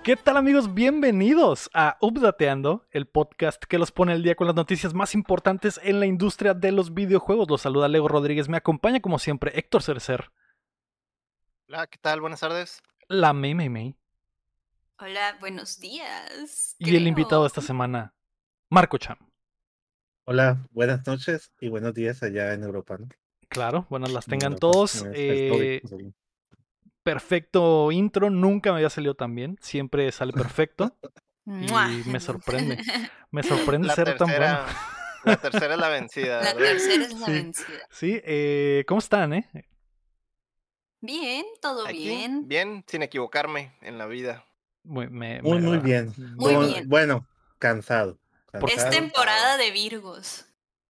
¿Qué tal, amigos? Bienvenidos a Updateando, el podcast que los pone al día con las noticias más importantes en la industria de los videojuegos. Los saluda Lego Rodríguez, me acompaña como siempre Héctor Cercer, Hola, ¿qué tal? Buenas tardes. la Mei, Hola, buenos días, y el invitado de creo. esta semana, Marco Chan. Hola, buenas noches y buenos días allá en Europa, ¿no? Claro, buenas las En tengan Europa, todos. en el COVID, sí. Perfecto intro, nunca me había salido tan bien, siempre sale perfecto ¡Mua! y me sorprende La ser tan bueno. tercera es la vencida, La ¿verdad? tercera es la Sí, vencida. sí, ¿cómo están, Bien, todo Aquí, bien. bien, sin equivocarme en la vida. Muy Muy agrada. bien. Muy bien. Bueno, cansado. ¿Por Es qué? temporada de Virgos.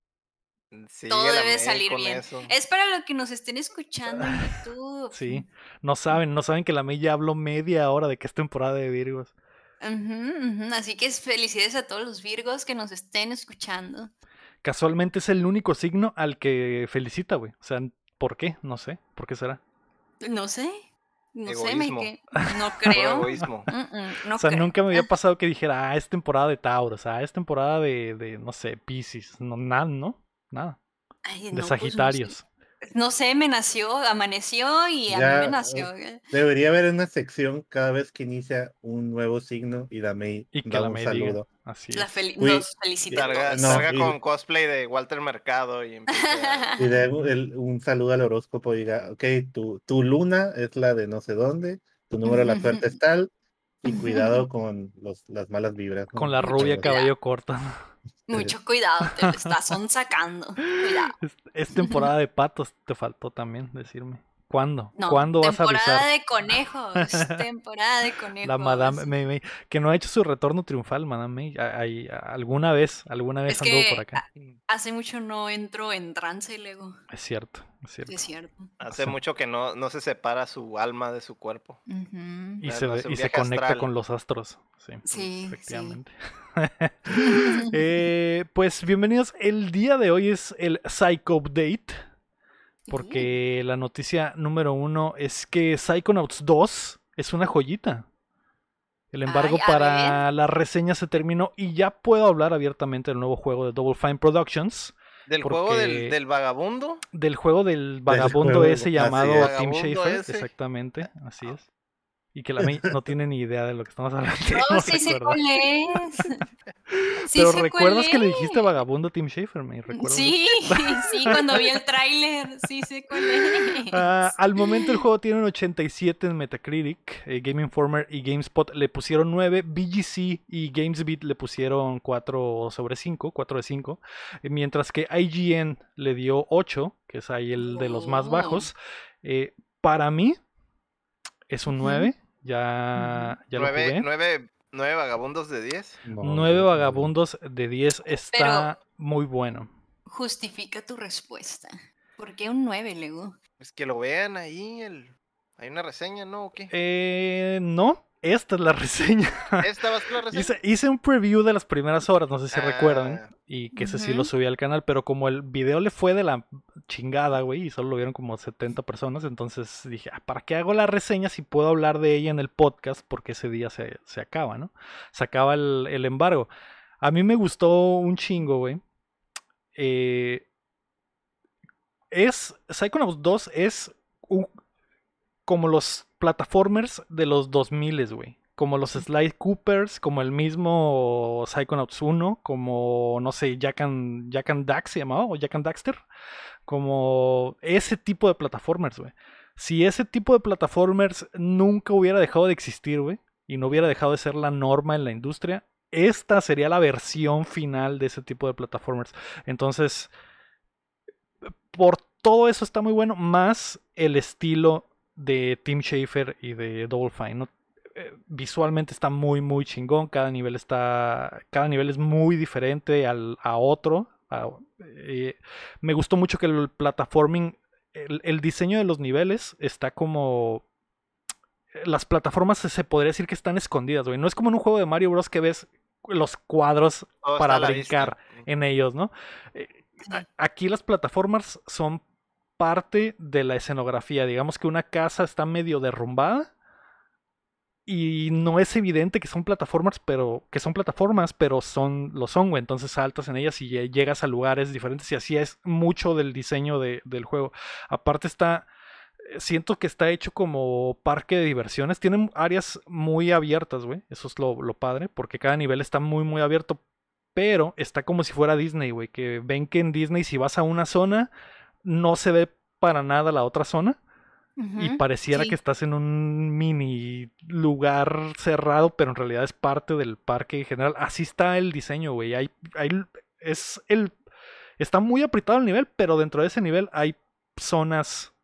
Todo Sigue la debe May salir con bien. eso. Es para los que nos estén escuchando en YouTube. Sí, no saben que la May ya habló media hora de que es temporada de Virgos. Así que felicidades a todos los Virgos que nos estén escuchando. Casualmente es el único signo al que felicita, güey. O sea, ¿por qué? No sé. ¿Por qué será? No sé, Egoísmo. no Puro creo. egoísmo. O No sea, creo. nunca me había pasado que dijera, es temporada de Tauros, es temporada de no sé, Piscis. No, nada, ¿no? Nada. Ay, De no, pues no sé. Sagitarios. No sé, amaneció y a mí me Ya nació. debería haber una sección cada vez que inicia un nuevo signo y la May Y que da la un May diga. saludo. Así es. Nos felicita a todos. No, Salga con cosplay de Walter Mercado y empieza. y dé un saludo al horóscopo y diga, ok, tu luna es la de no sé dónde, tu número de la suerte es tal, y cuidado con las malas vibras, Con ¿no? la Mucho rubia cuidado. cabello corto. Mucho cuidado, te lo estás sacando. Cuidado. Es temporada de patos, te faltó también decirme. ¿Cuándo? No, ¿Cuándo vas a avisar? temporada de conejos. Temporada de La conejos. Madame May, que no ha hecho su retorno triunfal, Madame May. Alguna vez Es anduvo por que acá. hace mucho no entro en trance, Lego. Es cierto, es Sí, cierto. es cierto. Hace mucho que no se separa su alma de su cuerpo. Y No hace un se viaje conecta astral. con los astros. Sí, Sí, efectivamente. Pues bienvenidos. El día de hoy es el Psycho Update. Porque la noticia número 1 es que Psychonauts 2 es una joyita. El embargo Ay, a ver. para la reseña se terminó y ya puedo hablar abiertamente del nuevo juego de Double Fine Productions. Del porque juego del vagabundo. del juego del vagabundo juego ese así llamado es. Tim Vagabundo Schafer, ese. exactamente, así es. Y que la May no tiene ni idea de lo que estamos hablando. No, No sí sé recuerda. cuál es. Sí Pero sé cuál ¿recuerdas que le dijiste es. vagabundo a Tim Schafer, May? ¿Recuerdas? Sí, sí, cuando vi el tráiler, sí sé cuál es. Al momento el juego tiene un 87 en Metacritic. Game Informer y GameSpot le pusieron 9. VGC y GamesBeat le pusieron 4 sobre 5, 4 de 5. Mientras que IGN le dio 8, que es ahí el de los más bajos. Para mí es un 9. Ya lo jugué. Nueve vagabundos de 10. No, 9 vagabundos de 10 está Pero muy bueno. justifica tu respuesta. ¿Por qué un 9, Lego? Pues que lo vean ahí. Hay una reseña, ¿no? ¿O qué? No, esta es la reseña. ¿Esta va a ser la reseña? Hice un preview de las primeras horas, no sé si recuerdan, Ah, y que ese sí lo subí al canal, pero como el video le fue de la chingada, güey, y solo lo vieron como 70 personas, entonces dije, ¿para qué hago la reseña si puedo hablar de ella en el podcast? Porque ese día se acaba, ¿no? Se acaba el embargo. A mí me gustó un chingo, güey. Psychonauts 2 es como los platformers de los 2000, güey. Como los Sly Coopers, como el mismo Psychonauts 1, como, no sé, Jak and Dax se llamaba, o Jak and Daxter. Como ese tipo de plataformers, güey. Si ese tipo de plataformers nunca hubiera dejado de existir, güey, y no hubiera dejado de ser la norma en la industria, esta sería la versión final de ese tipo de plataformers. Entonces, por todo eso está muy bueno, más el estilo de Tim Schafer y de Double Fine, ¿no? Visualmente está muy muy chingón, cada nivel es muy diferente a otro. Me gustó mucho que el platforming, el diseño de los niveles está como las plataformas se podría decir que están escondidas, güey. No es como en un juego de Mario Bros que ves los cuadros todo para está a la brincar vista. en ellos, ¿no? Aquí las plataformas son parte de la escenografía. Digamos que una casa está medio derrumbada y no es evidente que son plataformas, pero lo son, güey. Entonces saltas en ellas y llegas a lugares diferentes y así es mucho del diseño del juego. Aparte siento que está hecho como parque de diversiones. Tienen áreas muy abiertas, güey. Eso es lo padre, porque cada nivel está muy, muy abierto. Pero está como si fuera Disney, güey. Que ven que en Disney si vas a una zona, no se ve para nada la otra zona. Y Ujú, pareciera que sí. estás en un mini lugar cerrado, pero en realidad es parte del parque en general. Así está el diseño, güey. Es el, está muy apretado el nivel, pero dentro de ese nivel hay zonas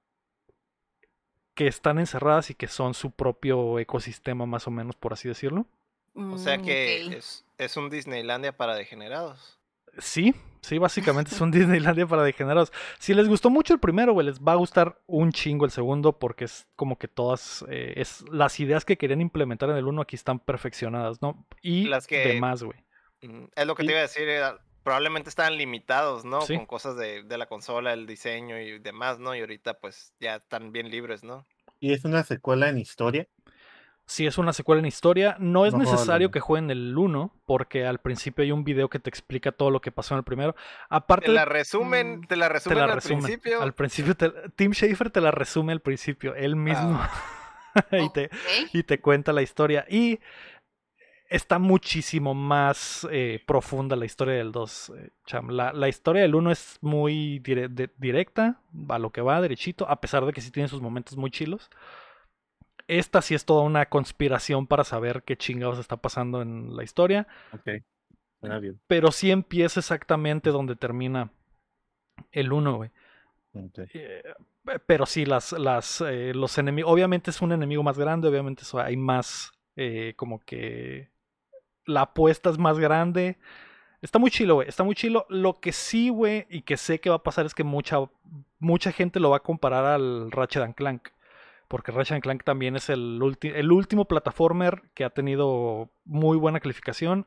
que están encerradas y que son su propio ecosistema, más o menos, por así decirlo. O sea Ok. que es un Disneylandia para degenerados. Sí, sí, básicamente es un Disneylandia para degenerados. Si les gustó mucho el primero, güey, les va a gustar un chingo el segundo porque es como que las ideas que querían implementar en el uno aquí están perfeccionadas, ¿no? Y Las que, demás, güey. es lo que te Y, iba a decir, probablemente estaban limitados, ¿no? Sí, Con cosas de la consola, el diseño y demás, ¿no? Y ahorita pues ya están bien libres, ¿no? y es una secuela en historia. sí es una secuela en historia. No es No juego el necesario uno. que jueguen el uno porque al principio hay un video que te explica todo lo que pasó en el primero. Aparte de... Te la Te la resumen al resumen. Al principio. principio, Tim Schafer te la resume al principio, él mismo, Ah, y Ok. te cuenta la historia. Y está muchísimo más profunda la historia del 2, Cham. La historia del uno es muy directa, a lo que va, derechito, a pesar de que sí tiene sus momentos muy chilos. Esta sí es toda una conspiración para saber qué chingados está pasando en la historia, Ok, suena bien. pero sí empieza exactamente donde termina el uno, güey. Ok. Eh, pero sí, los enemigos, obviamente es un enemigo más grande, obviamente hay más, como que la apuesta es más grande. Está muy chilo, güey. Está muy chilo. Lo que sí, güey, y que sé que va a pasar es que mucha gente lo va a comparar al Ratchet and Clank. Porque Ratchet and Clank también es el último plataformer que ha tenido muy buena calificación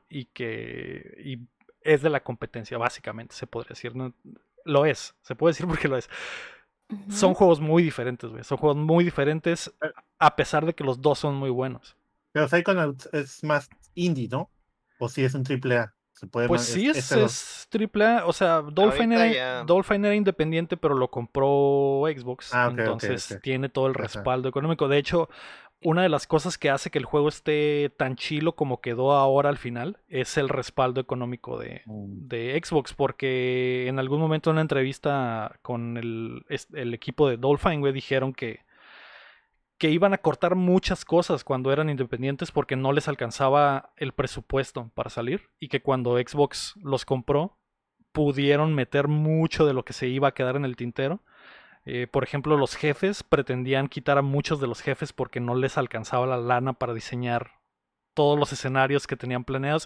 y es de la competencia, básicamente, se podría decir. ¿No? Lo es, se puede decir porque lo es. Son Ujú. juegos muy diferentes, güey. Son juegos muy diferentes, Eh, a pesar de que los dos son muy buenos. Pero Psychonauts es más indie, ¿no? O si es un triple A. Se puede Pues es sí, este dos. es triple A. O sea, ahorita ya. Dolphin era independiente, pero lo compró Xbox. Ah, ok, ok, Entonces ok. tiene todo el Ajá. respaldo económico. De hecho, una de las cosas que hace que el juego esté tan chilo como quedó ahora al final es el respaldo económico Mm, de Xbox. Porque en algún momento en una entrevista con el equipo de Dolphin, güey, dijeron que iban a cortar muchas cosas cuando eran independientes porque no les alcanzaba el presupuesto para salir y que cuando Xbox los compró pudieron meter mucho de lo que se iba a quedar en el tintero. Por ejemplo, los jefes pretendían quitar a muchos de los jefes porque no les alcanzaba la lana para diseñar todos los escenarios que tenían planeados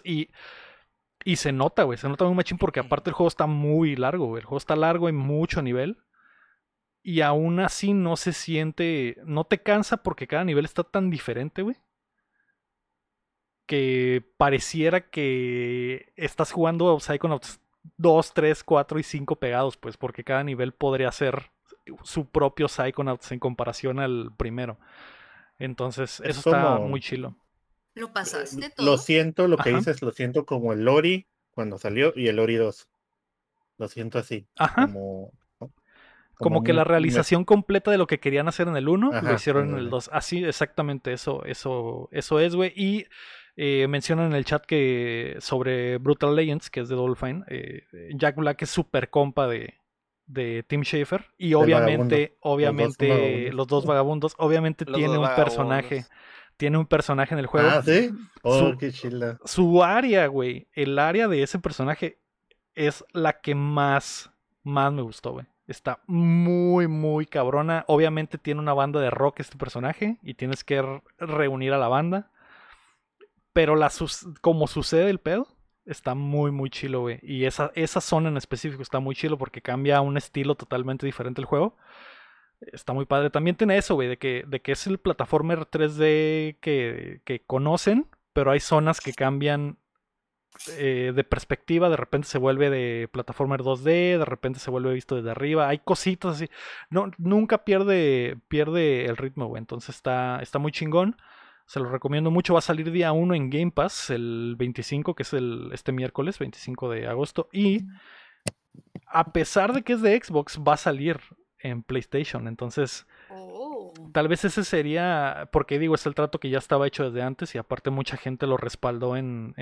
y se nota, güey, se nota muy machín porque aparte el juego está muy largo, güey. El juego está largo y mucho nivel y aún así no se siente, no te cansa porque cada nivel está tan diferente, güey, que pareciera que estás jugando Psychonauts 2, 3, 4 y 5 pegados, pues, porque cada nivel podría ser su propio Psychonauts en comparación al primero. Entonces, Es eso está muy como, chilo. ¿Lo pasaste lo todo? siento, lo que Ajá, dices, lo siento como el Ori cuando salió y el Ori 2. Lo siento así, ajá. como, como Como que la muy, realización completa de lo que querían hacer en el uno lo ajá, hicieron en el ándale. 2. Así, exactamente, eso es, güey. Y mencionan en el chat que sobre Brutal Legends, que es de Dolphin, Jack Black es súper compa de Tim Schafer. Y Del vagabundo. Los dos son obviamente, vagabundos. los dos vagabundos, obviamente Los dos vagabundos. tiene un personaje en el juego. Ah, ¿sí? Oh, Su, qué chila. su área, güey, el área de ese personaje es la que más me gustó, güey. Está muy, muy cabrona. Obviamente tiene una banda de rock este personaje y tienes que reunir a la banda. Pero como sucede el pedo, está muy, muy chilo, güey. Y esa zona en específico está muy chilo porque cambia a un estilo totalmente diferente el juego. Está muy padre. También tiene eso, güey, de que es el plataformer 3D que conocen, pero hay zonas que cambian de perspectiva, de repente se vuelve de plataforma 2D, de repente se vuelve visto desde arriba, hay cositas así, no, nunca pierde el ritmo, güey, entonces está muy chingón. Se lo recomiendo mucho. Va a salir día 1 en Game Pass, el 25, que es este miércoles, 25 de agosto. Y a pesar de que es de Xbox, va a salir en PlayStation. Entonces, tal vez ese sería, porque digo, es el trato que ya estaba hecho desde antes y aparte mucha gente lo respaldó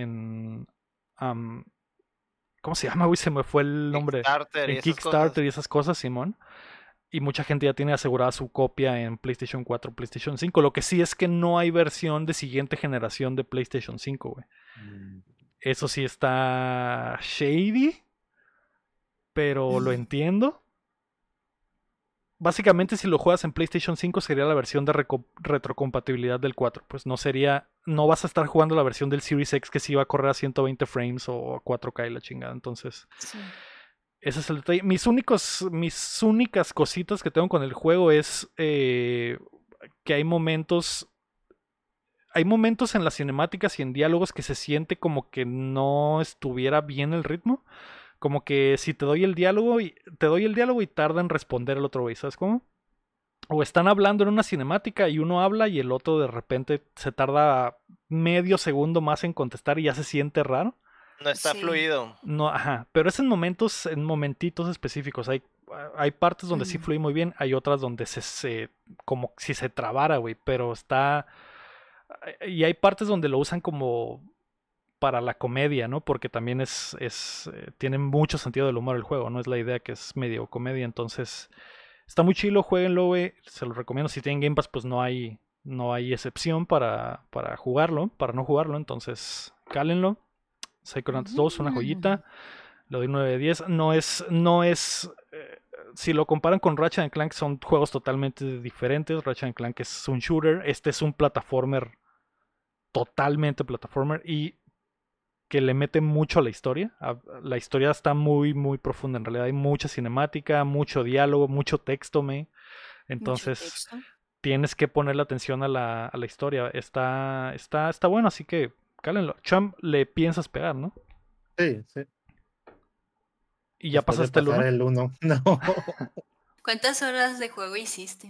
¿cómo se llama? Uy, se me fue el nombre. Kickstarter y En esas Kickstarter cosas. y esas cosas, Simón. Y mucha gente ya tiene asegurada su copia en PlayStation 4, PlayStation 5. Lo que sí es que no hay versión de siguiente generación de PlayStation 5, güey. Eso sí está shady, pero lo entiendo. Básicamente, si lo juegas en PlayStation 5 sería la versión de retrocompatibilidad del 4. Pues no vas a estar jugando la versión del Series X que sí va a correr a 120 frames o a 4K y la chingada. Entonces, Sí. ese es el detalle. Mis únicas cositas que tengo con el juego es que hay momentos en las cinemáticas y en diálogos que se siente como que no estuviera bien el ritmo. Como que si te doy el diálogo y tarda en responder el otro güey, ¿sabes cómo? O están hablando en una cinemática y uno habla y el otro de repente se tarda medio segundo más en contestar y ya se siente raro. No está Sí. fluido. No, ajá, pero es en momentitos específicos. Hay partes donde sí fluye muy bien, hay otras donde como si se trabara, güey, pero y hay partes donde lo usan como para la comedia, ¿no? Porque también tiene mucho sentido del humor el juego, ¿no? Es la idea que es medio comedia, entonces está muy chilo, jueguenlo, güey, se lo recomiendo. Si tienen Game Pass, pues no hay excepción para jugarlo, para no jugarlo, entonces cálenlo. Psychonauts 2, una joyita, le doy 9 de 10. No es si lo comparan con Ratchet Clank, son juegos totalmente diferentes. Ratchet Clank es un shooter, este es un plataformer, totalmente plataformer, y que le mete mucho a la historia. La historia está muy, muy profunda. En realidad hay mucha cinemática, mucho diálogo, mucho texto, entonces tienes que ponerle atención a la historia. Está bueno, así que cálenlo. Cham, le piensas pegar, ¿no? Sí, sí. ¿Y ya Después de pasaste el pasar 1? el 1, no. ¿Cuántas horas de juego hiciste?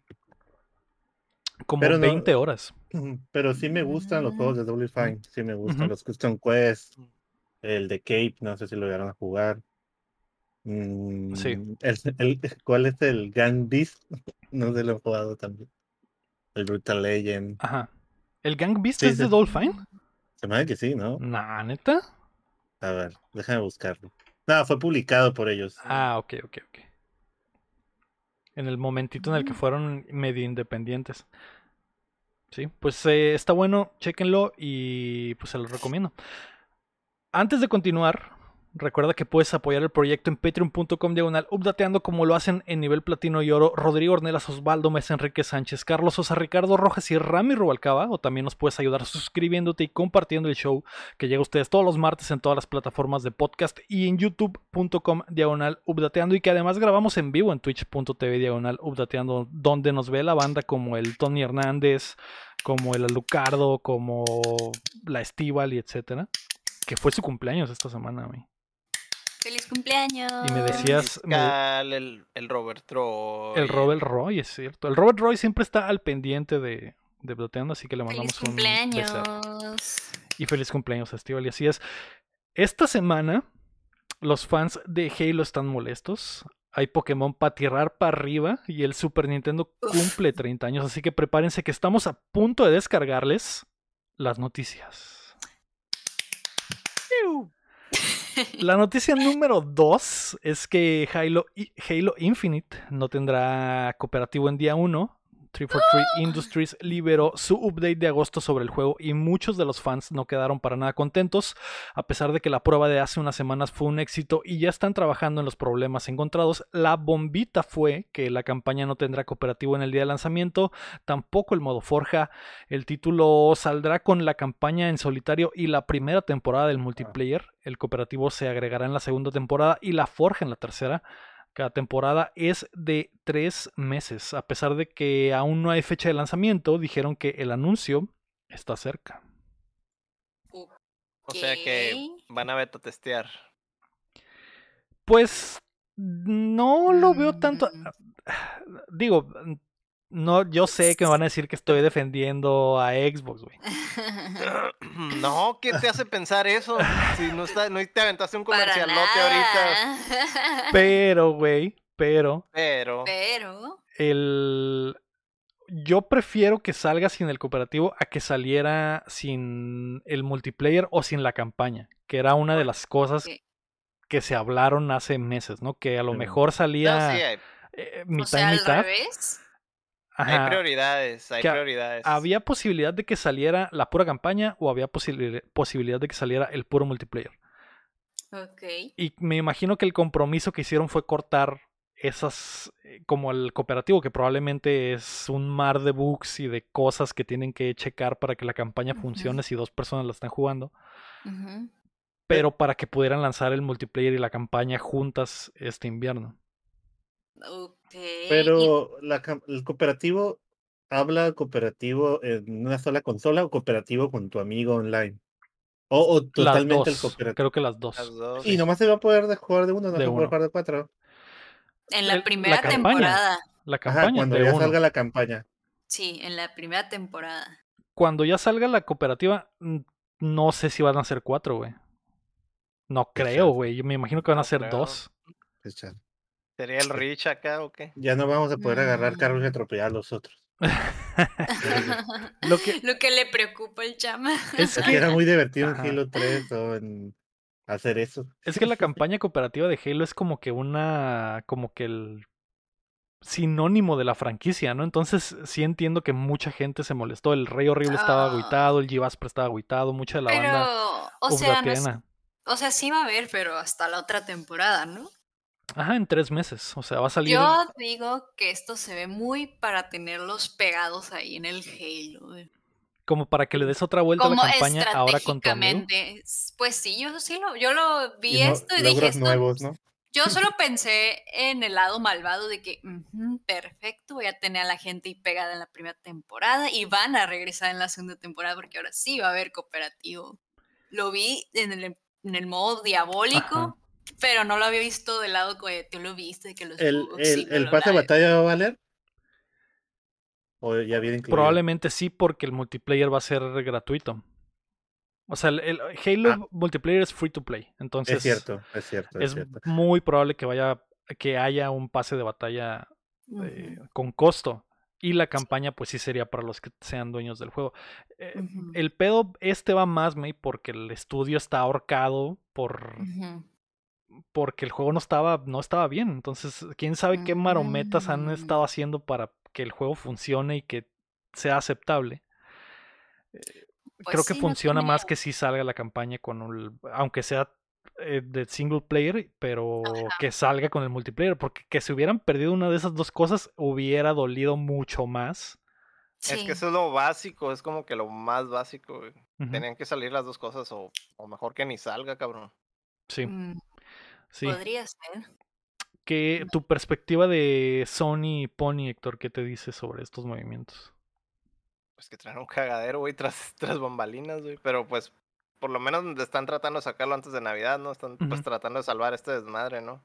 Como Pero no, 20 horas. pero sí me gustan los juegos de Double Fine, sí me gustan Ujú. los Custom Quest, el de Cape, no sé si lo llegaron a jugar. Sí. ¿Cuál es el Gang Beast? No sé, lo he jugado también. El Brutal Legend. Ajá. ¿El Gang Beast Sí, es sí, de Dolphine? se me hace que sí, ¿no? Nah, ¿neta? A ver, déjame buscarlo. No, fue publicado por ellos. Ah, ok. En el momentito en el que fueron medio independientes. Sí, pues está bueno, chéquenlo y pues se los recomiendo. Antes de continuar, recuerda que puedes apoyar el proyecto en patreon.com/updateando como lo hacen en nivel platino y oro Rodrigo Ornelas, Osvaldo Mesa, Enrique Sánchez, Carlos Sosa, Ricardo Rojas y Rami Rubalcaba. O también nos puedes ayudar suscribiéndote y compartiendo el show que llega a ustedes todos los martes en todas las plataformas de podcast y en youtube.com/updateando, y que además grabamos en vivo en twitch.tv/updateando, donde nos ve la banda como el Tony Hernández, como el Alucardo, como la Estival y etcétera. Que fue su cumpleaños esta semana, güey. ¡Feliz cumpleaños! Y me El decías, fiscal, el Robert Troy. el Robert Roy, es cierto. El Robert Roy siempre está al pendiente de Bloteando, así que le mandamos ¡Feliz un beso. cumpleaños! Y feliz cumpleaños, Estival. Y así es. Esta semana, los fans de Halo están molestos. Hay Pokémon para tirar para arriba y el Super Nintendo cumple 30 años, así que prepárense que estamos a punto de descargarles las noticias. La noticia número 2 es que Halo Infinite no tendrá cooperativo en día 1. 343 Industries liberó su update de agosto sobre el juego y muchos de los fans no quedaron para nada contentos, a pesar de que la prueba de hace unas semanas fue un éxito y ya están trabajando en los problemas encontrados. La bombita fue que la campaña no tendrá cooperativo en el día de lanzamiento, tampoco el modo forja. El título saldrá con la campaña en solitario y la primera temporada del multiplayer. El cooperativo se agregará en la segunda temporada y la forja en la tercera. Cada temporada es de 3 meses. A pesar de que aún no hay fecha de lanzamiento, dijeron que el anuncio está cerca. O sea que van a beta testear. Pues no lo veo tanto. Digo, No, yo sé que me van a decir que estoy defendiendo a Xbox, güey. No, ¿qué te hace pensar eso? Si no te aventaste un Para comercialote ahorita. nada. Pero, güey, Pero, Pero. yo prefiero que salga sin el cooperativo a que saliera sin el multiplayer o sin la campaña, que era una de las cosas Ok. que se hablaron hace meses, ¿no? Que a lo Sí. mejor no, sí, salía O mitad y sea, al mitad. revés. hay Ajá, prioridades, hay que prioridades. había posibilidad de que saliera la pura campaña o había posibilidad de que saliera el puro multiplayer. Ok. Y me imagino que el compromiso que hicieron fue cortar esas, como el cooperativo, que probablemente es un mar de bugs y de cosas que tienen que checar para que la campaña funcione si dos personas la están jugando, Ujú. pero para que pudieran lanzar el multiplayer y la campaña juntas este invierno. Ok. Pero el cooperativo, ¿habla cooperativo en una sola consola o cooperativo con tu amigo online? O Las totalmente el dos, cooperativo. creo que las Las dos. dos. Y Sí, nomás se va a poder jugar de uno, no de se puede uno. jugar de 4. En la La primera campaña, temporada. la Ajá, campaña cuando de ya uno. salga la campaña. Sí, en la primera temporada. Cuando ya salga la cooperativa, no sé si van a ser 4, güey. No Qué creo, chale, güey. Yo me imagino que van a No ser creo. 2. qué chale. ¿Sería el Rich acá o qué? Ya no vamos a poder agarrar carros y Mm. atropellar a los otros. Lo que Lo que le preocupa al chama. es Es que era que, muy divertido en ajá, Halo 3 o en hacer eso. es que la campaña cooperativa de Halo es como que como que el sinónimo de la franquicia, ¿no? Entonces sí entiendo que mucha gente se molestó. El Rey Horrible estaba Ah, agüitado, el G-Vasper estaba agüitado, mucha de la banda pero, o sea, no es, Ubdatiana. o sea, sí va a haber, pero hasta la otra temporada, ¿no? Ajá, en 3 meses. O sea, va a salir Yo digo que esto se ve muy para tenerlos pegados ahí en el Halo. como para que le des otra vuelta a la Como campaña ahora con tu amigo. estratégicamente. Pues sí, yo lo Y vi no esto y dije logros esto. nuevos, ¿no? Yo solo pensé en el lado malvado de que, "Ujú, perfecto, voy a tener a la gente ahí pegada en la primera temporada y van a regresar en la segunda temporada porque ahora sí va a haber cooperativo. Lo vi en el modo Ajá. diabólico, pero no lo había visto del lado que tú lo viste, de que los ¿El, bugs y el, bla, el bla, pase de bla. batalla va a valer? ¿O ya viene incluido? Probablemente sí, porque el multiplayer va a ser gratuito. O sea, el Ah, Halo multiplayer es free to play. es Entonces cierto, es cierto, es es cierto. muy probable que haya un pase de batalla Ujú, con costo. Y la campaña, pues sí sería para los que sean dueños del juego. ujú, El pedo va más, May, porque el estudio está ahorcado ujú, porque el juego no estaba bien. Entonces, quién sabe qué marometas han mm. estado haciendo para que el juego funcione y que sea aceptable. Pues Creo que sí, no funciona tiene. más que si salga la campaña aunque sea de single player, pero que salga con el multiplayer, porque que se hubieran perdido una de esas dos cosas hubiera dolido mucho más. Es que Sí. eso es lo básico, es como que lo más básico, güey. Ujú. Tenían que salir las dos cosas o mejor que ni salga, cabrón. Sí, Mm, sí. podría ser. ¿Qué tu perspectiva de Sony y Pony, Héctor, qué te dice sobre estos movimientos? Pues que traen un cagadero, güey, tras bambalinas, güey. Pero pues, por lo menos están tratando de sacarlo antes de Navidad, ¿no? Están pues Ujú. tratando de salvar este desmadre, ¿no?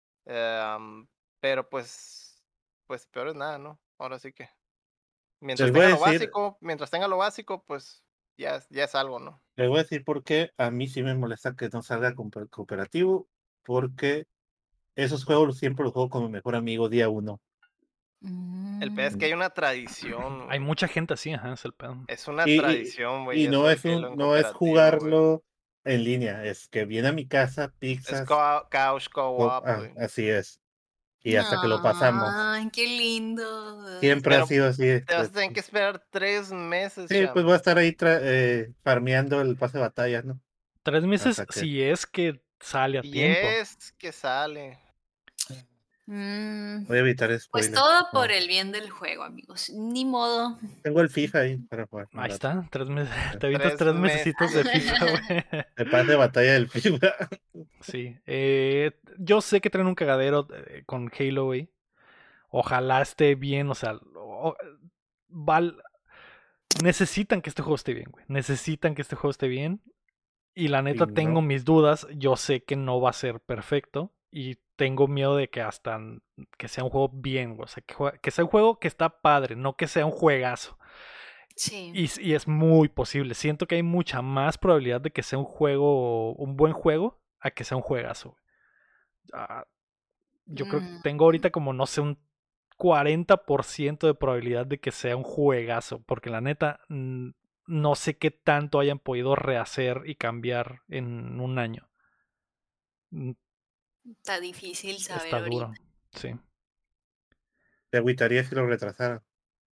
Pero pues peor es nada, ¿no? Ahora sí que. Les voy a decir, Mientras tenga lo básico, pues ya es algo, ¿no? les voy a decir por qué a mí sí me molesta que no salga cooperativo, porque esos juegos siempre los juego con mi mejor amigo día uno. El peor es que Mm, hay una tradición, Hay güey. mucha gente así, ajá, es el pedo. Es una Y, tradición, güey, y no eso del es Halo en no es cooperativo, güey. jugarlo en línea, es que viene a mi casa, Es pizzas, couch co-op, güey. así es. Y hasta que lo pasamos. ay, qué lindo. Siempre ha Pero sido así. te vas a tener que esperar 3 meses, Sí, pues cham. voy a estar ahí farmeando el pase de batalla, ¿no? 3 meses Hasta que. si es que sale a Y tiempo. es que sale. Mm, Voy a evitar pues spoilers. todo por No. el bien del juego, amigos. Ni modo. Tengo el FIFA ahí para jugar un Ahí rato. está, 3 meses. Te avientas Tres 3 mesecitos meses de de FIFA, FIFA. güey. El pase de batalla del FIFA. Sí. Yo sé que traen un cagadero con Halo, güey. Ojalá esté bien, o sea, val- necesitan que este juego esté bien, güey. Necesitan que este juego esté bien. Y la Y neta tengo no. mis dudas. Yo sé que no va a ser perfecto. Y tengo miedo de que hasta que sea un juego bien, güey. O sea, que sea un juego que está padre, no que sea un juegazo. Sí. Y es muy posible. Siento que hay mucha más probabilidad de que sea un buen juego, a que sea un juegazo, güey. Yo creo que tengo ahorita como, no sé, un 40% de probabilidad de que sea un juegazo. Porque la neta, no sé qué tanto hayan podido rehacer y cambiar en un año. Está difícil saber Está duro, ahorita. sí. Te agüitaría si lo retrasaran.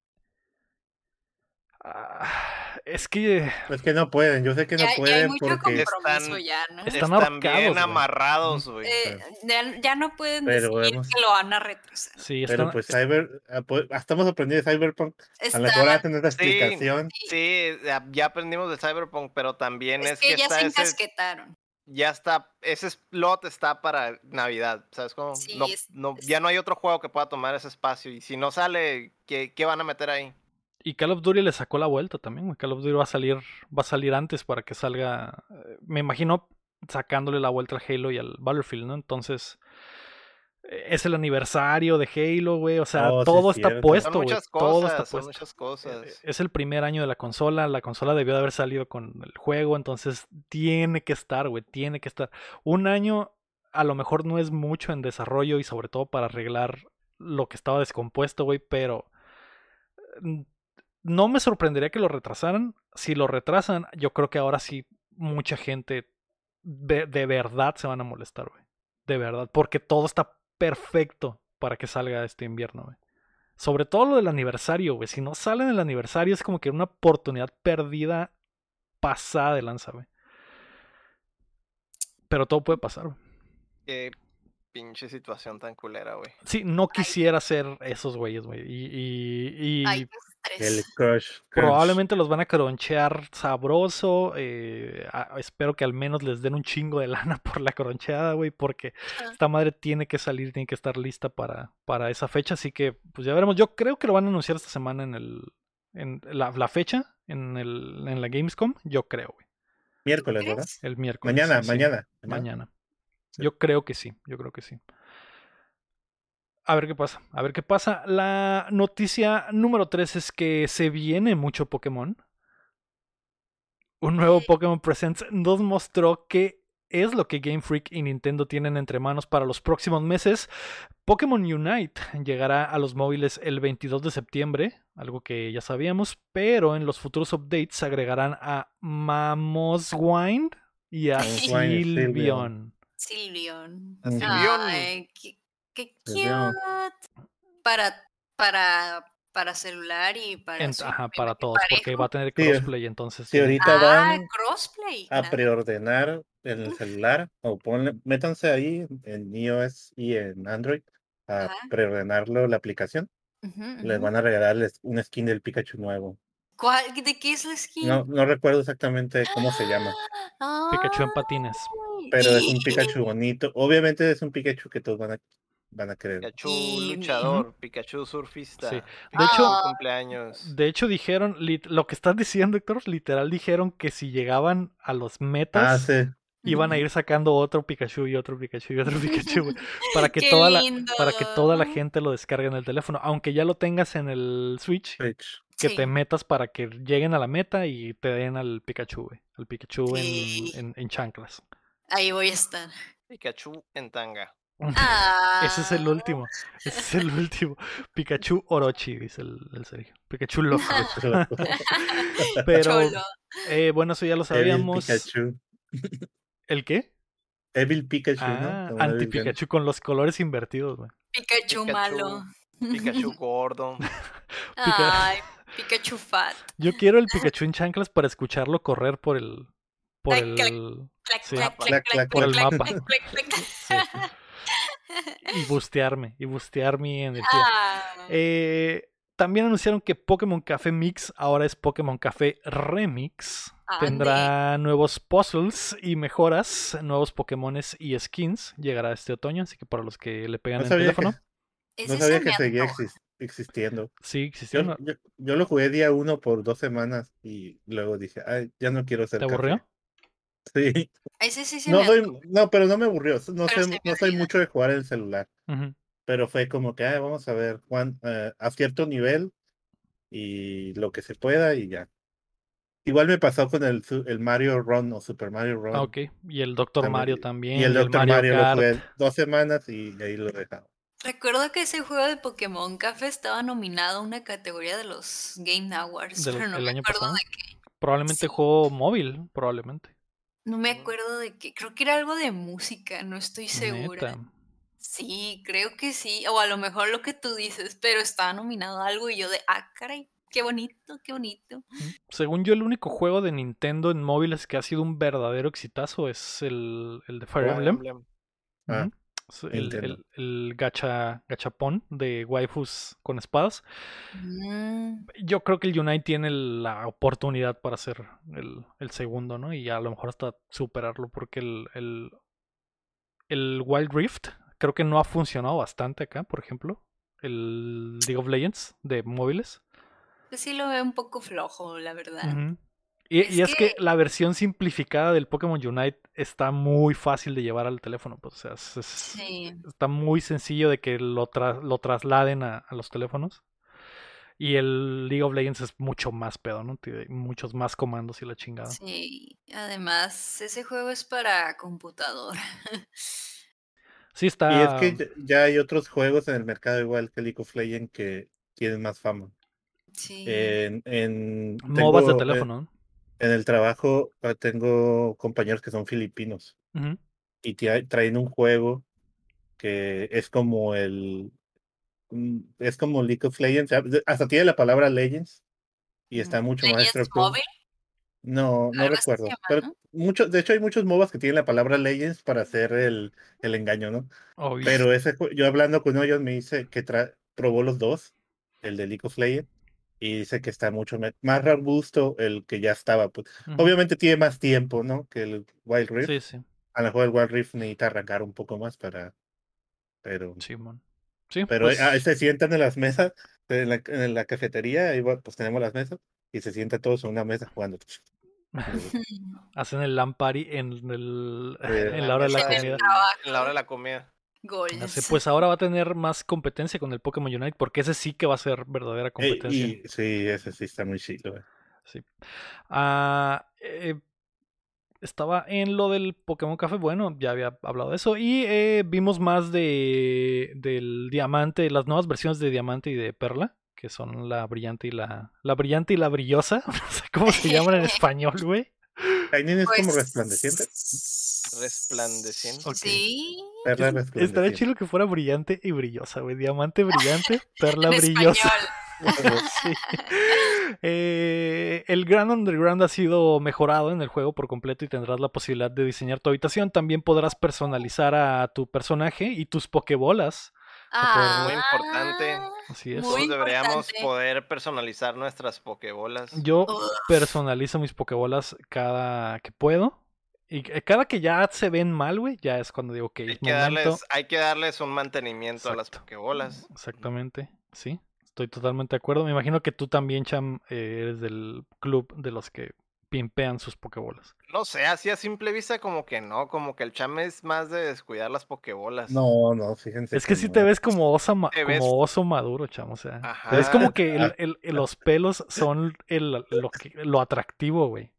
Es que Es que no pueden, yo sé que no Ya hay pueden mucho porque... compromiso ya, ¿no? Están Están bien ahorcados, güey. amarrados, güey. Ya no pueden Pero decir hemos- que lo van a retrasar. sí, Pero pues estamos aprendiendo de Cyberpunk. A lo mejor Está, hacen esta Sí, explicación. sí, ya aprendimos de Cyberpunk, pero también es es que que ya se está ese, encasquetaron. ya está, ese slot está para Navidad, ¿sabes cómo? Sí, Ya no hay otro juego que pueda tomar ese espacio, y si no sale, ¿qué van a meter ahí? y Call of Duty le sacó la vuelta también, güey. Call of Duty va a salir antes para que salga, me imagino sacándole la vuelta al Halo y al Battlefield, ¿no? Entonces, es el aniversario de Halo, güey. O sea, Oh, sí, todo es está cierto. puesto, Son güey. muchas Todo está cosas, son puesto. muchas cosas. Es el primer año de la consola. La consola debió de haber salido con el juego. Entonces, tiene que estar, güey. Tiene que estar. Un año a lo mejor no es mucho en desarrollo y sobre todo para arreglar lo que estaba descompuesto, güey. Pero no me sorprendería que lo retrasaran. Si lo retrasan, yo creo que ahora sí mucha gente de verdad se van a molestar, güey. De verdad. Porque todo está perfecto para que salga este invierno, güey. Sobre todo lo del aniversario, güey. Si no sale en el aniversario es como que una oportunidad perdida pasada de lanza, güey. Pero todo puede pasar, güey. Qué pinche situación tan culera, güey. Sí, no quisiera ser esos güeyes, güey. Y Ay, qué El estrés. crunch. probablemente los van a cronchear sabroso. Espero que al menos les den un chingo de lana por la croncheada, güey. Porque esta madre tiene que salir, tiene que estar lista para esa fecha. Así que, pues ya veremos. Yo creo que lo van a anunciar esta semana en la fecha, en la Gamescom. Yo creo, güey. Miércoles, ¿verdad? ¿Crees? El miércoles. Mañana, sí. mañana. Mañana. Sí. Yo creo que sí. Yo creo que sí. A ver qué pasa. A ver qué pasa. La noticia número 3 es que se viene mucho Pokémon. Un nuevo Pokémon Presents nos mostró qué es lo que Game Freak y Nintendo tienen entre manos para los próximos meses. Pokémon Unite llegará a los móviles el 22 de septiembre, algo que ya sabíamos, pero en los futuros updates se agregarán a Mamoswine y a Mamoswine, Sylveon. Silvion. Así Ujú. Ay, qué Silvion. cute. Para, para celular y para Switch, Ajá, me para imagino, todos, porque va a parejo. tener Sí, crossplay, entonces si tiene ahorita van Crossplay, a claro. preordenar en el celular, o métanse ahí en iOS y en Android a Ajá. preordenarlo la aplicación. Ujú, Les ujú. van a regalarles un skin del Pikachu nuevo. ¿De qué es la skin? No recuerdo exactamente cómo se llama, Pikachu en Ay, patines. pero es un Pikachu bonito. Obviamente es un Pikachu que todos van a querer. Pikachu Y- luchador, Pikachu surfista, Sí. Pikachu Ah. cumpleaños. De hecho, dijeron, lo que estás diciendo, Héctor, literal dijeron que si llegaban a los Ah, metas, sí. iban a ir sacando otro Pikachu y otro Pikachu y otro Pikachu, güey, para que Qué toda lindo. para que toda la gente lo descargue en el teléfono, aunque ya lo tengas en el Switch, Switch. que Sí. te metas para que lleguen a la meta y te den al Pikachu, güey, al Pikachu Sí. en chanclas. Ahí voy a estar. Pikachu en tanga. Ese es el Ah. último. Ese es el último. Pikachu Orochi, dice el Sergio. Pikachu loco. Pero, Cholo. bueno, eso ya lo Evil sabíamos. Pikachu. ¿El qué? Evil Pikachu, ¿no? Como le dicen. Anti-Pikachu con los colores invertidos, güey. Pikachu malo. Pikachu gordo. Ay, Pikachu fat. Yo quiero el Pikachu en chanclas para escucharlo correr por el. Por Clac, el. Clac, Sí, clac, Mapa. clac, clac, por el clac, mapa. clac, clac, clac. Sí. Y bustear mi energía. Ah, También anunciaron que Pokémon Café Mix ahora es Pokémon Café Remix. Ande. Tendrá nuevos puzzles y mejoras, nuevos Pokémones y skins. Llegará este otoño, así que para los que le pegan No el sabía teléfono. ese No sabía se que me seguía antoja. existiendo. Sí, existió. Yo lo jugué día 1 por 2 semanas y luego dije, ay, ya no quiero ¿Te hacer aburrió? café. Sí. Ese sí se No me soy, antojó, no, pero no me aburrió. No pero se sé, me no soy olvida. mucho de jugar en el celular. Ujú. Pero fue como que, vamos a ver, Juan, a cierto nivel y lo que se pueda y ya. Igual me pasó con el Mario Run o Super Mario Ah, Run ok. Y el Doctor Mario también. Y también, el y el Doctor Mario Mario lo Kart jugué 2 semanas y ahí lo dejaba. Recuerdo que ese juego de Pokémon Café estaba nominado a una categoría de los Game Awards, pero no el me año acuerdo pasado. de qué. Probablemente Sí, juego móvil, probablemente. no me acuerdo de qué. Creo que era algo de música, no estoy segura. Neta. Sí, creo que sí. O a lo mejor lo que tú dices, pero estaba nominado a algo y yo de, caray, qué bonito, qué bonito. Según yo, el único juego de Nintendo en móviles que ha sido un verdadero exitazo es el de Fire ¿Cuál? Fire Emblem. Emblem. Ah, Ujú. Es Nintendo. el gachapón de waifus con espadas. Mm, Yo creo que el Unite tiene la oportunidad para ser el segundo, ¿no? Y a lo mejor hasta superarlo, porque el Wild Rift creo que no ha funcionado bastante acá, por ejemplo. El League of Legends de móviles. pues sí lo veo un poco flojo, la verdad. Ujú. Es Y es que que la versión simplificada del Pokémon Unite está muy fácil de llevar al teléfono. Pues, o sea, sí, está muy sencillo de que lo trasladen a los teléfonos. Y el League of Legends es mucho más pedo, ¿no? Tiene muchos más comandos y la chingada. sí. Además, ese juego es para computadora. Sí, Y es está que ya hay otros juegos en el mercado igual que League of Legends que tienen más fama. Sí. MOBAs de teléfono, ¿no? En el trabajo tengo compañeros que son filipinos Ujú, y traen un juego que es como League of Legends, hasta tiene la palabra Legends y está mucho más Legends estructurado. Móvil, No algo así se recuerdo, pero llama, ¿no? de hecho hay muchos MOBAs que tienen la palabra Legends para hacer el engaño, ¿no? obvio. Pero yo hablando con ellos me dice que probó los dos, el de League of Legends, y dice que está mucho más robusto el que ya estaba. Pues. Ujú. Obviamente tiene más tiempo, ¿no? Que el Wild Rift. Sí, sí, A lo mejor el Wild Rift necesita arrancar un poco más pero, Simón. Sí, pero ahí pues se sientan en las mesas, en la cafetería, y bueno, pues tenemos las mesas, y se sientan todos en una mesa jugando. hacen el LAN party Eh, en La la hora de la mesa En el comida. en la hora trabajo, de la comida. Así, goals. pues ahora va a tener más competencia con el Pokémon Unite, porque ese sí que va a ser verdadera competencia. y sí, ese sí está muy chido. Sí. Ah, estaba en lo del Pokémon Café, bueno, ya había hablado de eso. Y vimos más del Diamante, las nuevas versiones de Diamante y de Perla, que son la brillante y la brillante y la brillosa. No sé cómo se llaman en español, güey. Shinin es como resplandeciente, Pues Resplandeciente. Ok. sí, perla Estaría resplandeciente. chido que fuera brillante y brillosa, güey. Diamante brillante, perla en brillosa. español. Sí. El Grand Underground ha sido mejorado en el juego por completo y tendrás la posibilidad de diseñar tu habitación. También podrás personalizar a tu personaje y tus pokebolas. A poder... Muy importante. Así Muy es. Todos deberíamos importante. poder personalizar nuestras pokebolas. Yo Uf, personalizo mis pokebolas cada que puedo. Y cada que ya se ven mal, güey, ya es cuando digo, ok, es momento. Hay que darles un mantenimiento a las Exacto. pokebolas. Exactamente, sí. Estoy totalmente de acuerdo. Me imagino que tú también, Cham, eres del club de los que pimpean sus pokebolas. No sé, así a simple vista como que no, como que el chame es más de descuidar las pokebolas. No, fíjense Es que que sí te no. ves como, Te ves, como oso maduro, Cham. O sea, te ves ajá, como que los pelos son lo atractivo, güey.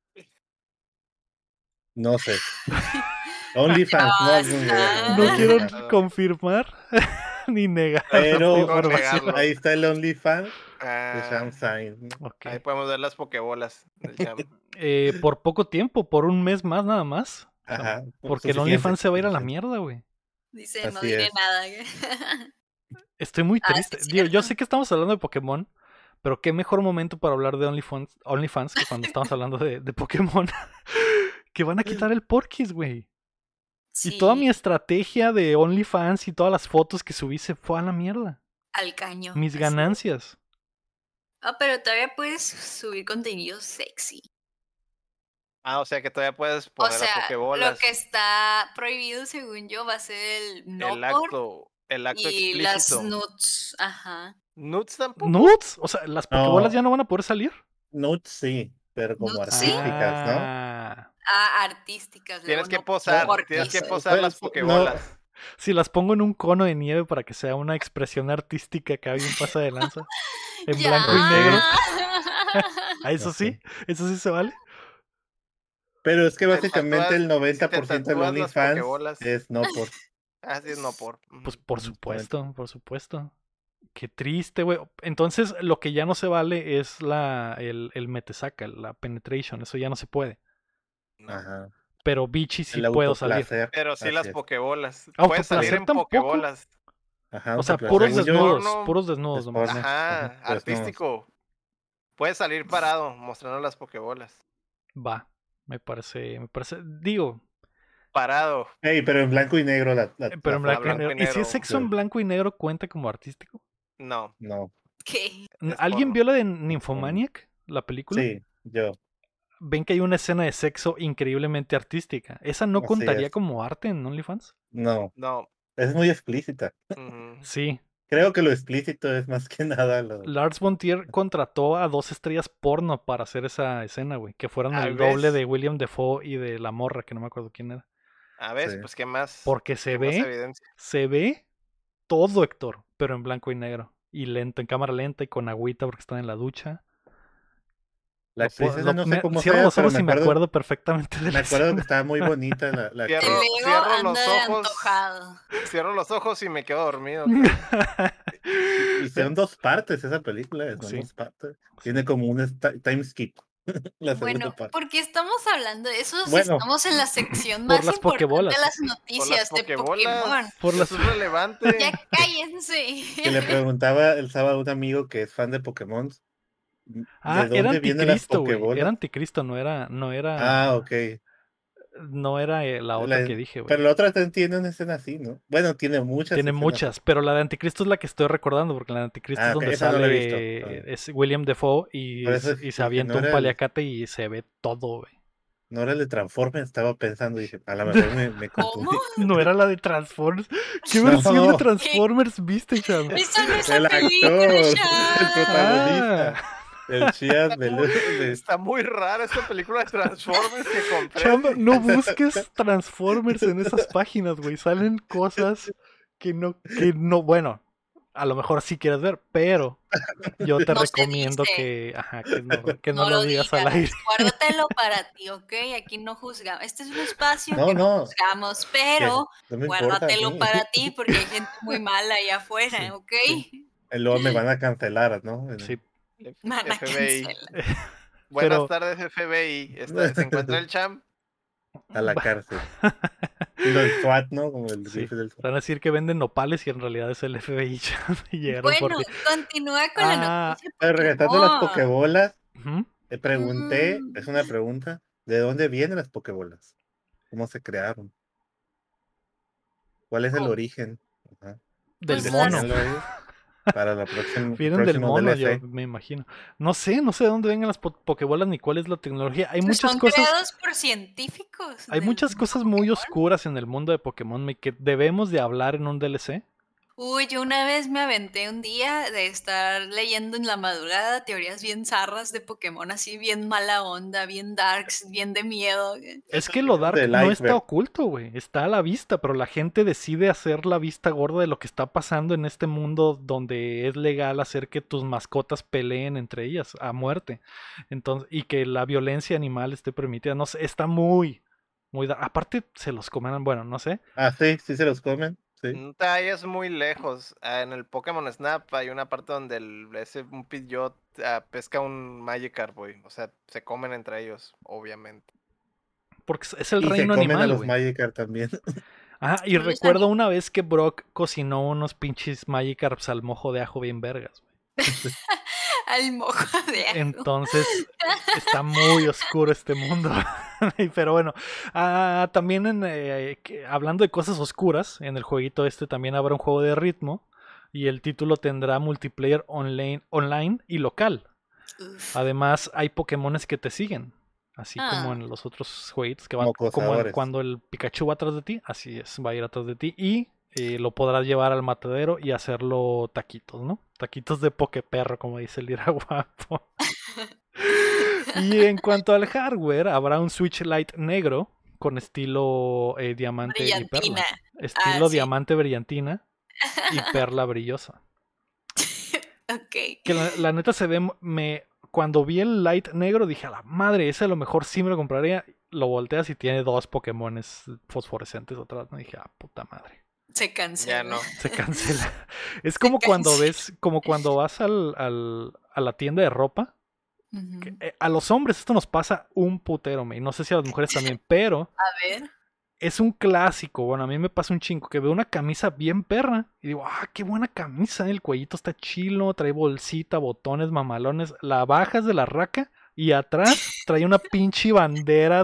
No sé. OnlyFans, no, No quiero no, confirmar ni negar esta pero tampoco información. negarlo. ahí está el OnlyFans de Ah, Shamsine. Ok. ahí podemos ver las pokebolas del cham. Por poco tiempo, por un mes más nada más. Cham. Ajá, Porque el suficiente, OnlyFans se va a ir a la suficiente. mierda, güey. dice, no Así diré es. nada. Estoy muy Sí, triste. es Digo, yo cierto. sé que estamos hablando de Pokémon, pero qué mejor momento para hablar de OnlyFans que cuando estamos hablando de Pokémon. Que van a quitar el Porkis, güey. Y toda Sí, mi estrategia de OnlyFans y todas las fotos que subí se fue a la mierda. al caño. Mis Así es. ganancias. Pero todavía puedes subir contenido sexy. Ah, o sea que todavía puedes O poner las sea, lo que pokebolas. está prohibido, según yo, va a ser el no por El acto y las explícito. nudes. Ajá. ¿Nudes tampoco? ¿Nudes? O sea, ¿las Pokébolas No, ya no van a poder salir? nudes sí, pero como Nudes sí. artísticas, ¿no? Ah. Artísticas. Tienes que luego posar, no tienes que porquis. posar las Pues, pokebolas. Si las pongo en un cono de nieve para que sea una expresión artística que hay un pasa de lanza. En Ya. blanco y negro. Eso No sí, sé. eso sí se vale. Pero es que Te básicamente tatúas- el 90% del tatúas las OnlyFans pokebolas. es no por. Así es, no por. Pues Ujú. por supuesto, por supuesto. Qué triste, güey. Entonces, lo que ya no se vale es el metesaca, la penetration. Eso ya no se puede. No. Ajá. Pero bichi sí El puedo salir. autoplacer. Pero sí Así las es. pokebolas. Puedes salir ¿Autoplacer en tampoco? pokebolas. Ajá, O sea, autoplacer. puros Según yo, desnudos, porno, puros desnudos es nomás. porno. Ajá, Ajá, pero es no. artístico. Puedes salir parado mostrando las pokebolas. Va, digo, Parado. Ey, pero en blanco y negro pero en foto. blanco y negro. blanco y ¿Y si es negro. sexo en Sí. blanco y negro cuenta como artístico? No, No. ¿Qué? es ¿Alguien porno. vio la de Nymphomaniac, la película? Sí, yo. Ven que hay una escena de sexo increíblemente artística. ¿Esa no Así contaría es. como arte en OnlyFans? No. No. Es muy explícita. Ujú. Sí. Creo que lo explícito es más que nada lo. Lars von Trier contrató a 2 estrellas porno para hacer esa escena, güey. Que fueron Ah, el doble ¿ves? de William Dafoe y de la morra, que no me acuerdo quién era. A ver, Sí. pues qué más. Porque ¿Qué más evidencia? se ve todo, Héctor, pero en blanco y negro. Y lento, en cámara lenta y con agüita porque están en la ducha. La actriz esa no sé cómo Cierro sea, los pero ojos y me acuerdo perfectamente de me la acuerdo que escena. estaba muy bonita la Cierro- El actriz. Leo cierro anda los de ojos. antojado. Cierro los ojos y me quedo dormido. Creo. Y son 2 partes esa película, son Sí. 2 partes. Tiene como un time skip. La segunda Bueno, parte. ¿por qué estamos hablando de eso? Si Bueno. estamos en la sección Por más las importante pokebolas. de las Por las noticias de Pokémon. pokebolas. Por las- Eso es relevante. Ya cállense. Que le preguntaba el sábado a un amigo que es fan de Pokémon, ¿de Era dónde vienen las anticristo, güey. Era Pokébolas? anticristo, no era Ok. la otra que dije, güey. Pero la otra también tiene una escena así, ¿no? Bueno, tiene muchas Tiene escenas muchas, así. pero la de Anticristo es la que estoy recordando, porque la de Anticristo es Ok, donde esa no la he visto. sale es William Dafoe y, Por eso y se dije, avienta no un era paliacate y se ve todo, güey. no era el de Transformers, estaba pensando, dije, a lo mejor me ¿Cómo? confundí. No era la de Transformers. ¿Qué No. versión de Transformers viste, Cham? Esa no es El la película, actor, el Sean. protagonista, Ah, el Chias de Está muy rara esta película de Transformers que compré. Chamba, no busques Transformers en esas páginas, güey. Salen cosas que no, bueno, a lo mejor sí quieres ver, pero yo te No se recomiendo dice. que no No lo lo digas digas. al aire. Guárdatelo para ti, ¿ok? Aquí no juzgamos. Este es un espacio No, que no no. juzgamos, que pero no me importa a guárdatelo mí. para ti porque hay gente muy mala allá afuera, Sí, ¿ok? sí. Y luego me van a cancelar, ¿no? Sí, Van a FBI. cancelar. Buenas pero tardes, FBI. ¿Se encuentra el champ? A la cárcel. Y lo del SWAT, ¿no? Como el sí, GIF del SWAT. van a decir que venden nopales y en realidad es el FBI Cham, y llegaron por Bueno, ti. continúa con la noticia. Pero regresando a las Pokémon. pokebolas, Ujú. pregunté, Mm. es una pregunta, ¿de dónde vienen las pokebolas? ¿Cómo se crearon? ¿Cuál es el Oh. origen? Ajá. Del Pues mono. ¿Ya lo oyes? Para la Vienen del próximo mono, yo DLC. me imagino. No sé de dónde vengan las pokebolas ni cuál es la tecnología. Hay Pues muchas son cosas. creados por científicos. Hay del muchas cosas muy Pokémon. oscuras en el mundo de Pokémon que debemos de hablar en un DLC. Uy, yo una vez me aventé un día de estar leyendo en la madrugada teorías bien zarras de Pokémon, así bien mala onda, bien darks, bien de miedo. Es que lo dark del no está iceberg. oculto, güey. Está a la vista, pero la gente decide hacer la vista gorda de lo que está pasando en este mundo donde es legal hacer que tus mascotas peleen entre ellas a muerte. Entonces, y que la violencia animal esté permitida. No sé, está muy dark. Aparte, se los comen, bueno, no sé. Ah, sí, sí se los comen. Sí. No te vayas muy lejos. En el Pokémon Snap hay una parte donde un Pidgeot pesca un Magikarp, güey. O sea, se comen entre ellos, obviamente. Porque es el Y se reino comen a animal, los güey. Magikarp también. Ah, y Son los recuerdo una vez que Brock cocinó unos pinches Magikarps al mojo de ajo bien vergas, güey. Al mojo de ajo. Entonces está muy oscuro este mundo. Pero bueno, también hablando de cosas oscuras, en el jueguito este también habrá un juego de ritmo y el título tendrá multiplayer online y local. Uf. Además hay Pokémones que te siguen, así como Ah. en los otros jueguitos que van como Mocosadores. cuando el Pikachu va atrás de ti, así es, va a ir atrás de ti y lo podrás llevar al matadero y hacerlo taquitos, ¿no? Taquitos de Pokeperro, como dice el Ira Guapo. Y en cuanto al hardware, habrá un Switch Lite negro con estilo diamante y perla. Brillantina. Estilo sí. diamante brillantina y perla brillosa. Ok. Que la neta se ve, cuando vi el Lite negro dije, a la madre, ese a lo mejor sí me lo compraría. Lo volteas y tiene 2 Pokémones fosforescentes atrás. ¿No? Dije, puta madre. Se cancela. Ya no. Se cancela. Es como cuando ves, como cuando vas a la tienda de ropa. Ujú. A los hombres esto nos pasa un putero, y no sé si a las mujeres también, pero A ver. es un clásico. Bueno, a mí me pasa un chingo que veo una camisa bien perra y digo, qué buena camisa, el cuellito está chilo, trae bolsita, botones mamalones, la bajas de la raca y atrás trae una pinche bandera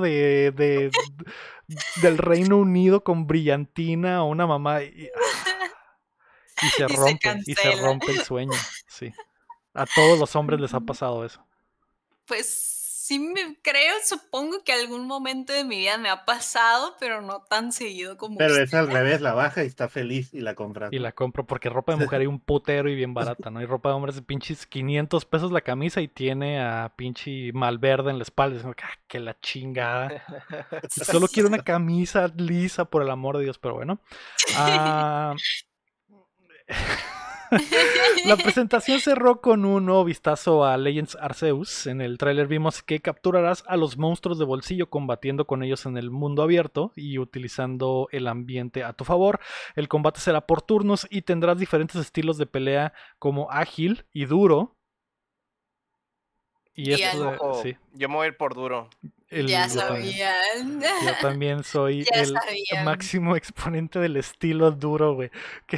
del Reino Unido con brillantina o una mamá y se Y se cancela. rompe el sueño, sí. A todos los hombres les ha pasado eso. Pues sí supongo que algún momento de mi vida me ha pasado, pero no tan seguido como Pero usted. es al revés, la baja y está feliz y la compra. Y la compro porque ropa de mujer hay un putero y bien barata, ¿no? Hay ropa de hombres de pinches 500 pesos la camisa y tiene a pinche Malverde en la espalda. Es como que la chingada. Y solo quiero una camisa lisa, por el amor de Dios, pero bueno. La presentación cerró con un nuevo vistazo a Legends Arceus. En el tráiler vimos que capturarás a los monstruos de bolsillo combatiendo con ellos en el mundo abierto y utilizando el ambiente a tu favor. El combate será por turnos y tendrás diferentes estilos de pelea como ágil y duro. Y esto, sí. Yo me voy a ir por duro. Ya Yo también. sabían. Yo también soy Ya el sabían. máximo exponente del estilo duro, güey. Que,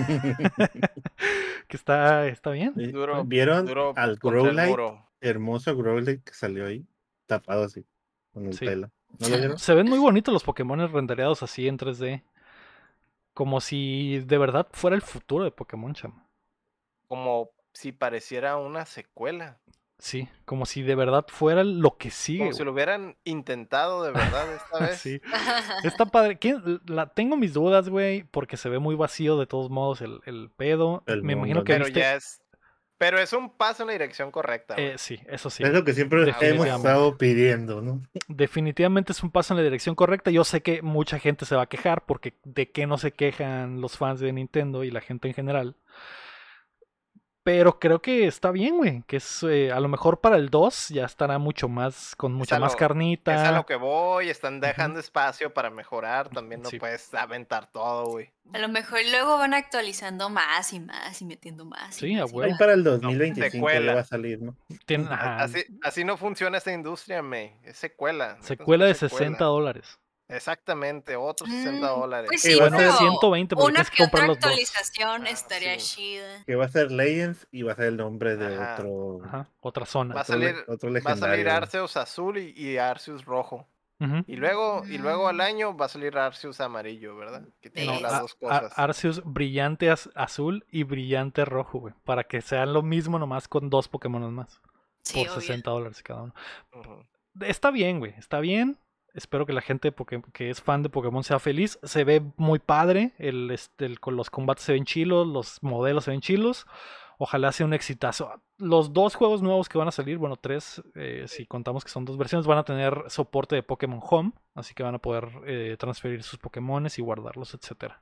que está bien. Duro, ¿Vieron duro al contra el Growlite? muro. Hermoso Growlite que salió ahí, tapado así, con el Sí. pelo. ¿No lo vieron? Se ven muy bonitos los Pokémon rendereados así en 3D. Como si de verdad fuera el futuro de Pokémon, chamo. Como si pareciera una secuela. Sí, como si de verdad fuera lo que sigue. Como si lo hubieran intentado de verdad esta vez. Sí. Está padre. Tengo mis dudas, güey, porque se ve muy vacío de todos modos el pedo. El Me mundo, imagino que Pero viste. ya es. Pero es un paso en la dirección correcta, güey. Sí, eso sí. Es lo que siempre hemos Definitivamente. estado pidiendo, ¿no? Definitivamente es un paso en la dirección correcta. Yo sé que mucha gente se va a quejar porque de qué no se quejan los fans de Nintendo y la gente en general. Pero creo que está bien, güey. Que es a lo mejor para el 2 ya estará mucho más, con mucha más carnita. Es a lo que voy, están dejando espacio para mejorar, también no Sí. puedes aventar todo, güey. A lo mejor luego van actualizando más y más y metiendo más. Sí, y a más y huevo. Ahí más. para el 2025 secuela. ya va a salir, ¿no? Ajá, Así no funciona esta industria, me. Es secuela. secuela de secuela. $60. Exactamente, otros $60. Pues Sí, sí, bueno, pero 120 porque una tienes que que comprar otra los dos. actualización estaría sí. chida. Que va a ser Legends y va a ser el nombre de Ajá. otro. Ajá, otra zona. Va a salir, otro va a salir legendario. Arceus azul y Arceus rojo. Ujú. Y luego al año va a salir Arceus amarillo, ¿verdad? Que tiene No, las dos cosas. Arceus brillante azul y brillante rojo, güey. Para que sean lo mismo, nomás con 2 Pokémon más. Sí, Por obvio. $60 cada uno. Ujú. Está bien, güey. Está bien. Espero que la gente que es fan de Pokémon sea feliz. Se ve muy padre. Con los combates se ven chilos. Los modelos se ven chilos. Ojalá sea un exitazo. Los 2 juegos nuevos que van a salir, bueno, 3, si contamos que son 2 versiones, van a tener soporte de Pokémon Home. Así que van a poder transferir sus Pokémones y guardarlos, etcétera.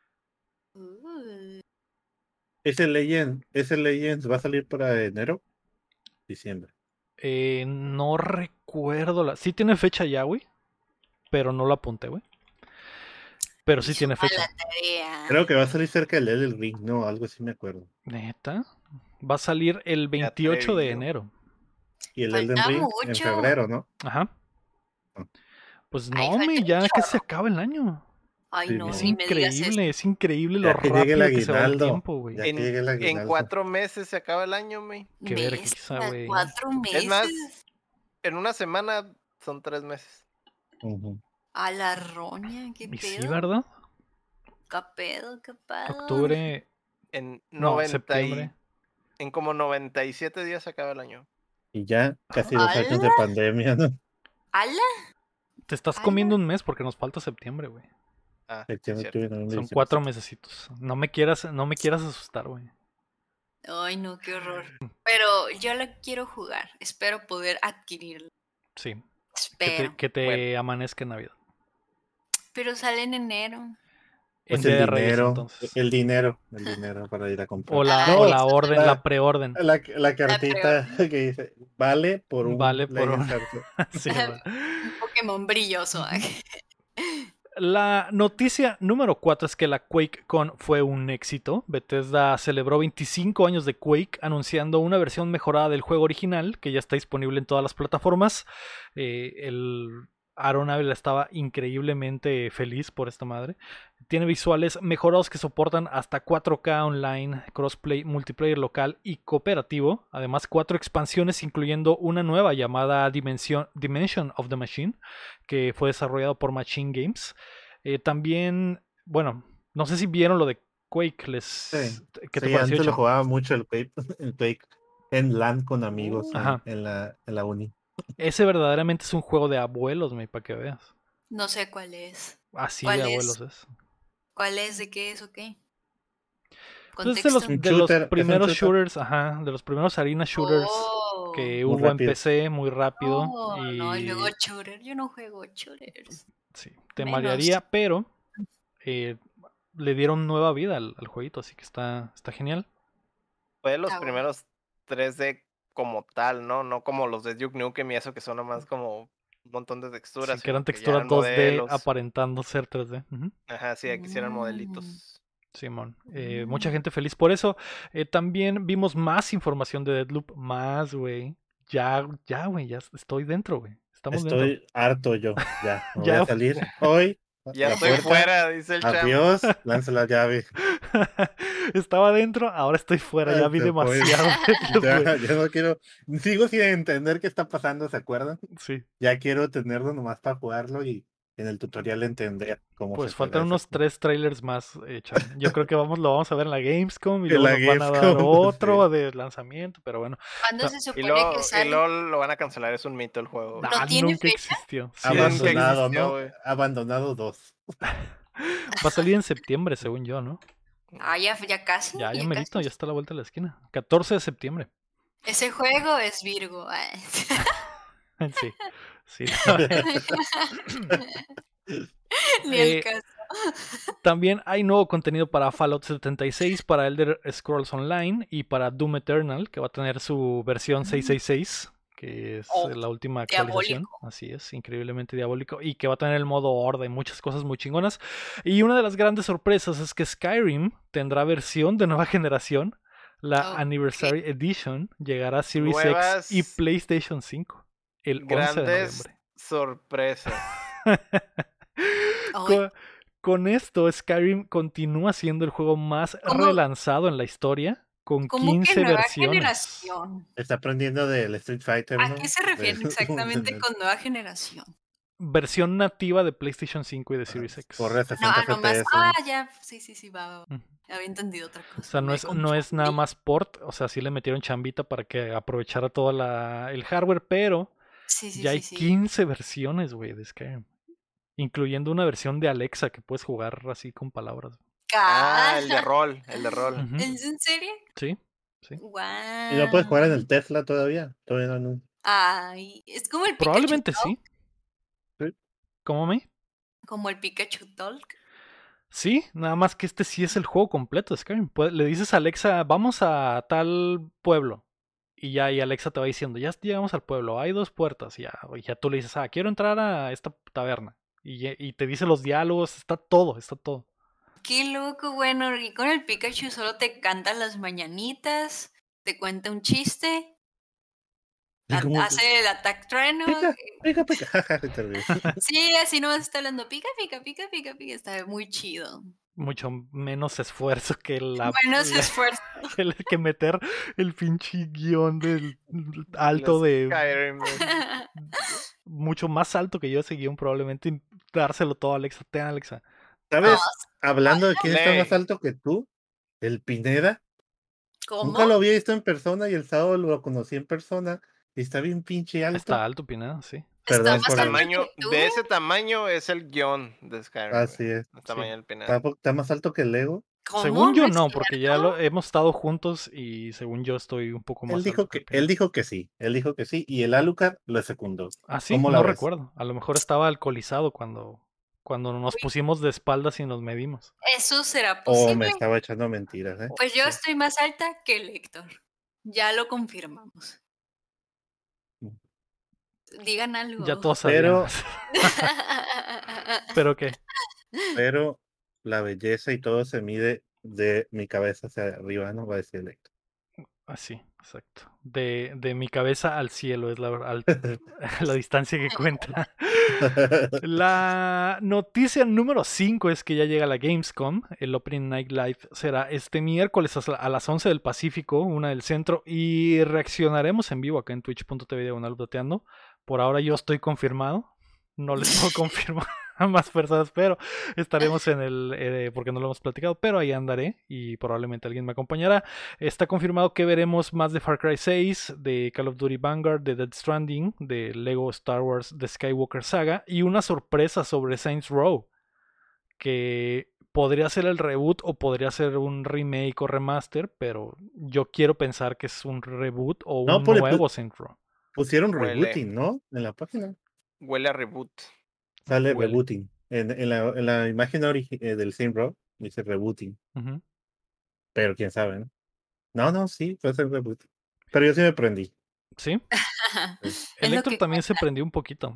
Ese Legends va a salir para enero, diciembre. No recuerdo. Sí tiene fecha ya, güey. Pero no lo apunté, güey. Pero sí tiene fecha. La tarea. Creo que va a salir cerca del Elden Ring, no, algo así me acuerdo. ¿Neta? Va a salir el 28 de enero. Y el Falta Elden Ring en mucho. febrero, ¿no? Ajá. Pues Ay, no, falta ya un que se acaba el año. Ay, Sí, no, Es ni me digas eso. increíble, es increíble Ya lo que llegue el rápido que se va el aguinaldo. tiempo, güey. Ya que llegue el En aguinaldo. 4 meses se acaba el año, güey. Qué vergüenza, Bestia, güey. 4 meses. Es más, en una semana son 3 meses. Ujú. A la roña, qué Y pedo. sí, ¿verdad? ¿Qué pedo? ¿Qué pedo? Octubre. En No, 90 septiembre. en como 97 días se acaba el año. Y ya casi 2 años de ¡Hala! pandemia, ¿no? ¿Ala? Te estás ¡Hala! comiendo un mes porque nos falta septiembre, güey. Ah, Septiembre, cierto. octubre, noviembre, Son diciembre. 4 mesecitos. No me quieras asustar, güey. Ay, no, qué horror. pero yo la quiero jugar. Espero poder adquirirla. Sí, Espero. que te Bueno. amanezca en Navidad. Pero sale en enero. Pues En el Día de Reyes, dinero, entonces. el dinero para ir a comprar. O No, la orden, la preorden. la cartita que dice, vale por un Vale por Legends un... Arceus. Sí, va. Un Pokémon brilloso. La noticia número 4 es que la QuakeCon fue un éxito. Bethesda celebró 25 años de Quake anunciando una versión mejorada del juego original que ya está disponible en todas las plataformas. El Aaron Abel estaba increíblemente feliz por esta madre. Tiene visuales mejorados que soportan hasta 4K online, crossplay, multiplayer local y cooperativo. Además, 4 expansiones incluyendo una nueva llamada Dimension of the Machine, que fue desarrollado por Machine Games. También, bueno, no sé si vieron lo de Quake. Sí, ¿Qué te sí, pareció, antes lo Cham? jugaba mucho el Quake en LAN con amigos Ajá. en la uni. Ese verdaderamente es un juego de abuelos, para que veas. No sé cuál es. Así de abuelos es. ¿Cuál es? ¿De qué es o qué? Pues ¿Contexto? Un de los shooter, es un primeros shooter. shooters, ajá, de los primeros arena shooters que Muy hubo en rápido. PC, muy rápido. No, y luego Y shooter. Yo no juego shooters. sí, te Menos. marearía, pero le dieron nueva vida al jueguito, así que está genial. Fue de los Ah, bueno. primeros 3D como tal, ¿no? No como los de Duke Nukem y eso que son nomás como un montón de texturas. Sí, que eran sino que ya texturas eran 2D modelos. aparentando ser 3D. Ujú. Ajá, sí, aquí hicieron modelitos. Simón, mucha gente feliz por eso. También vimos más información de Deathloop, más, güey. Ya, güey, ya estoy dentro, güey. Estamos dentro. Estoy harto yo, ya. Me voy Ya, a salir hoy. Ya La estoy puerta. fuera, dice el chamo. Adiós, lanza la llave. Estaba dentro, ahora estoy fuera. Ya vi Se fue. demasiado Deathloop, güey. Ya no quiero. Sigo sin entender qué está pasando, ¿se acuerdan? Sí, Ya quiero tenerlo nomás para jugarlo y en el tutorial entender cómo pues se juega faltan ese unos juego. 3 trailers más, Cham. Yo creo que lo vamos a ver en la Gamescom y En luego la nos van a dar Gamescom, otro sí. de lanzamiento, pero bueno. ¿Cuándo No, se Y supone luego, que y sale? luego lo van a cancelar, es un mito el juego. ¿No tiene nunca fecha? existió. Sí, Abandonado, existió, ¿no? güey. Abandonado 2. Va a salir en septiembre, según yo, ¿no? Ah, ya casi. Ya ya merito, casi. ya está a la vuelta de la esquina. 14 de septiembre. Ese juego es Virgo. Sí, sí. Ni el caso. También hay nuevo contenido para Fallout 76, para Elder Scrolls Online y para Doom Eternal, que va a tener su versión 666, que es Oh, la última actualización. diabólico. Así es, increíblemente diabólico. Y que va a tener el modo horda y muchas cosas muy chingonas. Y una de las grandes sorpresas es que Skyrim tendrá versión de nueva generación. La Ok. Anniversary Edition llegará a Series Nuevas X y PlayStation 5 el 11 de Grandes noviembre. sorpresas. Ay, Con esto, Skyrim continúa siendo el juego más ¿Cómo? relanzado en la historia, con ¿Cómo que 15 nueva versiones. generación? Está aprendiendo del Street Fighter, ¿A ¿no? qué se refieren exactamente con nueva generación? Versión nativa de PlayStation 5 y de Series X. Corre a No, 60 nomás. FPS. Ya. Sí, va. Ujú. Había entendido otra O cosa. sea, me no es nada confundí. más port, o sea, sí le metieron chambita para que aprovechara todo el hardware, pero Sí. ya hay 15 versiones, güey, de Skyrim. Incluyendo una versión de Alexa que puedes jugar así con palabras. El de rol, el de rol. Ujú. ¿Es en serio? Sí. ¿Y no puedes jugar en Guau. el Tesla todavía? Todavía no. Ay, es como el Pikachu Probablemente Talk. sí. Sí. ¿Cómo me? Como el Pikachu Talk. Sí, nada más que este sí es el juego completo de Skyrim. Le dices a Alexa, vamos a tal pueblo. Y y Alexa te va diciendo, ya llegamos al pueblo, hay 2 puertas. Y ya tú le dices, quiero entrar a esta taberna. Y te dice los diálogos, está todo. Qué loco, bueno, y con el Pikachu solo te canta las mañanitas, te cuenta un chiste, ¿Y cómo? hace el attack trueno. Pica. Te ríes. Sí, así nomás está hablando pica, está muy chido. Mucho menos esfuerzo que Menos esfuerzo. el que meter el pinche guión del alto Los de... Skyrim, güey. Mucho más alto que yo ese guión, probablemente y dárselo todo a Alexa. Ten, Alexa. ¿Sabes? Hablando de quién está Ley. más alto que tú, el Pineda. ¿Cómo? Nunca lo había visto en persona y el sábado lo conocí en persona y está bien pinche alto. Está alto, Pineda, sí. Perdón Está por más el- alto Tamaño, que tú. de ese tamaño es el guión de Skyrim. Así güey. es. El tamaño del Sí. Pineda. Está más alto que el Lego. ¿Cómo? Según yo es no, porque ya cierto? hemos estado juntos y según yo estoy un poco Él más dijo alto que el él Pino. dijo que sí, él dijo que sí, y el Alucard lo secundó. Ah, sí, ¿Cómo la no ves? recuerdo. A lo mejor estaba alcoholizado cuando nos Uy, pusimos de espaldas y nos medimos. ¿eso será O me posible? estaba echando mentiras, ¿eh? Pues yo Sí. estoy más alta que el Héctor. Ya lo confirmamos. Digan Ya algo. todos Pero, sabíamos. ¿Pero qué? pero la belleza y todo se mide de mi cabeza hacia arriba, ¿no? Va a decir el Héctor. Así, exacto. De mi cabeza al cielo es la distancia que cuenta. La noticia número 5 es que ya llega la Gamescom. El Opening Night Live será este miércoles a las 11 del Pacífico, 1 del centro, y reaccionaremos en vivo acá en twitch.tv/updateando. Por ahora yo estoy confirmado. No les puedo confirmar a más personas, pero estaremos en porque no lo hemos platicado, pero ahí andaré y probablemente alguien me acompañará. Está confirmado que veremos más de Far Cry 6, de Call of Duty Vanguard, de Dead Stranding, de Lego Star Wars, de Skywalker Saga y una sorpresa sobre Saints Row, que podría ser el reboot o podría ser un remake o remaster, pero yo quiero pensar que es un reboot o No, un pues nuevo Saints Row. pusieron Huele, rebooting, ¿no? En la página. huele a reboot. Sale Huele. rebooting. En la imagen del Same Row dice rebooting. Ujú. Pero quién sabe, ¿no? No, no, sí, puede ser reboot. Pero yo sí me prendí. Sí, Sí. el Es lo Héctor que también se cuenta. prendió un poquito.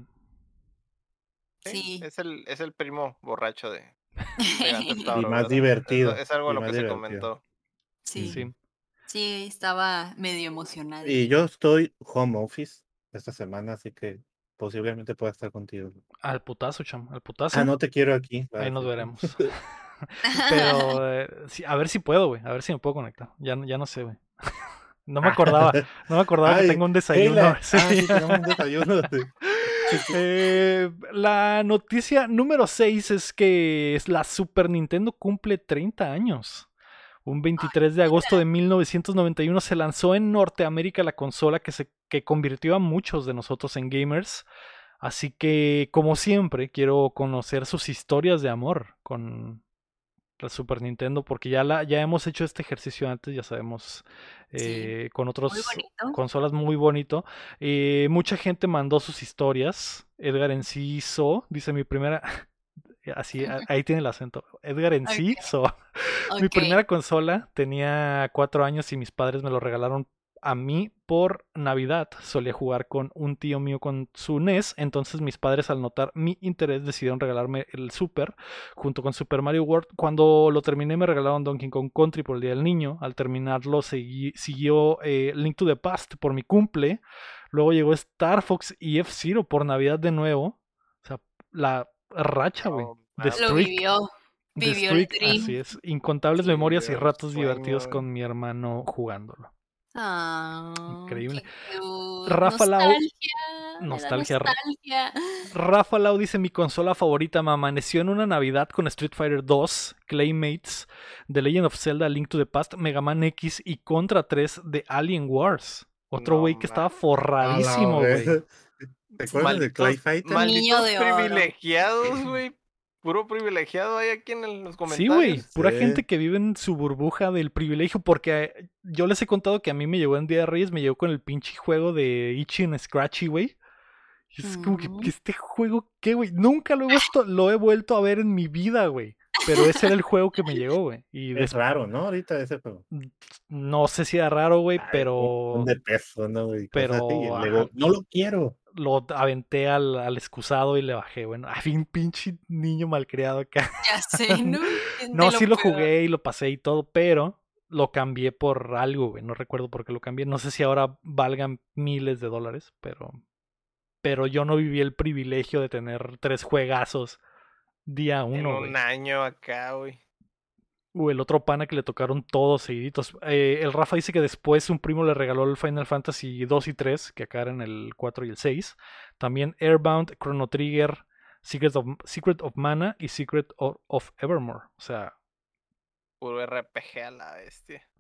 Sí, Sí. es el primo borracho de Grand Theft Y Auto, más ¿verdad? divertido. Es algo Y en lo más que se divertido. comentó. Sí. Sí. Ujú. Sí, estaba medio Y emocionadillo. yo estoy home office esta semana, así que posiblemente pueda estar contigo. Al putazo, cham, al Ah, putazo. no te quiero aquí. Va a Ahí nos decir. veremos. Pero sí, a ver si puedo, güey. A ver si me puedo conectar. Ya no sé, güey. No me Ah, acordaba. No me acordaba que Ay, tengo un desayuno Keila. ese Ah, sí, día. tenemos un desayuno. Sí. La noticia número 6 es que la Super Nintendo cumple 30 años. Un 23 de agosto de 1991 se lanzó en Norteamérica la consola que convirtió a muchos de nosotros en gamers. Así que, como siempre, quiero conocer sus historias de amor con la Super Nintendo, porque ya hemos hecho este ejercicio antes, ya sabemos, Sí, con muy otras bonito. consolas muy bonito. Mucha gente mandó sus historias. Edgar Enciso dice mi primera, así, ahí tiene el acento. Edgar Ok, Enciso. Mi ok. primera consola tenía 4 años y mis padres me lo regalaron a mí por Navidad. Solía jugar con un tío mío con su NES, entonces mis padres al notar mi interés decidieron regalarme el Super junto con Super Mario World. Cuando lo terminé me regalaron Donkey Kong Country por el Día del Niño. Al terminarlo siguió Link to the Past por mi cumple. Luego llegó Star Fox y F-Zero por Navidad de nuevo. O sea, la racha, güey. No The Lo mames, Streak. vivió. The Vivió el Streak, así dream. es. Incontables Sí. memorias y vivió el ratos divertidos sueño. con mi hermano jugándolo. Ah, Increíble. qué cute. Rafa Lau, Nostalgia. Me da nostalgia. nostalgia. Rafa Lau dice: Mi consola favorita me amaneció en una Navidad con Street Fighter 2, Claymates, The Legend of Zelda, Link to the Past, Mega Man X y Contra 3 de Alien Wars. Otro No güey que estaba mames. A la forradísimo, güey. vez. ¿Te acuerdas de Clay Fighter? Niño Malditos de oro. privilegiados, güey. Puro privilegiado hay aquí en los Sí, güey, comentarios. pura Sí. gente que vive en su burbuja del privilegio, porque yo les he contado que a mí me llegó en Día de Reyes, me llegó con el pinche juego de Itchy and Scratchy, güey. Y es como que este juego, ¿qué, güey? Nunca lo he vuelto a ver en mi vida, güey. Pero ese era el juego que me llegó, güey. Y Es raro, ¿no? Ahorita ese juego. no sé si era raro, güey, Ay, un montón de pesos, ¿no? Y cosas así. Y pero luego, no lo quiero. lo aventé al excusado y le bajé, bueno. Había un pinche niño malcriado acá. Ya sé, ¿no? No, De lo sí lo peor. jugué y lo pasé y todo, pero lo cambié por algo, güey. No recuerdo por qué lo cambié. No sé si ahora valgan miles de dólares, pero yo no viví el privilegio de tener 3 juegazos día En uno, un güey. año acá, güey. O el otro pana que le tocaron todos seguiditos. El Rafa dice que después un primo le regaló el Final Fantasy 2 y 3, que acá eran el 4 y el 6. También Airbound, Chrono Trigger, Secret of Mana y Secret of Evermore. O sea, Puro RPG a la bestia.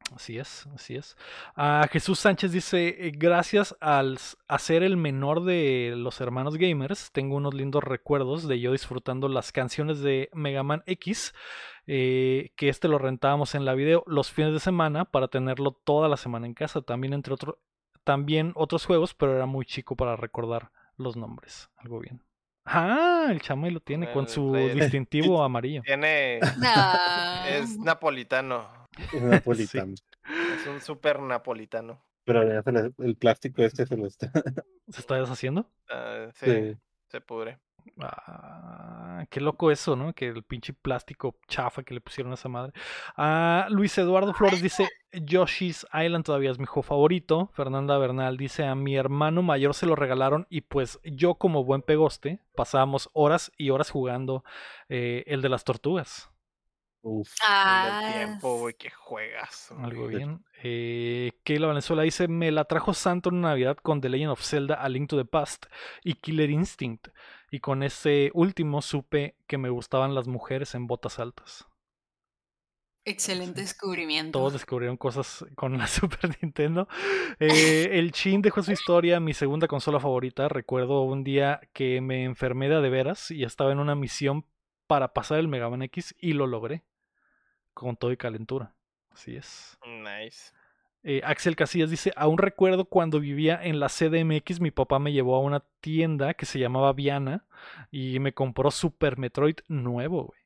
Así es, así es. Jesús Sánchez dice, gracias a ser el menor de los hermanos gamers, tengo unos lindos recuerdos de yo disfrutando las canciones de Mega Man X, que lo rentábamos en la video los fines de semana para tenerlo toda la semana en casa, también otros juegos, pero era muy chico para recordar los nombres. Algo bien. El Chamay lo tiene con su distintivo amarillo. Es napolitano. Es napolitano. Es un súper napolitano. Pero ya el plástico se lo está. ¿Se está deshaciendo? Sí, se pudre. Qué loco eso, ¿no? Que el pinche plástico chafa que le pusieron a esa madre. Luis Eduardo Flores dice, Yoshi's Island todavía es mi juego favorito. Fernanda Bernal dice, a mi hermano mayor se lo regalaron y pues yo como buen pegoste pasábamos horas y horas jugando el de las tortugas. Uf. El tiempo, güey, que juegas. Algo bien. Keila Valenzuela dice, me la trajo Santo en Navidad con The Legend of Zelda A Link to the Past y Killer Instinct. Y con ese último supe que me gustaban las mujeres en botas altas. Excelente descubrimiento. Todos descubrieron cosas con la Super Nintendo. El Chin dejó su historia, mi segunda consola favorita. Recuerdo un día que me enfermé de veras y estaba en una misión para pasar el Mega Man X y lo logré. Con todo y calentura. Así es. Nice. Axel Casillas dice, aún recuerdo cuando vivía en la CDMX, mi papá me llevó a una tienda que se llamaba Viana y me compró Super Metroid nuevo, güey.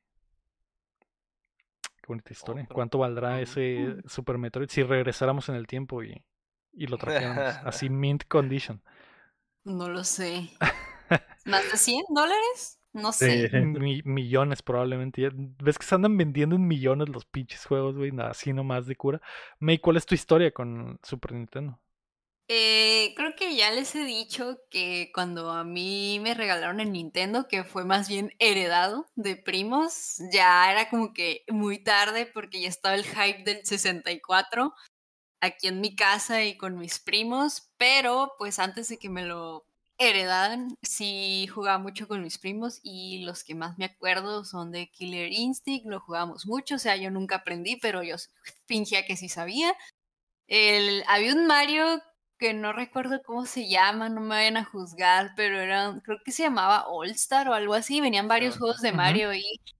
Qué bonita historia. ¿Cuánto valdrá ese Super Metroid si regresáramos en el tiempo y lo trajéramos? Así mint condition. No lo sé. ¿Más de $100? No sé. Millones probablemente. ¿Ves que se andan vendiendo en millones los pinches juegos, güey? Así nomás de cura. May, ¿cuál es tu historia con Super Nintendo? Creo que ya les he dicho que cuando a mí me regalaron el Nintendo, que fue más bien heredado de primos, ya era como que muy tarde porque ya estaba el hype del 64 aquí en mi casa y con mis primos, pero pues antes de que me lo heredaran, sí jugaba mucho con mis primos y los que más me acuerdo son de Killer Instinct, lo jugábamos mucho, o sea, yo nunca aprendí, pero yo fingía que sí sabía. Había un Mario que no recuerdo cómo se llama, no me vayan a juzgar, pero creo que se llamaba All Star o algo así, venían varios juegos de Mario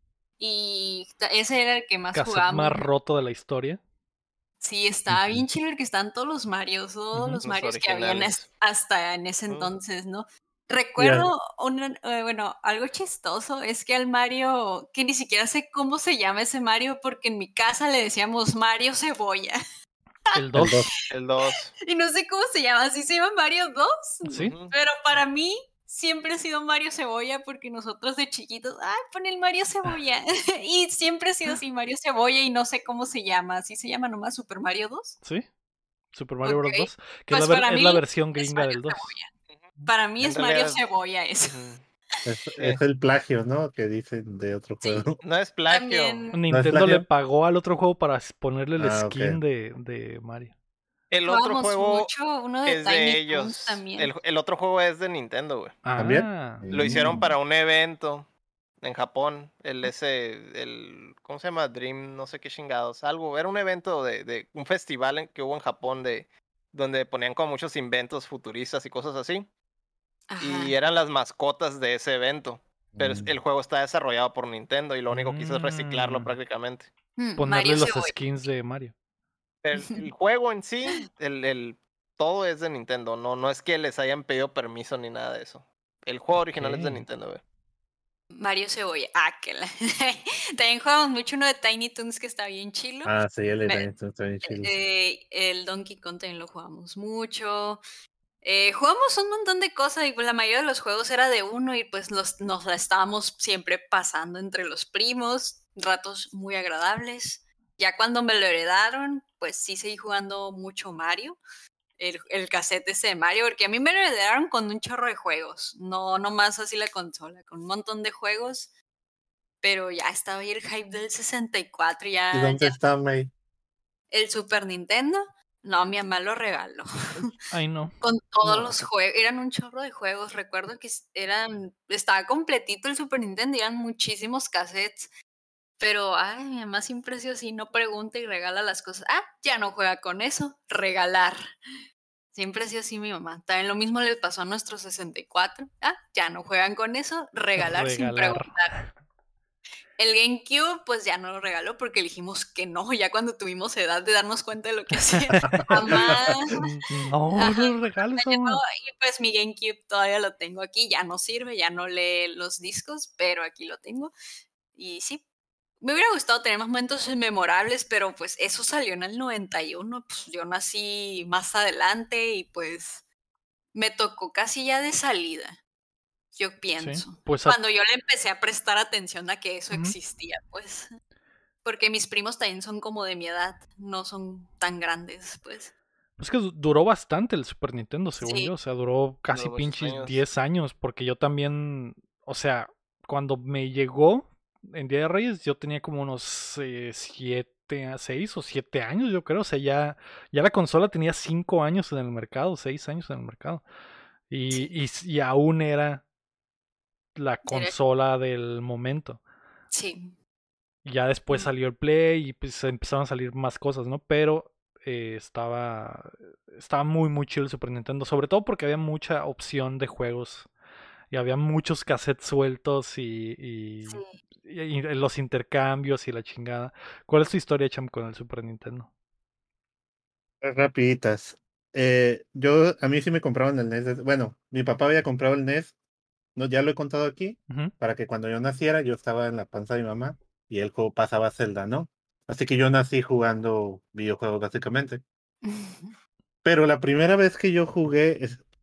y ese era el que más Cassette jugábamos. más roto de la historia. Sí, estaba bien chido el que están todos los Marios, todos los Marios que habían hasta en ese entonces, ¿no? Recuerdo algo chistoso es que al Mario, que ni siquiera sé cómo se llama ese Mario, porque en mi casa le decíamos Mario Cebolla. El 2. El 2. Y no sé cómo se llama, ¿sí se llama Mario 2? Sí. Pero para mí siempre ha sido Mario Cebolla porque nosotros de chiquitos, pon el Mario Cebolla. Y siempre ha sido así Mario Cebolla y no sé cómo se llama. ¿Así se llama nomás Super Mario 2? Sí, Super Mario Bros. 2, que pues es la versión gringa del 2. Cebolla. Para mí es Mario Cebolla eso. Es el plagio, ¿no? Que dicen de otro juego. Sí, no es plagio. También... Nintendo le pagó al otro juego para ponerle el skin okay. de Mario. El otro juego uno de es Tiny de ellos. También. El otro juego es de Nintendo, güey. ¿También? Lo hicieron para un evento en Japón. ¿Cómo se llama? Dream, no sé qué chingados. Algo. Era un evento de un festival que hubo en Japón donde ponían como muchos inventos futuristas y cosas así. Ajá. Y eran las mascotas de ese evento. Pero el juego está desarrollado por Nintendo y lo único que hizo es reciclarlo prácticamente. Ponerle los skins de Mario. El juego en sí, todo es de Nintendo. No es que les hayan pedido permiso ni nada de eso. El juego original es de Nintendo, güey. Mario Cebolla. También jugamos mucho uno de Tiny Toons que está bien chilo. Sí, el de Tiny Toons está bien chilo. El Donkey Kong también lo jugamos mucho. Jugamos un montón de cosas y pues la mayoría de los juegos era de uno y pues nos la estábamos siempre pasando entre los primos, ratos muy agradables. Ya cuando me lo heredaron, pues sí seguí jugando mucho Mario, el cassette ese de Mario, porque a mí me lo heredaron con un chorro de juegos, no más así la consola, con un montón de juegos, pero ya estaba ahí el hype del 64. ¿Y dónde está, May? El Super Nintendo. No, mi mamá lo regaló. Ay, no. Con todos los juegos, eran un chorro de juegos. Recuerdo que estaba completito el Super Nintendo y eran muchísimos cassettes. Pero, ay, mi mamá siempre ha sido así, no pregunta y regala las cosas. Ah, ya no juega con eso, regalar. Siempre ha sido así mi mamá. También lo mismo le pasó a nuestros 64. Ah, ya no juegan con eso, regalar sin Regalar. preguntar. El GameCube, pues ya no lo regaló porque dijimos que no, ya cuando tuvimos edad de darnos cuenta de lo que hacía. Jamás. No, Ajá, los regales me son. llegó y pues mi GameCube todavía lo tengo aquí, ya no sirve, ya no lee los discos, pero aquí lo tengo. Y sí, me hubiera gustado tener más momentos memorables, pero pues eso salió en el 91, pues yo nací más adelante y pues me tocó casi ya de salida, yo Sí. pienso. Pues Cuando yo le empecé a prestar atención a que eso Ujú. existía, pues, porque mis primos también son como de mi edad, no son tan grandes, pues. Es que duró bastante el Super Nintendo, según Sí. yo. O sea, duró casi Duró muchos pinches años. 10 años. Porque yo también. O sea, cuando me llegó en Día de Reyes, yo tenía como unos 6 o 7 años, yo creo. O sea, ya la consola tenía 5 años en el mercado, 6 años en el mercado. Sí. Y aún era la Era- consola del momento. sí. Y ya después Mm, salió el Play y pues empezaron a salir más cosas, ¿no? Pero estaba muy, muy chido el Super Nintendo. Sobre todo porque había mucha opción de juegos. Y había muchos cassettes sueltos sí. y los intercambios y la chingada. ¿Cuál es tu historia, Cham, con el Super Nintendo? Rapiditas. A mí sí me compraron el NES. Bueno, mi papá había comprado el NES, no, ya lo he contado aquí, Ujú. para que cuando yo naciera, yo estaba en la panza de mi mamá y él pasaba Zelda, ¿no? Así que yo nací jugando videojuegos básicamente. Pero la primera vez que yo jugué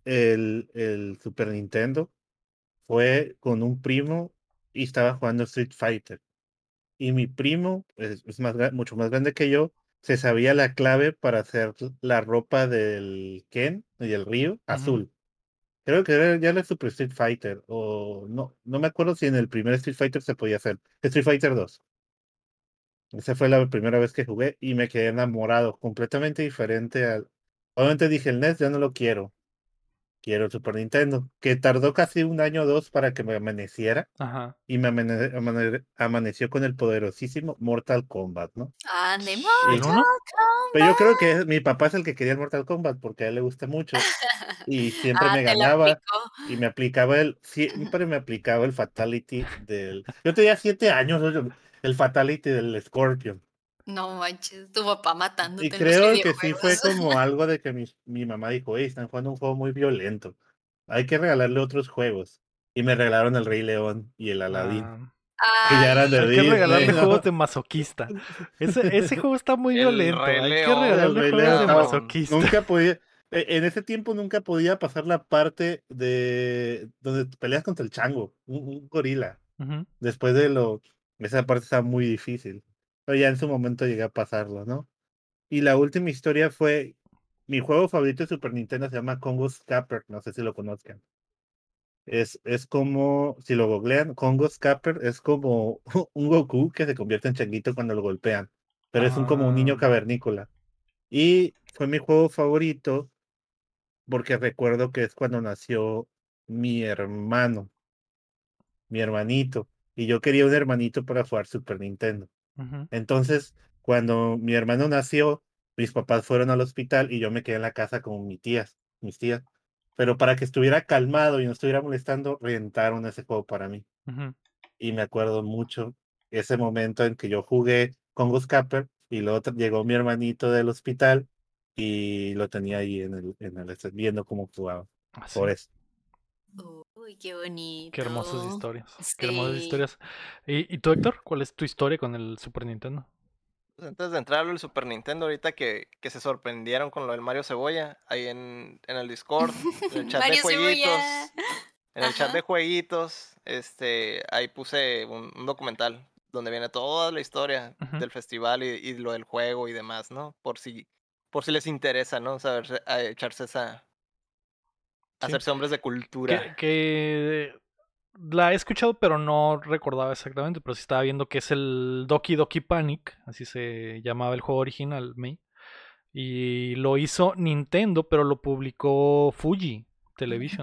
el Super Nintendo fue con un primo y estaba jugando Street Fighter. Y mi primo es mucho más grande que yo, se sabía la clave para hacer la ropa del Ken y el Ryu Ujú. azul. Creo que era ya el Super Street Fighter, o no me acuerdo si en el primer Street Fighter se podía hacer. Street Fighter 2. Esa fue la primera vez que jugué y me quedé enamorado, completamente diferente al... Obviamente dije, el NES ya no lo quiero el Super Nintendo, que tardó casi un año o dos para que me amaneciera Ajá. y amaneció con el poderosísimo Mortal Kombat, ¿no? Ande, ¿El Y, uno? Mortal pero yo creo Kombat. que mi papá es el que quería el Mortal Kombat porque a él le gusta mucho y siempre Ah, me te la ganaba aplicó. y siempre me aplicaba el fatality del... Yo tenía 7 años, oye, el fatality del Scorpion. No manches, tu papá Y matándote en los creo que sí fue videojuegos. como algo de que mi mamá dijo, hey, están jugando un juego muy violento. Hay que regalarle otros juegos. Y me regalaron el Rey León y el Aladín, Ah, que ya eran de hay que Disney, regalarle juegos ¿no? de masoquista. Ese juego está muy El violento. Rey Hay que León, El regalarle Rey juegos León de estaba... cabrón. masoquista. Nunca podía... En ese tiempo nunca podía pasar la parte de donde peleas contra el chango, un gorila. Ujú. Después de lo... Esa parte estaba muy difícil. Pero ya en su momento llegué a pasarlo, ¿no? Y la última historia fue... Mi juego favorito de Super Nintendo se llama Congo Scapper, no sé si lo conozcan. Es como, si lo googlean, Congo Scapper es como un Goku que se convierte en changuito cuando lo golpean, pero es como un niño Ah, cavernícola. Y fue mi juego favorito porque recuerdo que es cuando nació mi hermano, mi hermanito, y yo quería un hermanito para jugar Super Nintendo. ujú. Entonces, cuando mi hermano nació, mis papás fueron al hospital y yo me quedé en la casa con mis tías. Pero para que estuviera calmado y no estuviera molestando, rentaron ese juego para mí. Ujú. Y me acuerdo mucho ese momento en que yo jugué con Ghost Capper y luego llegó mi hermanito del hospital y lo tenía ahí viendo cómo jugaba. Por Así. eso. Uy, qué Qué hermosas bonito. historias. Qué hermosas Sí. historias. ¿Y tú, Héctor? ¿Cuál es tu historia con el Super Nintendo? Pues antes de entrar al Super Nintendo, ahorita que se sorprendieron con lo del Mario Cebolla, ahí en el Discord, en el chat de Mario Cebolla. jueguitos, en el chat de Ajá. jueguitos, ahí puse un documental donde viene toda la historia Ujú. del festival y lo del juego y demás, ¿no? Por si les interesa, ¿no? Saber, echarse Sí. hacerse hombres de cultura. Que la he escuchado, pero no recordaba exactamente. Pero sí estaba viendo que es el Doki Doki Panic. Así se llamaba el juego original, Mei. Y lo hizo Nintendo, pero lo publicó Fuji Television.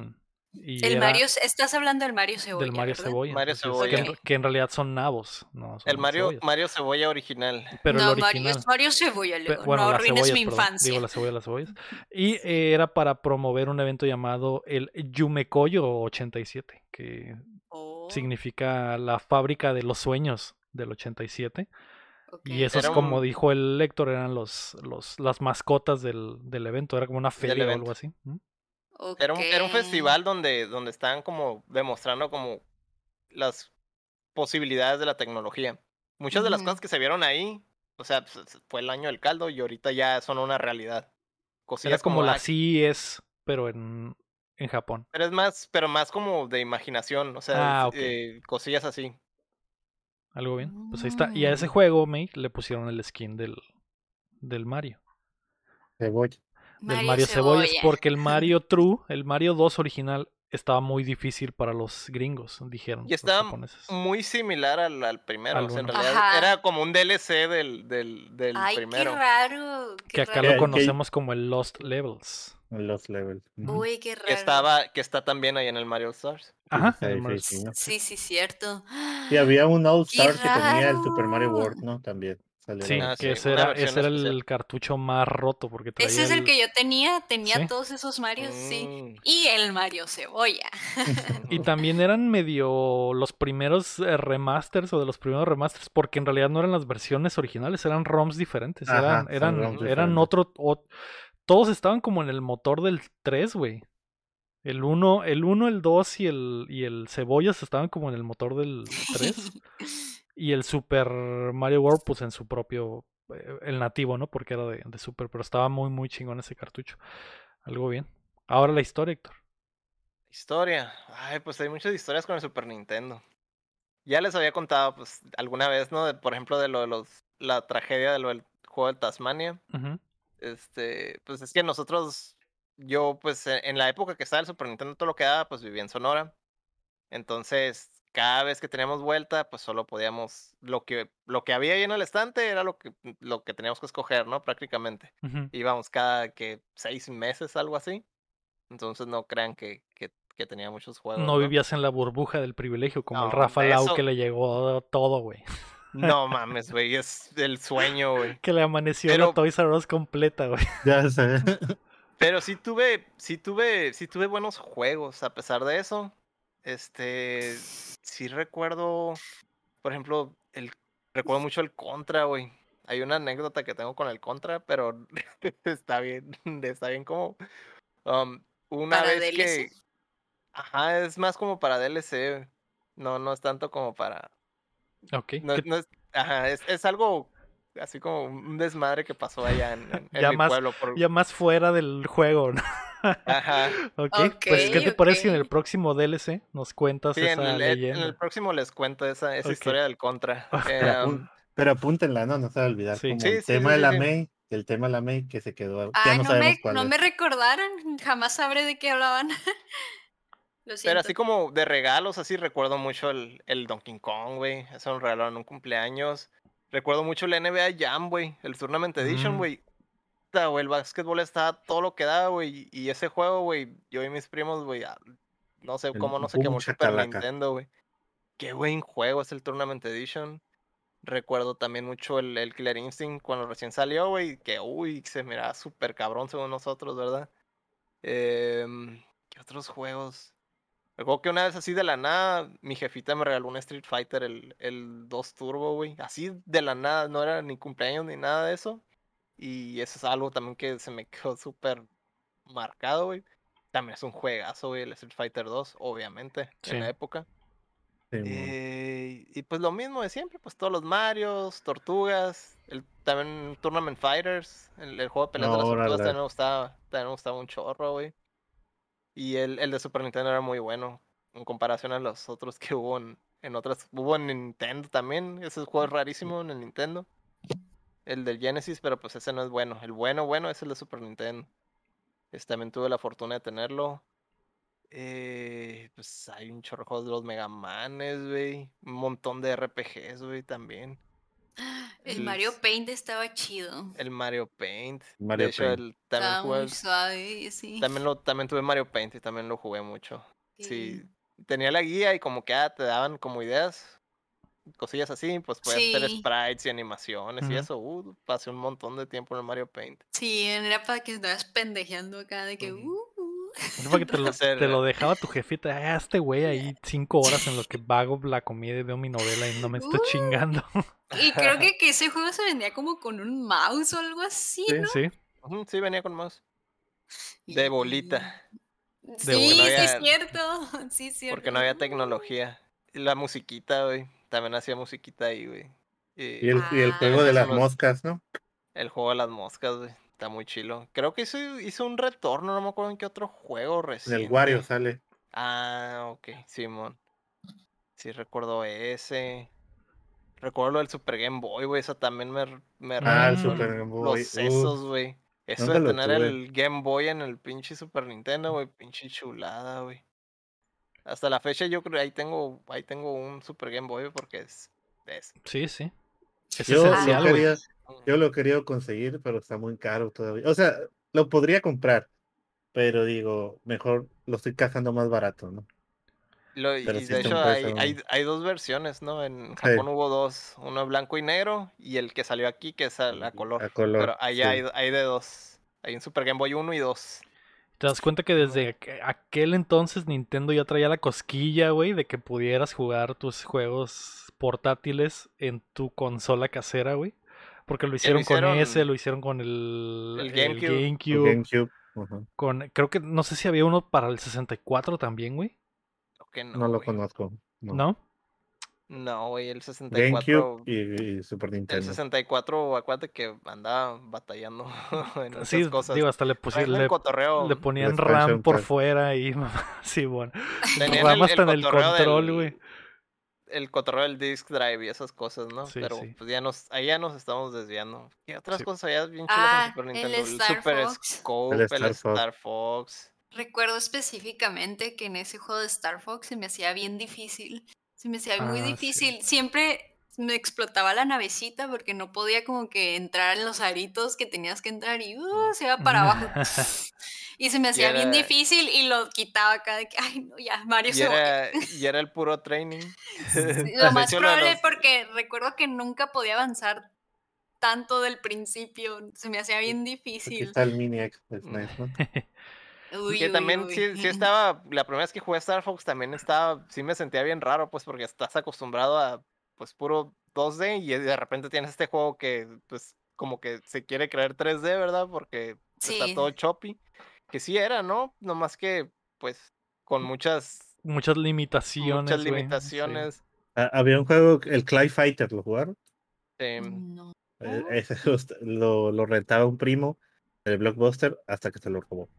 Y El era Mario, estás hablando del Mario Cebolla, del Mario ¿verdad? Cebolla. Mario Entonces, Cebolla. Ok. que en realidad son nabos, no El son Mario, cebollas. Mario Cebolla original. Pero el No, Mario, es original. Mario Cebolla, Lego. Bueno, No las arruines cebollas, mi perdón. infancia. Digo las cebollas. Y Sí. era para promover un evento llamado el Yumekoyo 87, que Oh, significa la fábrica de los sueños del 87. ok. Y esos, Era como un dijo el lector, eran las mascotas del evento. Era como una del feria o algo evento. así. ¿Mm? Era Ok. un festival donde estaban como demostrando como las posibilidades de la tecnología. Muchas de las Ujú. cosas que se vieron ahí, o sea, fue el año del caldo y ahorita ya son una realidad. Era Cosillas como como, la CES, pero en Japón. pero más como de imaginación, o sea, Ah, ok. cosillas así. Algo bien. Pues ahí está. Y a ese Mm, juego, May, le pusieron el skin del Mario. Cebolla. Del Mario Mario Cebollas, Cebolla. porque el Mario True, el Mario 2 original, estaba muy difícil para los gringos, dijeron Y los estaba japoneses. muy similar al primero, Al o sea, en uno. realidad Ajá. era como un DLC del Ay, qué primero. raro. Qué Que acá lo raro. Que conocemos como el Lost Levels. los levels. Ujú. Uy, qué Que raro. estaba, que está también ahí en el Mario Stars. Sí, sí, Ajá, está difícil, ¿no? Sí, sí, cierto. Y había un All Qué Stars que tenía el Super Mario raro. World, ¿no? También salió la sí, Ah, que sí, versión. una versión ese era especial. el cartucho más roto, porque Ese traía es el el... que yo tenía Sí. todos esos Marios, sí. Mm, Y el Mario Cebolla. Y ujú. también eran medio los primeros remasters o de los primeros remasters, porque en realidad no eran las versiones originales, eran ROMs diferentes, Ajá, son ROMs eran diferentes. todos estaban como en el motor del 3, güey. El 2 y el Cebollas estaban como en el motor del 3. Y el Super Mario World, pues en su propio, el nativo, ¿no? Porque era de Super, pero estaba muy, muy chingón ese cartucho. Algo bien. Ahora la historia, Héctor. Historia. Ay, pues hay muchas historias con el Super Nintendo. Ya les había contado, pues, alguna vez, ¿no? Por ejemplo, de lo de la tragedia de lo del juego de Tasmania. Ujú, Pues es que nosotros, yo, pues, en la época que estaba el Super Nintendo, todo lo que daba, pues vivía en Sonora. Entonces, cada vez que teníamos vuelta, pues solo podíamos, lo que había ahí en el estante era lo que teníamos que escoger, ¿no? Prácticamente. ujú. Íbamos cada que 6 meses, algo así. Entonces no crean que tenía muchos juegos, No ¿no? vivías en la burbuja del privilegio como el No, Rafa de Lau que eso, le llegó todo, güey. no mames, güey, es el sueño, güey. Que le amaneció la Pero, Toys R Us completa, güey. Ya sé. pero sí tuve buenos juegos, a pesar de eso. Sí recuerdo, por ejemplo, recuerdo mucho el Contra, güey. Hay una anécdota que tengo con el Contra, pero está bien como, una Para vez DLC. que, ajá, es más como para DLC, no es tanto como para. Ok. No, no es, ajá, es algo así como un desmadre que pasó allá en Ya mi más, pueblo. ya más fuera del juego, ¿no? Ajá. Ok, Ok, pues ¿qué te ok. parece si en el próximo DLC nos cuentas Sí, en esa el leyenda? próximo les cuento esa Ok. historia del Contra. Pero, Ok. pero apúntenla, ¿no? No se va a olvidar. Sí. Como Sí, sí, sí, sí, sí. El tema de la May que se quedó. Ya Ay, no no sabemos me, cuál no es. me recordaron. Jamás sabré de qué hablaban. Lo Pero siento. así como de regalos, así recuerdo mucho el Donkey Kong, güey. Eso me regalaron en un cumpleaños. Recuerdo mucho el NBA Jam, güey. El Tournament Edition, Mm, güey. Puta, güey, el básquetbol estaba todo lo que daba, güey. Y ese juego, güey, yo y mis primos, güey, no sé El cómo no se Boom quemó el Super Shakalaka. Nintendo, güey. Qué buen juego es el Tournament Edition. Recuerdo también mucho el Killer Instinct cuando recién salió, güey. Que, uy, se miraba súper cabrón según nosotros, ¿verdad? ¿Qué otros juegos? Recuerdo que una vez así de la nada, mi jefita me regaló un Street Fighter, el 2 Turbo, güey. Así de la nada, no era ni cumpleaños ni nada de eso. Y eso es algo también que se me quedó súper marcado, güey. También es un juegazo, güey, el Street Fighter 2, obviamente, en sí. la época. Simón. Y pues lo mismo de siempre, pues todos los Marios, Tortugas, también Tournament Fighters, el juego de peleas de las tortugas Órale. también me gustaba un chorro, güey. Y el de Super Nintendo era muy bueno, en comparación a los otros que hubo en otras. Hubo en Nintendo también, ese juego es rarísimo en el Nintendo. El del Genesis, pero pues ese no es bueno. El bueno es el de Super Nintendo. También tuve la fortuna de tenerlo. Pues hay un chorro de juegos de los Mega Manes, güey. Un montón de RPGs, güey, también. El El, Mario Paint estaba chido. el Mario Paint. De Mario hecho, Paint. también Estaba jugué muy suave, sí. también tuve Mario Paint y también lo jugué mucho. Sí, tenía la guía y como que te daban como ideas, cosillas así, pues podías hacer Sí. sprites y animaciones y Ujú. eso. Pasé un montón de tiempo en el Mario Paint. Sí, era para que estuvieras pendejeando acá de que. Ujú. Era para que te lo Hacer- dejaba tu jefita. Este güey ahí 5 horas en lo que vago la comida y veo mi novela y no me está chingando. Y creo que ese juego se vendía como con un mouse o algo así, Sí. ¿no? Sí, Ujú, sí, venía con mouse. De Y- bolita. De Porque no Sí, sí es había, cierto. Sí es cierto. porque no había tecnología. Y la musiquita, güey. También hacía musiquita ahí, güey. Y Y el te juego de metías las unos. moscas, ¿no? El juego de las moscas, güey. Está muy chilo. Creo que hizo un retorno, no me acuerdo en qué otro juego En el Wario reciente. sale. Ah, ok, Simón. Sí, recuerdo ese. Recuerdo lo del Super Game Boy, güey. Eso también me Ah, el reventó Mm. Super Game los Boy. sesos, güey. Eso Nunca de lo tener tuve. el Game Boy en el pinche Super Nintendo, güey. Pinche chulada, güey. Hasta la fecha yo creo que ahí tengo un Super Game Boy porque es. Sí, sí. Es Yo lo esencial, güey. quería, yo lo quería conseguir, pero está muy caro todavía. O sea, lo podría comprar, pero digo, mejor lo estoy cazando más barato, ¿no? Pero Y sí de está un hecho precio. hay dos versiones, ¿no? En Sí, Japón hubo dos, uno blanco y negro y el que salió aquí que es a color. a color. Pero allá Sí. hay de dos. Hay un Super Game Boy 1 y 2. Te das cuenta que desde aquel entonces Nintendo ya traía la cosquilla, güey, de que pudieras jugar tus juegos portátiles en tu consola casera, güey. Porque lo Que lo hicieron con ese, hicieron lo hicieron con el el GameCube. El GameCube, GameCube. Ujú. creo que, no sé si había uno para el 64 también, güey, ¿O que No no, lo güey? conozco. No. ¿no? No, güey, GameCube y Super El Nintendo. 64, acuérdate que andaba batallando en muchas Sí, cosas. digo, hasta Traían el le cotorreo. El ponían RAM expansion por pack. fuera y sí, bueno. Tenían RAM hasta el en el cotorreo control, güey. el cotorreo del disk drive y esas cosas, ¿no? Sí, Pero sí, pues ahí ya nos estamos desviando. ¿Qué otras sí. cosas había bien chilas en Ah, Super el Nintendo? El Star Super Fox. El Scope, el Star Fox. Star Fox. Recuerdo específicamente que en ese juego de Star Fox se me hacía bien difícil. Se me hacía muy Ah, sí. difícil. Siempre me explotaba la navecita porque no podía como que entrar en los aritos que tenías que entrar y se iba para abajo. Y se me Y hacía bien era, difícil y lo quitaba acá de que, ay, no, ya, Mario y se voy. era, y era el puro training. Sí, lo De más hecho, lo de probable los. porque recuerdo que nunca podía avanzar tanto del principio. Se me hacía bien Aquí difícil. está el Mini X SNES, ¿no? Uy, Que uy, también uy. sí estaba, la primera vez que jugué Star Fox también sí me sentía bien raro, pues porque estás acostumbrado a, pues, puro 2D y de repente tienes este juego que, pues, como que se quiere creer 3D, ¿verdad? Porque está Sí. todo choppy, que sí era, ¿no? Nomás que, pues, con Muchas muchas limitaciones, güey. Sí. limitaciones. Había un juego, el Clay Fighter, ¿lo jugaron? No. Ese lo rentaba un primo del Blockbuster hasta que se lo robó.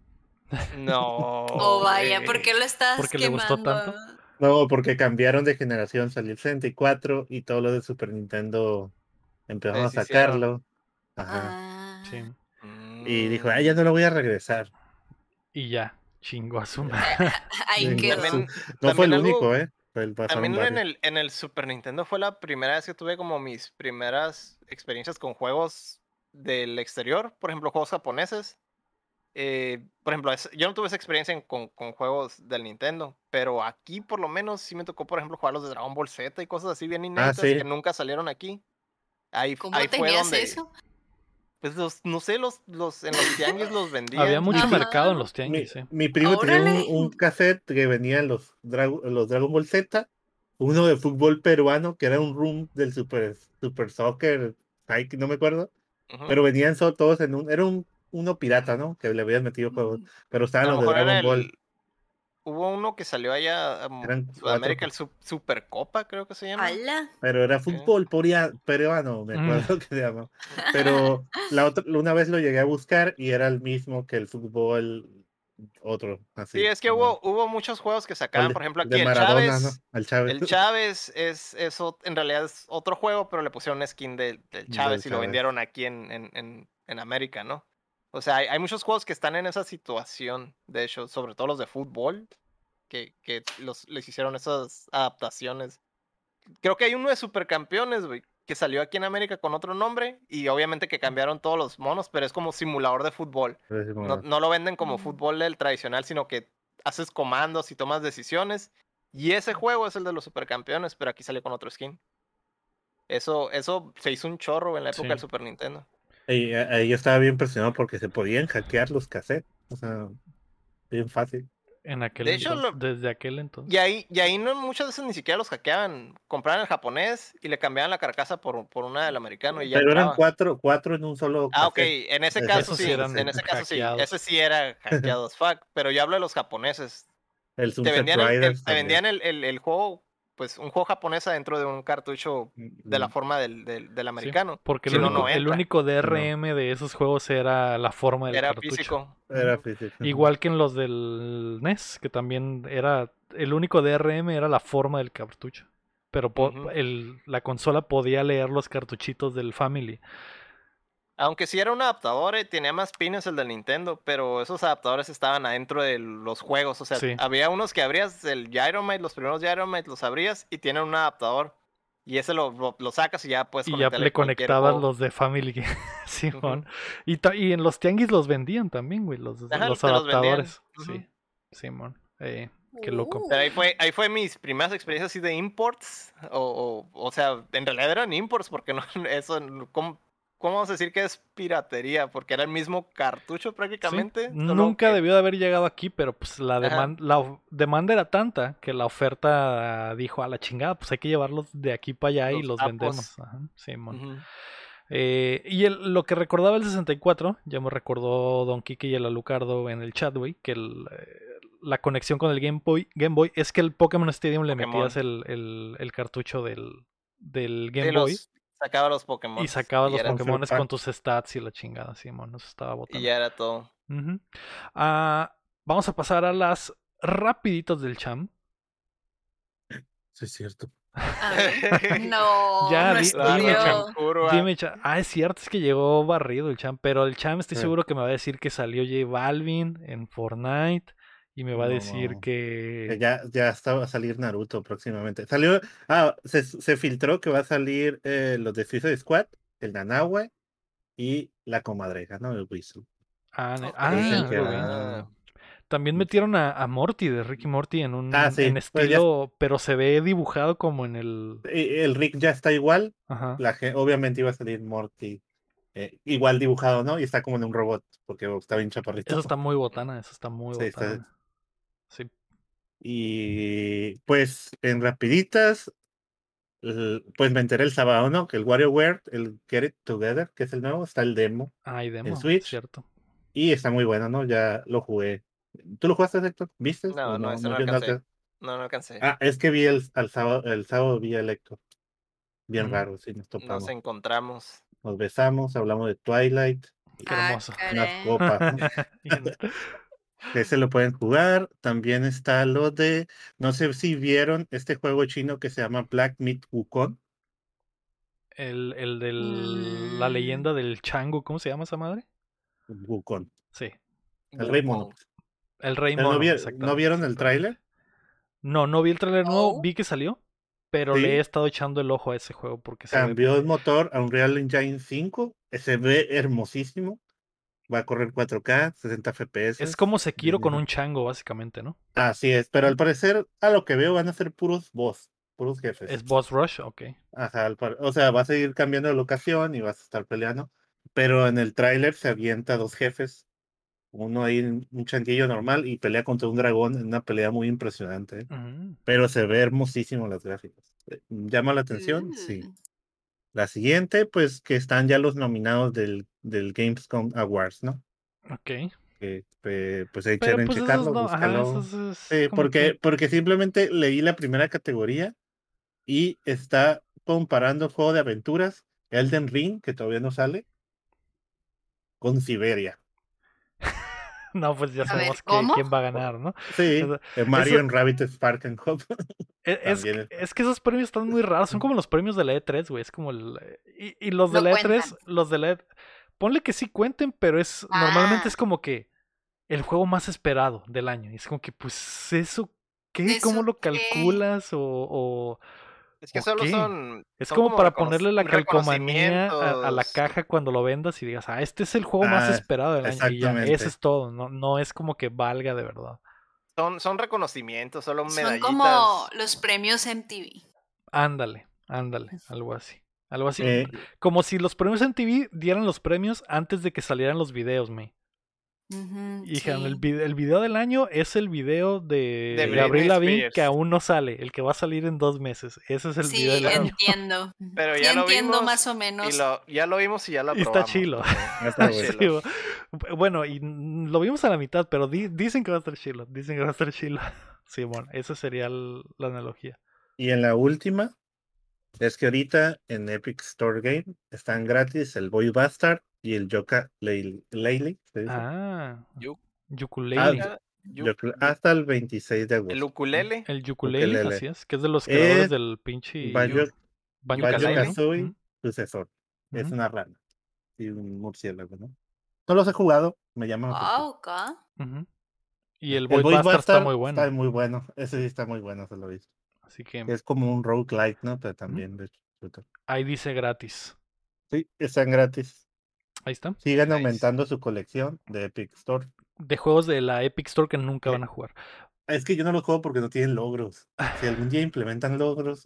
Oh, No, vaya, ¿por güey. qué lo estás Porque le gustó quemando? tanto. No, porque cambiaron de generación, salió el 64 y todo lo de Super Nintendo Se empezaron a deshicieron. sacarlo. Ajá. Sí. Ah. Y dijo, ah, ya no Mm. lo voy a regresar. Y ya, chingo a su madre. Ahí Venga, quedó. no fue También el algo. único, ¿eh? Pasaron También varios. en el Super Nintendo fue la primera vez que tuve como mis primeras experiencias con juegos del exterior, por ejemplo, juegos japoneses. Por ejemplo, yo no tuve esa experiencia con juegos del Nintendo, pero aquí por lo menos sí me tocó, por ejemplo, jugar los de Dragon Ball Z y cosas así bien Ah, inéditas que sí. nunca salieron aquí. Ahí ¿Cómo fue tenías donde, eso? pues no sé, en los tianguis los Había vendían. mucho Ajá. mercado en los Mi, tianguis, sí. mi primo tenía Órale. un cassette que venían los Dragon Ball Z, uno de fútbol peruano, que era un room del Super Soccer, ay, que no me acuerdo, Ujú. pero venían todos era uno pirata, ¿no? Que le habían metido juegos, pero A estaban lo los de mejor Dragon Ball, hubo uno que salió allá eran cuatro, Sudamérica, el Supercopa, creo que se llama. ¡Hala! pero era Sí. fútbol peruano, me Mm. acuerdo que se llama. Pero una vez lo llegué a buscar y era el mismo que el fútbol otro, Sí, así. es que hubo muchos juegos que sacaban, por ejemplo, El aquí de Maradona, ¿no? Al Chávez. El Chávez en realidad es otro juego, pero le pusieron skin del Del Chávez y lo Chávez. vendieron aquí en América, ¿no? O sea, hay muchos juegos que están en esa situación, de hecho, sobre todo los de fútbol, que les hicieron esas adaptaciones. Creo que hay uno de Supercampeones, güey, que salió aquí en América con otro nombre y obviamente que cambiaron todos los monos, pero es como simulador de fútbol. No lo venden como fútbol el tradicional, sino que haces comandos y tomas decisiones. Y ese juego es el de los supercampeones, pero aquí salió con otro skin. Eso se hizo un chorro en la época Sí. del Super Nintendo. Y ahí yo estaba bien impresionado porque se podían hackear los cassettes. O sea, bien fácil. En aquel De hecho, entonces, desde aquel entonces. y ahí no, muchas veces ni siquiera los hackeaban. Compraban el japonés y le cambiaban la carcasa por una del americano y ya Pero eran entraba. cuatro en un solo Ah, ok, cassette. en ese Ese- caso Esos sí sí, eran en ese caso sí. hackeados. Ese sí era hackeado as fuck, pero yo hablo de los japoneses. El Te Sunset vendían Riders te vendían también. el juego, pues un juego japonés adentro de un cartucho de la Mm, forma del Sí, americano. porque Si no, no el entra. único no, DRM de esos juegos era la forma del Era cartucho. físico. era físico. Igual que en los del NES, que también era el único DRM era la forma del cartucho. Pero Ujú. la consola podía leer los cartuchitos del Family. Aunque sí era un adaptador, tenía más pines el del Nintendo, pero esos adaptadores estaban adentro de los juegos. O sea, Sí. había unos que abrías el Gyromite, los primeros Gyromite los abrías y tienen un adaptador. Y ese lo sacas y ya puedes Y ya conectarle le cualquier conectabas juego. los de Family. Simón. Ujú. Y en los tianguis los vendían también, güey. Los Ajá, te los vendían. adaptadores. Ujú. Sí. Simón. Qué loco. Pero ahí fue mis primeras experiencias así de imports. O sea, en realidad eran imports, porque no, eso, ¿cómo vamos a decir que es piratería? Porque era el mismo cartucho Sí, prácticamente. Solo nunca que, debió de haber llegado aquí, pero pues ajá. la demanda era tanta que la oferta dijo a la chingada, pues hay que llevarlos de aquí para allá y Los los apos. vendemos. Ajá, Simón. Ujú. Y lo que recordaba el 64, ya me recordó Don Kike y el Alucardo en el chat, güey, que la conexión con el Game Boy es que el Pokémon Stadium le metías Pokémon. el cartucho del Sí, Game Boy sacaba los y Pokémon. sacabas Y los era, Sponsor Pokémones con Pack. tus stats y la chingada, Simón, eso estaba y botando. ya era todo. Ujú. Vamos a pasar a las rapiditos del Cham. Sí, es cierto. A ver. No, Ya, no dime, Cham. estudió. Dime, Cham. Ah, es cierto, es que llegó barrido el Cham. Pero el Cham estoy Eh, seguro que me va a decir que salió J Balvin en Fortnite. Y me va a decir No, que. ya está, va a salir Naruto próximamente. Se filtró que va a salir los de Suicide Squad, el Nanaue y la comadreja, ¿no? El Whistle. Ok. Que dicen que Algo vi. Ah, También metieron a Morty de Ricky Morty en sí, pues ya estilo, pero se ve dibujado como en el. el Rick ya está igual. Ajá. Obviamente iba a salir Morty igual dibujado, ¿no? Y está como en un robot, porque está bien chaparrito. Eso está muy botana, eso está muy Sí, está. botana. Sí. Y pues en rapiditas, pues me enteré el sábado, ¿no? Que el WarioWare, el Get It Together, que es el nuevo, está el demo Ay, en demo, Switch cierto. y está muy bueno, ¿no? Ya lo jugué. ¿Tú lo jugaste, Héctor? ¿Viste? ¿O no, no? ese No, no yo no alcancé. No alcancé. Ah, es que vi el sábado vi a Héctor. Bien Mm, raro, sí, nos Nos topamos. encontramos. Nos besamos, hablamos de Twilight, qué Ah, hermoso. unas caray. copas, ¿no? Ese lo pueden jugar. También está lo de, no sé si vieron este juego chino que se llama Black Myth Wukong. El de la Mm, leyenda del chango, ¿cómo se llama esa madre? Wukong, Sí, el rey mono. Wukong. el Rey Pero Mono, ¿no exactamente, vieron el exactamente. tráiler? No vi el trailer nuevo, no. vi que salió, pero le he Sí, estado echando el ojo a ese juego porque se ve cambió el muy. motor a Unreal Engine 5, se ve hermosísimo, va a correr 4K, 60 Es FPS. como Sekiro con un chango, básicamente, ¿no? Así es, pero al parecer, a lo que veo, van a ser puros boss, puros Es jefes. Boss Rush, ok. Ajá, o sea, vas a ir cambiando de locación y vas a estar peleando, pero en el tráiler se avienta dos jefes, uno ahí, un changuillo normal, y pelea contra un dragón en una pelea muy impresionante, ¿eh? Ujú, Pero se ve hermosísimo las gráficas. ¿Llama la atención? Sí. Uh, La siguiente, pues que están ya los nominados del Gamescom Awards, ¿no? ok. Pues ahí Pero pues esos checarlo, no, ajá, búscalo. esos es como que. Porque simplemente leí la primera categoría y está comparando juego de aventuras, Elden Ring, que todavía no sale, con Siberia. No, pues ya a ver, sabemos ¿cómo? quién va a ganar, ¿no? O Sí, sea, Mario eso, and Rabbit Spark and Hope Es, también es que esos premios están muy raros. Son como los premios de la E3, güey. Es como y los de No la cuentan. E3, los de la E3. Ponle que sí cuenten, pero normalmente Ah, es como que el juego más esperado del año. Y es como que, pues, ¿eso qué? ¿Cómo ¿eso lo qué? calculas? Es que ¿O solo qué? Es son como como para ponerle la calcomanía a la reconocimientos. caja cuando lo vendas y digas, este es el juego más Ah, esperado del año. Y ya, ese exactamente. es todo. No, no es como que valga de verdad. Son reconocimientos, solo Son como medallitas. los premios MTV. Ándale, algo así. Algo así. Eh, Como si los premios en TV dieran los premios antes de que salieran los videos, me. Ujú, Y dijeron, el sí. video del año es el video De de Britney Avril Lavigne que Spears. aún no sale, el que va a salir en 2 meses. Ese es el video Sí, del año. entiendo. Pero Sí ya lo entiendo vimos más o y menos. ya lo vimos y ya lo Y está aprobamos. chilo. porque Está está bueno. Sí, chilo. bueno, y lo vimos a la mitad, pero dicen que va a estar chilo. Dicen que va a estar chilo. Sí, bueno, esa sería la analogía. Y en la última, es que ahorita en Epic Store Game están gratis el Boy Bastard y el Yoka Laylee, ¿se dice? Ah, Yu- ukulele. Yuka, yu- yu- Hasta el 26 de el agosto. ukulele. El ukulele, Ukelele. así es, que es de los creadores Es del pinche Banjo, Banjo Banjo Kazooie, ¿no? Kazooie, sucesor. Es Ujú, una rana y un murciélago, ¿no? No los he jugado, me llaman la atención. Ok. ujú. Y el El Void Boy Bastard está Bastard muy está bueno. muy bueno. Ese sí está muy bueno, se lo he visto. Así que Es como un roguelike, ¿no? Pero ujú, también de shooter. ahí dice gratis. Sí, están gratis. Ahí está. Sigan Nice. aumentando su colección de Epic Store. De juegos de la Epic Store que nunca Eh, van a jugar. Es que yo no los juego porque no tienen logros. Si algún día implementan logros,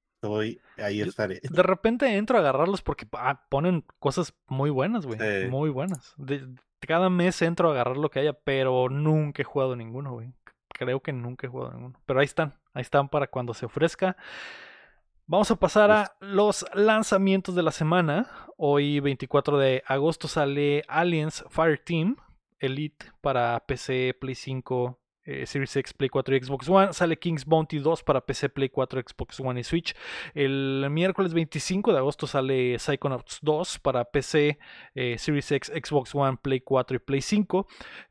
ahí Yo estaré. de repente entro a agarrarlos porque ponen cosas muy buenas, güey. Sí. Muy buenas. Cada mes entro a agarrar lo que haya, pero nunca he jugado ninguno, güey. Creo que nunca he jugado ninguno. Pero ahí están para cuando se ofrezca. Vamos a pasar Pues, a los lanzamientos de la semana. Hoy, 24 de agosto, sale Aliens Fireteam Elite para PC, Play 5, Series X, Play 4 y Xbox One. Sale King's Bounty 2 para PC, Play 4, Xbox One y Switch. El miércoles 25 de agosto sale Psychonauts 2 para PC, Series X, Xbox One, Play 4 y Play 5.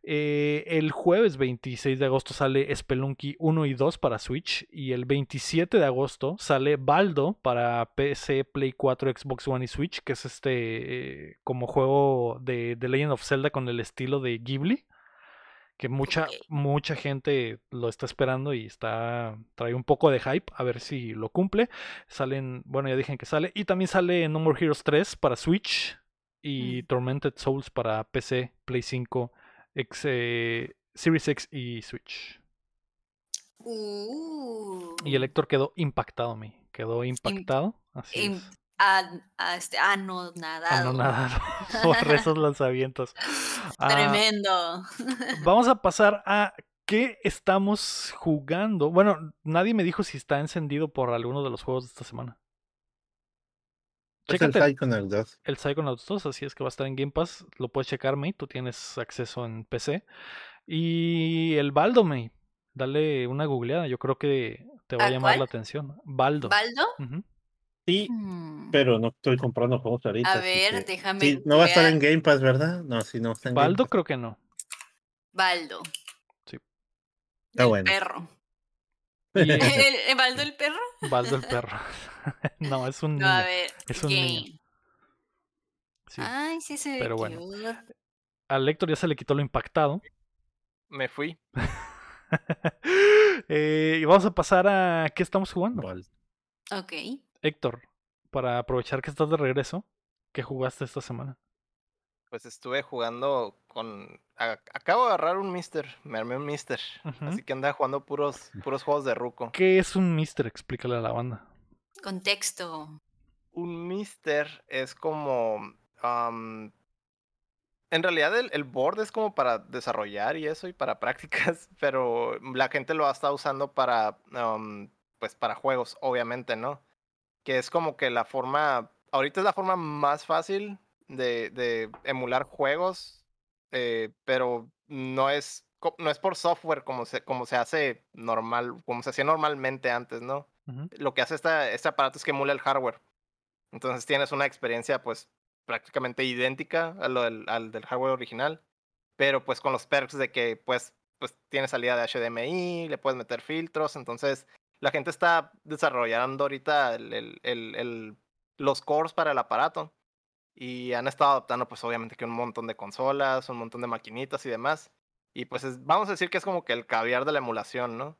El jueves 26 de agosto sale Spelunky 1 y 2 para Switch. Y el 27 de agosto sale Baldo para PC, Play 4, Xbox One y Switch. Que es como juego de The Legend of Zelda con el estilo de Ghibli. Que Ok. mucha gente lo está esperando y trae un poco de hype. A ver si lo cumple. Bueno, ya dije que sale. Y también sale No More Heroes 3 para Switch. Y Tormented Souls para PC, Play 5, Series X y Switch. Y el Héctor quedó impactado, quedó impactado. Así es. Anonadado. Por esos lanzamientos. Tremendo. Vamos a pasar a qué estamos jugando. Bueno, nadie me dijo si está encendido por alguno de los juegos de esta semana. es el Chécate Psychonauts 2. el Psychonauts 2, así es que va a estar en Game Pass. Lo puedes checar, May. Tú tienes acceso en PC. Y el Baldo, May. Dale una googleada. Yo creo que te va a ¿A llamar cuál? la atención. Baldo. ¿Baldo? Ujú. Sí, Hmm. pero no estoy comprando juegos A ahorita, así ver, que... déjame Sí, no va a estar googlear. en Game Pass, ¿verdad? No, sí, no está en Game Baldo Pass. creo que no. Baldo. Sí. Está El bueno. perro. Y ¿El Baldo el perro? Baldo el perro. No, es un No, a niño. ver. Es un niño. Game. Sí. Ay, sí se ve Pero bueno. cute. Al Héctor ya se le quitó lo impactado. Me fui. Y vamos a pasar a qué estamos jugando. Ball. Ok. Héctor, para aprovechar que estás de regreso, ¿qué jugaste esta semana? Pues estuve jugando acabo de agarrar un Mister. Me armé un Mister. Ujú. Así que andaba jugando puros juegos de ruco. ¿Qué es un Mister? Explícale a la banda. Contexto. Un Mister es como... en realidad el board es como para desarrollar y eso y para prácticas, pero la gente lo ha estado usando pues para juegos, obviamente, ¿no? Que es como que ahorita es la forma más fácil de emular juegos, pero no es por software como se hace normal, como se hacía normalmente antes, ¿no? Ujú. Lo que hace este aparato es que emula el hardware. Entonces tienes una experiencia pues prácticamente idéntica al del hardware original, pero pues con los perks de que pues tiene salida de HDMI, le puedes meter filtros, entonces la gente está desarrollando ahorita los cores para el aparato y han estado adaptando pues obviamente que un montón de consolas, un montón de maquinitas y demás, y pues vamos a decir que es como que el caviar de la emulación, ¿no?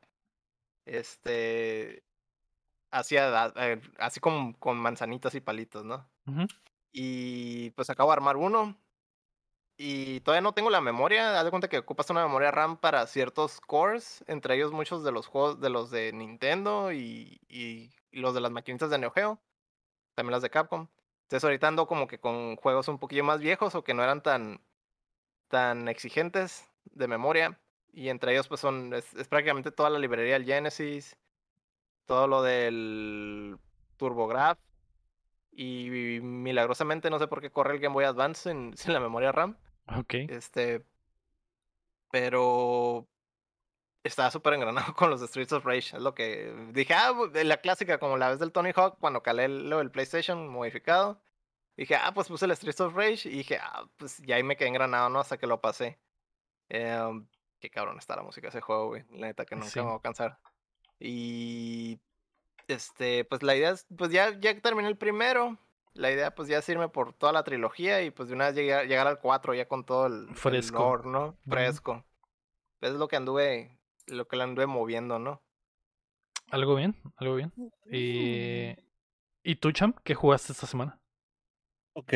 Así como con manzanitas y palitos, ¿no? Ujú. Y pues acabo de armar uno. y todavía no tengo la memoria. Haz de cuenta que ocupas una memoria RAM para ciertos cores, entre ellos muchos de los juegos de los de Nintendo y los de las maquinitas de Neo Geo, también las de Capcom. Entonces ahorita ando como que con juegos un poquillo más viejos o que no eran tan exigentes de memoria. Y entre ellos pues es prácticamente toda la librería del Genesis, todo lo del TurboGrafx. Y milagrosamente no sé por qué corre el Game Boy Advance sin la memoria RAM. Ok. Pero estaba súper engranado con los de Streets of Rage. Es lo que dije, la clásica, como la vez del Tony Hawk, cuando calé lo del PlayStation modificado. Dije, pues puse el Streets of Rage y dije, pues ya ahí me quedé engranado, ¿no? Hasta que lo pasé. Qué cabrón está la música de ese juego, güey. La neta que nunca Sí. me voy a cansar. Y pues la idea es, pues ya terminé el primero. La idea pues ya es irme por toda la trilogía y pues de una vez llegar al 4 ya con todo el Fresco. lore, ¿no? Fresco. Es lo que le anduve moviendo, ¿no? Algo bien, algo bien. ¿Y tú, Champ? ¿Qué jugaste esta semana? Ok.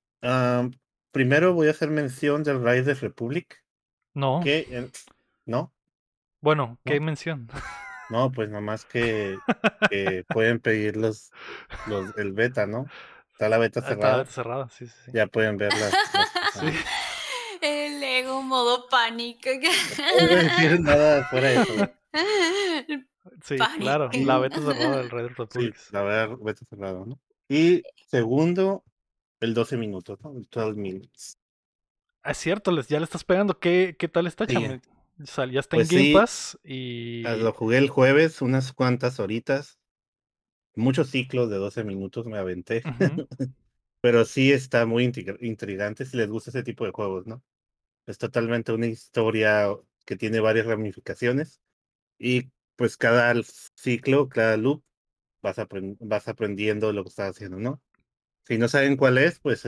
Primero voy a hacer mención del Rise of Republic. No. ¿No? Bueno, ¿qué ¿No? mención? No, pues nomás que pueden pedir el beta, ¿no? Está la beta Está la cerrada. beta cerrada, sí. Ya pueden ver las Sí. El ego modo pánico. No voy a decir nada fuera de eso. Sí, Pánico. claro. La beta cerrada del Red Republic. Sí, la verdad, beta cerrada, ¿no? Y segundo, el 12 minutos, ¿no? El 12 minutes. Es cierto, ya le estás pegando. ¿Qué tal está, Sí, Cham? O sea, ya está en pues Game sí, Pass y... lo jugué el jueves, unas cuantas horitas. Muchos ciclos de 12 minutos me aventé. Ujú, Pero sí está muy intrigante si les gusta ese tipo de juegos, ¿no? Es totalmente una historia que tiene varias ramificaciones y pues cada ciclo, cada loop, vas aprendiendo lo que estás haciendo, ¿no? Si no saben cuál es, pues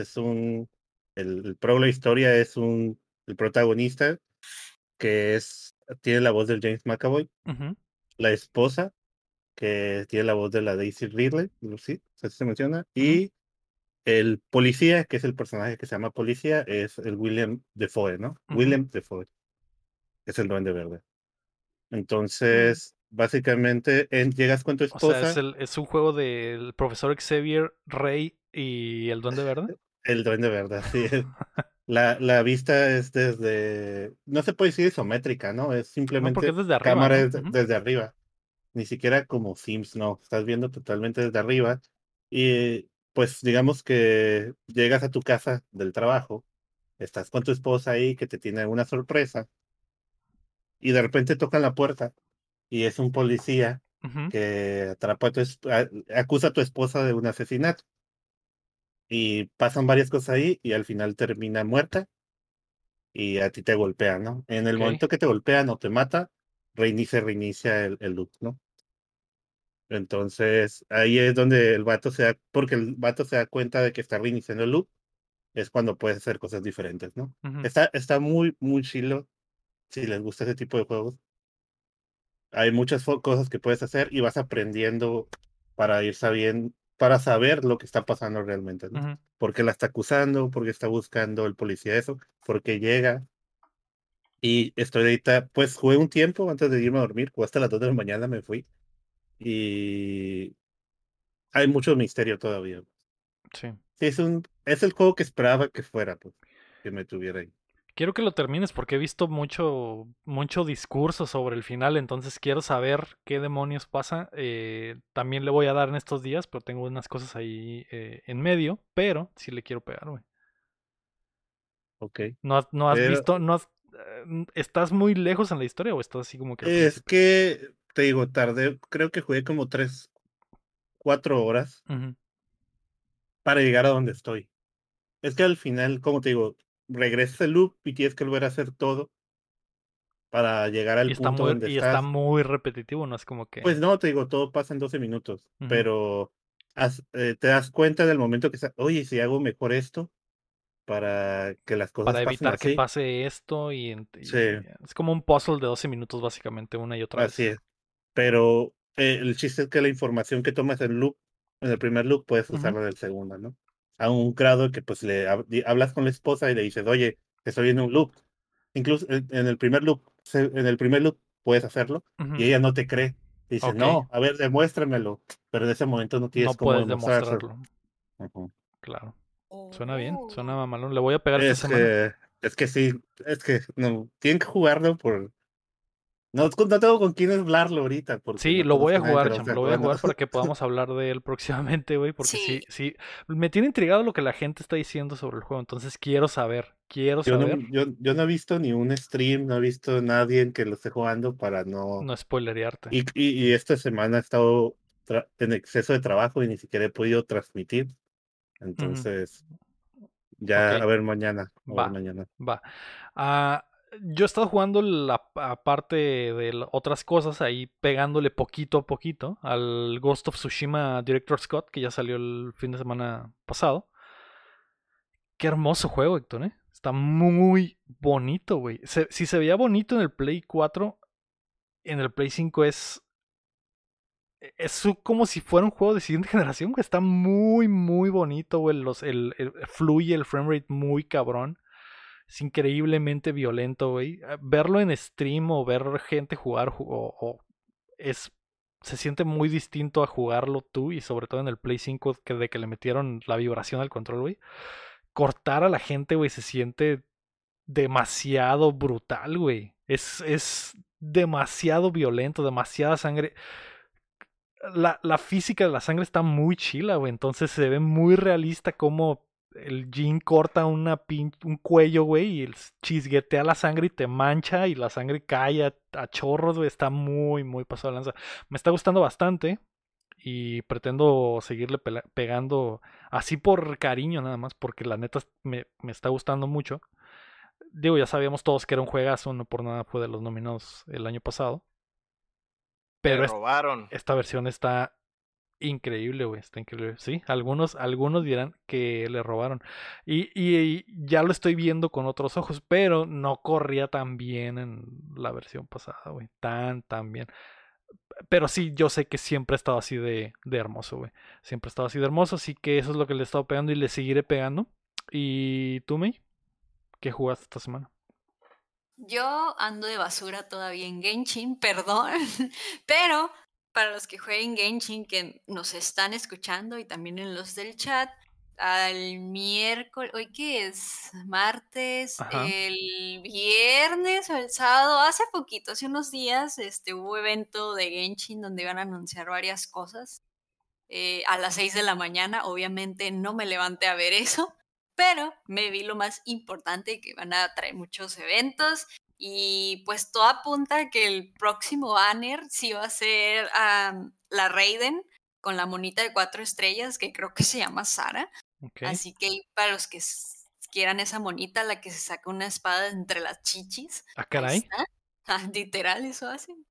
el pro de la historia es el protagonista que tiene la voz del James McAvoy, ujú, la esposa que tiene la voz de la Daisy Ridley, ¿sí? Así se menciona, ujú. y el policía, que es el personaje que se llama policía, es el William Defoe, ¿no? Ujú. William Defoe es el Duende Verde. Mm. Entonces, básicamente, llegas con tu O sea, esposa, es un juego del profesor Xavier, Rey y el Duende Verde. el Duende Verde, así es. La vista es no se puede decir isométrica, ¿no? Es No, porque es simplemente desde arriba, cámara ¿no? Ujú. desde arriba. Ni siquiera como Sims, no. Estás viendo totalmente desde arriba. Y pues digamos que llegas a tu casa del trabajo, estás con tu esposa ahí que te tiene una sorpresa y de repente tocan la puerta y es un policía Ujú. que acusa a tu esposa de un asesinato y pasan varias cosas ahí y al final termina muerta y a ti te golpea, ¿no? En el Ok. momento que te golpean o te mata, reinicia el loop, ¿no? Entonces ahí es donde porque el vato se da cuenta de que está reiniciando el loop, es cuando puedes hacer cosas diferentes, ¿no? Ujú. Está muy, muy chilo si les gusta ese tipo de juegos. Hay muchas cosas que puedes hacer y vas aprendiendo para saber lo que está pasando realmente, ¿no? Ujú. ¿Por qué la está acusando? ¿Por qué está buscando el policía eso? ¿Por qué llega? Y estoy ahorita, pues jugué un tiempo antes de irme a dormir, jugué hasta las 2 de la mañana, me fui. Y hay mucho misterio todavía. Sí. Sí, es el juego que esperaba que fuera, pues, que me tuviera ahí. Quiero que lo termines porque he visto mucho discurso sobre el final, entonces quiero saber qué demonios pasa. También le voy a dar en estos días, pero tengo unas cosas ahí en medio, pero sí le quiero pegar, güey. Ok. No has Pero visto, ¿estás muy lejos en la historia o estás así como que al es principio? que, te digo, tardé, creo que jugué como 4 horas Ujú. para llegar a donde estoy. Es que al final, como te digo, regresas el loop y tienes que volver a hacer todo para llegar al punto donde Y está estás. muy repetitivo, no es como que... Pues no, te digo, todo pasa en 12 minutos, Ujú. pero te das cuenta del momento que oye, si hago mejor esto para que las cosas Para pasen evitar que así. pase esto Sí, y es como un puzzle de 12 minutos básicamente, una y otra así vez. es. Pero el chiste es que la información que tomas en el primer loop, puedes Ujú. usarla en el segundo, ¿no? A un grado que pues hablas con la esposa y le dices, oye, estoy en un loop. Incluso en el primer loop, en el primer loop puedes hacerlo Ujú. y ella no te cree. Dice, Ok. no, a ver, demuéstramelo. Pero en ese momento no tienes No cómo puedes demostrárselo. demostrarlo. Ujú. Claro. Suena bien, suena Oh. mamalón. Le voy a pegar esta semana. Es que sí, es que no, tienen que jugarlo por... No, no tengo con quién hablarlo ahorita porque Sí, no lo voy a conozco a nadie que jugar, lo chamo. esté Lo voy a jugando. jugar para que podamos hablar de él próximamente, güey. Porque Sí, sí, sí. Me tiene intrigado lo que la gente está diciendo sobre el juego. Entonces quiero saber. Quiero Yo no, saber. yo no he visto ni un stream, no he visto a nadie que lo esté jugando para no... No spoilerearte. Y esta semana he estado en exceso de trabajo y ni siquiera he podido transmitir. Ujú. Entonces, Ok, ya, a ver mañana, a ver va, mañana. va. Ah, yo he estado jugando la parte de otras cosas ahí, pegándole poquito a poquito al Ghost of Tsushima Director Scott, que ya salió el fin de semana pasado. Qué hermoso juego, Héctor, ¿eh? Está muy bonito, güey. Si se veía bonito en el Play 4, en el Play 5 es como si fuera un juego de siguiente generación, güey. Está muy bonito, güey. Fluye el framerate muy cabrón. Es increíblemente violento, güey. Verlo en stream o ver gente jugar es se siente muy distinto a jugarlo tú y sobre todo en el Play 5 de que le metieron la vibración al control, güey. Cortar a la gente, güey, se siente demasiado brutal, güey. Es demasiado violento, demasiada sangre. La física de la sangre está muy chila, güey. Entonces se ve muy realista como el Jin corta un cuello, güey, y chisguetea la sangre y te mancha y la sangre cae a chorros, güey. Está muy pasado de lanza. Me está gustando bastante y pretendo seguirle pegando así por cariño nada más, porque la neta me está gustando mucho. Digo, ya sabíamos todos que era un juegazo, no por nada fue de los nominados el año pasado. Te Pero robaron. esta versión está increíble, güey, está increíble. Sí, algunos dirán que le robaron. Y ya lo estoy viendo con otros ojos, pero no corría tan bien en la versión pasada, güey. Tan bien. Pero sí, yo sé que siempre ha estado así de hermoso, güey. Siempre ha estado así de hermoso, así que eso es lo que le he estado pegando y le seguiré pegando. ¿Y tú, May? ¿Qué jugaste esta semana? yo ando de basura todavía en Genshin, perdón, pero para los que jueguen Genshin que nos están escuchando y también en los del chat, al miércoles, ¿hoy qué es? Martes, Ajá. el viernes o el sábado, hace poquito, hace unos días, hubo evento de Genshin donde iban a anunciar varias cosas a las 6 de la mañana. Obviamente no me levanté a ver eso, pero me vi lo más importante, que van a traer muchos eventos y pues todo apunta a que el próximo banner sí va a ser la Raiden con la monita de 4 estrellas, que creo que se llama Sara. Ok. Así que para los que quieran esa monita, la que se saca una espada entre las chichis, Ah, ahí caray. está. Literal, eso hacen.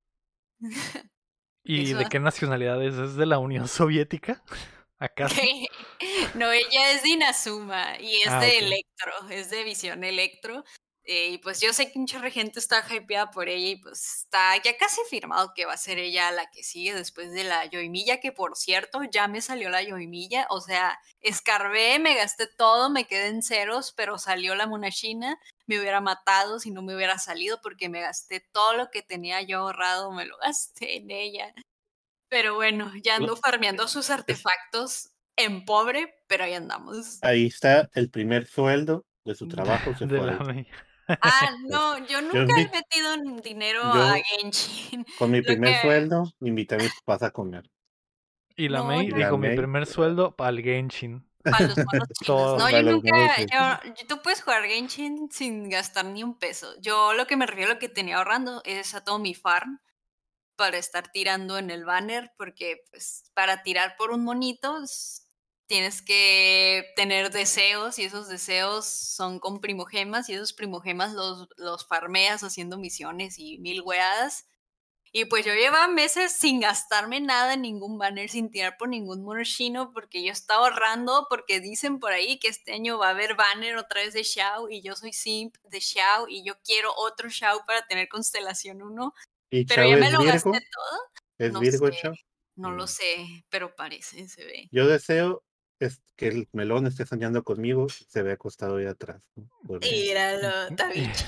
¿Y Eso de qué nacionalidad es? ¿Es de la Unión Soviética? ¿Acaso? No, ella es de Inazuma y es Ah, de ok. Electro, es de Visión Electro. Y pues yo sé que un chorro de gente está hypeada por ella y pues está ya casi firmado que va a ser ella la que sigue después de la Yoimiya, que por cierto ya me salió la Yoimiya, o sea, escarbé, me gasté todo, me quedé en ceros, pero salió la Munashina, me hubiera matado si no me hubiera salido porque me gasté todo lo que tenía yo ahorrado, me lo gasté en ella. Pero bueno, ya ando farmeando sus Es- artefactos en pobre, pero ahí andamos. Ahí está el primer sueldo de su trabajo, se De fue la ahí. May. No, yo Yo, nunca he metido dinero a yo Genshin. con mi Lo primer que sueldo invité a mis papás a comer. Y la no, May Y yo la dijo, mi May, primer sueldo para el Genshin. para los monos chinos. No, Todo. yo para los nunca, monos chinos. tú puedes jugar Genshin sin gastar ni un peso. Yo lo que me refiero a lo que tenía ahorrando es a todo mi farm para estar tirando en el banner, porque pues para tirar por un monito tienes que tener deseos y esos deseos son con primogemas y esos primogemas los farmeas haciendo misiones y mil weadas. Y pues yo llevaba meses sin gastarme nada en ningún banner, sin tirar por ningún mono chino, porque yo estaba ahorrando, porque dicen por ahí que este año va a haber banner otra vez de Xiao y yo soy simp de Xiao y yo quiero otro Xiao para tener Constelación 1. ¿Y Pero Chao ya me es lo gasté Virgo? todo. ¿Es No sé, Virgo el Chao? no lo Mm. sé, pero parece, se ve. Yo deseo es que el melón esté soñando conmigo, se ve acostado ahí atrás, ¿no? Míralo, Tabichi.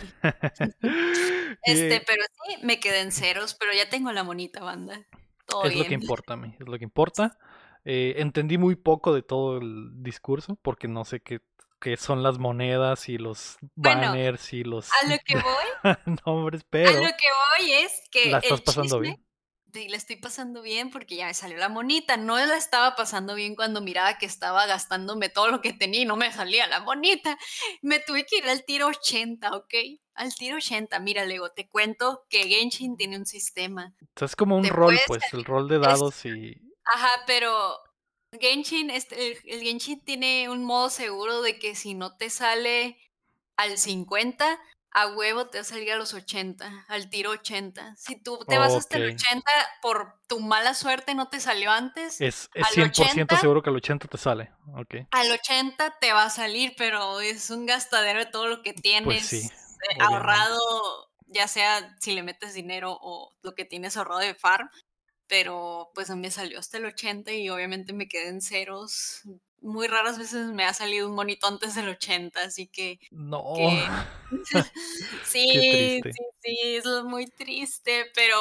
Y Pero sí, me quedé en ceros, pero ya tengo la monita, banda. Todo es lo que bien. importa a mí, es lo que importa. Entendí muy poco de todo el discurso, porque no sé qué son las monedas y los Bueno, banners y los a lo que voy, nombres, a pero lo que voy es que la estás el pasando chisme, bien. sí, la estoy pasando bien porque ya me salió la monita. No la estaba pasando bien cuando miraba que estaba gastándome todo lo que tenía y no me salía la monita. Me tuve que ir al tiro 80, ¿ok? Al tiro 80. Mira, Lego, te cuento que Genshin tiene un sistema. O sea, es como un Te rol, puedes pues, el rol de es dados y... Ajá, pero Genshin, el Genshin tiene un modo seguro de que si no te sale al 50, a huevo te va a salir a los 80, al tiro 80. Si tú te vas Ok. hasta el 80 por tu mala suerte no te salió antes, Es al 100% 80, seguro que el 80 te sale. Ok. al 80 te va a salir, pero es un gastadero de todo lo que Pues sí, tienes obviamente. ahorrado, ya sea si le metes dinero o lo que tienes ahorrado de farm. Pero pues me salió hasta el 80 y obviamente me quedé en ceros. Muy raras veces me ha salido un monito antes del 80, así No. que Qué sí, triste. sí, sí, es muy triste, pero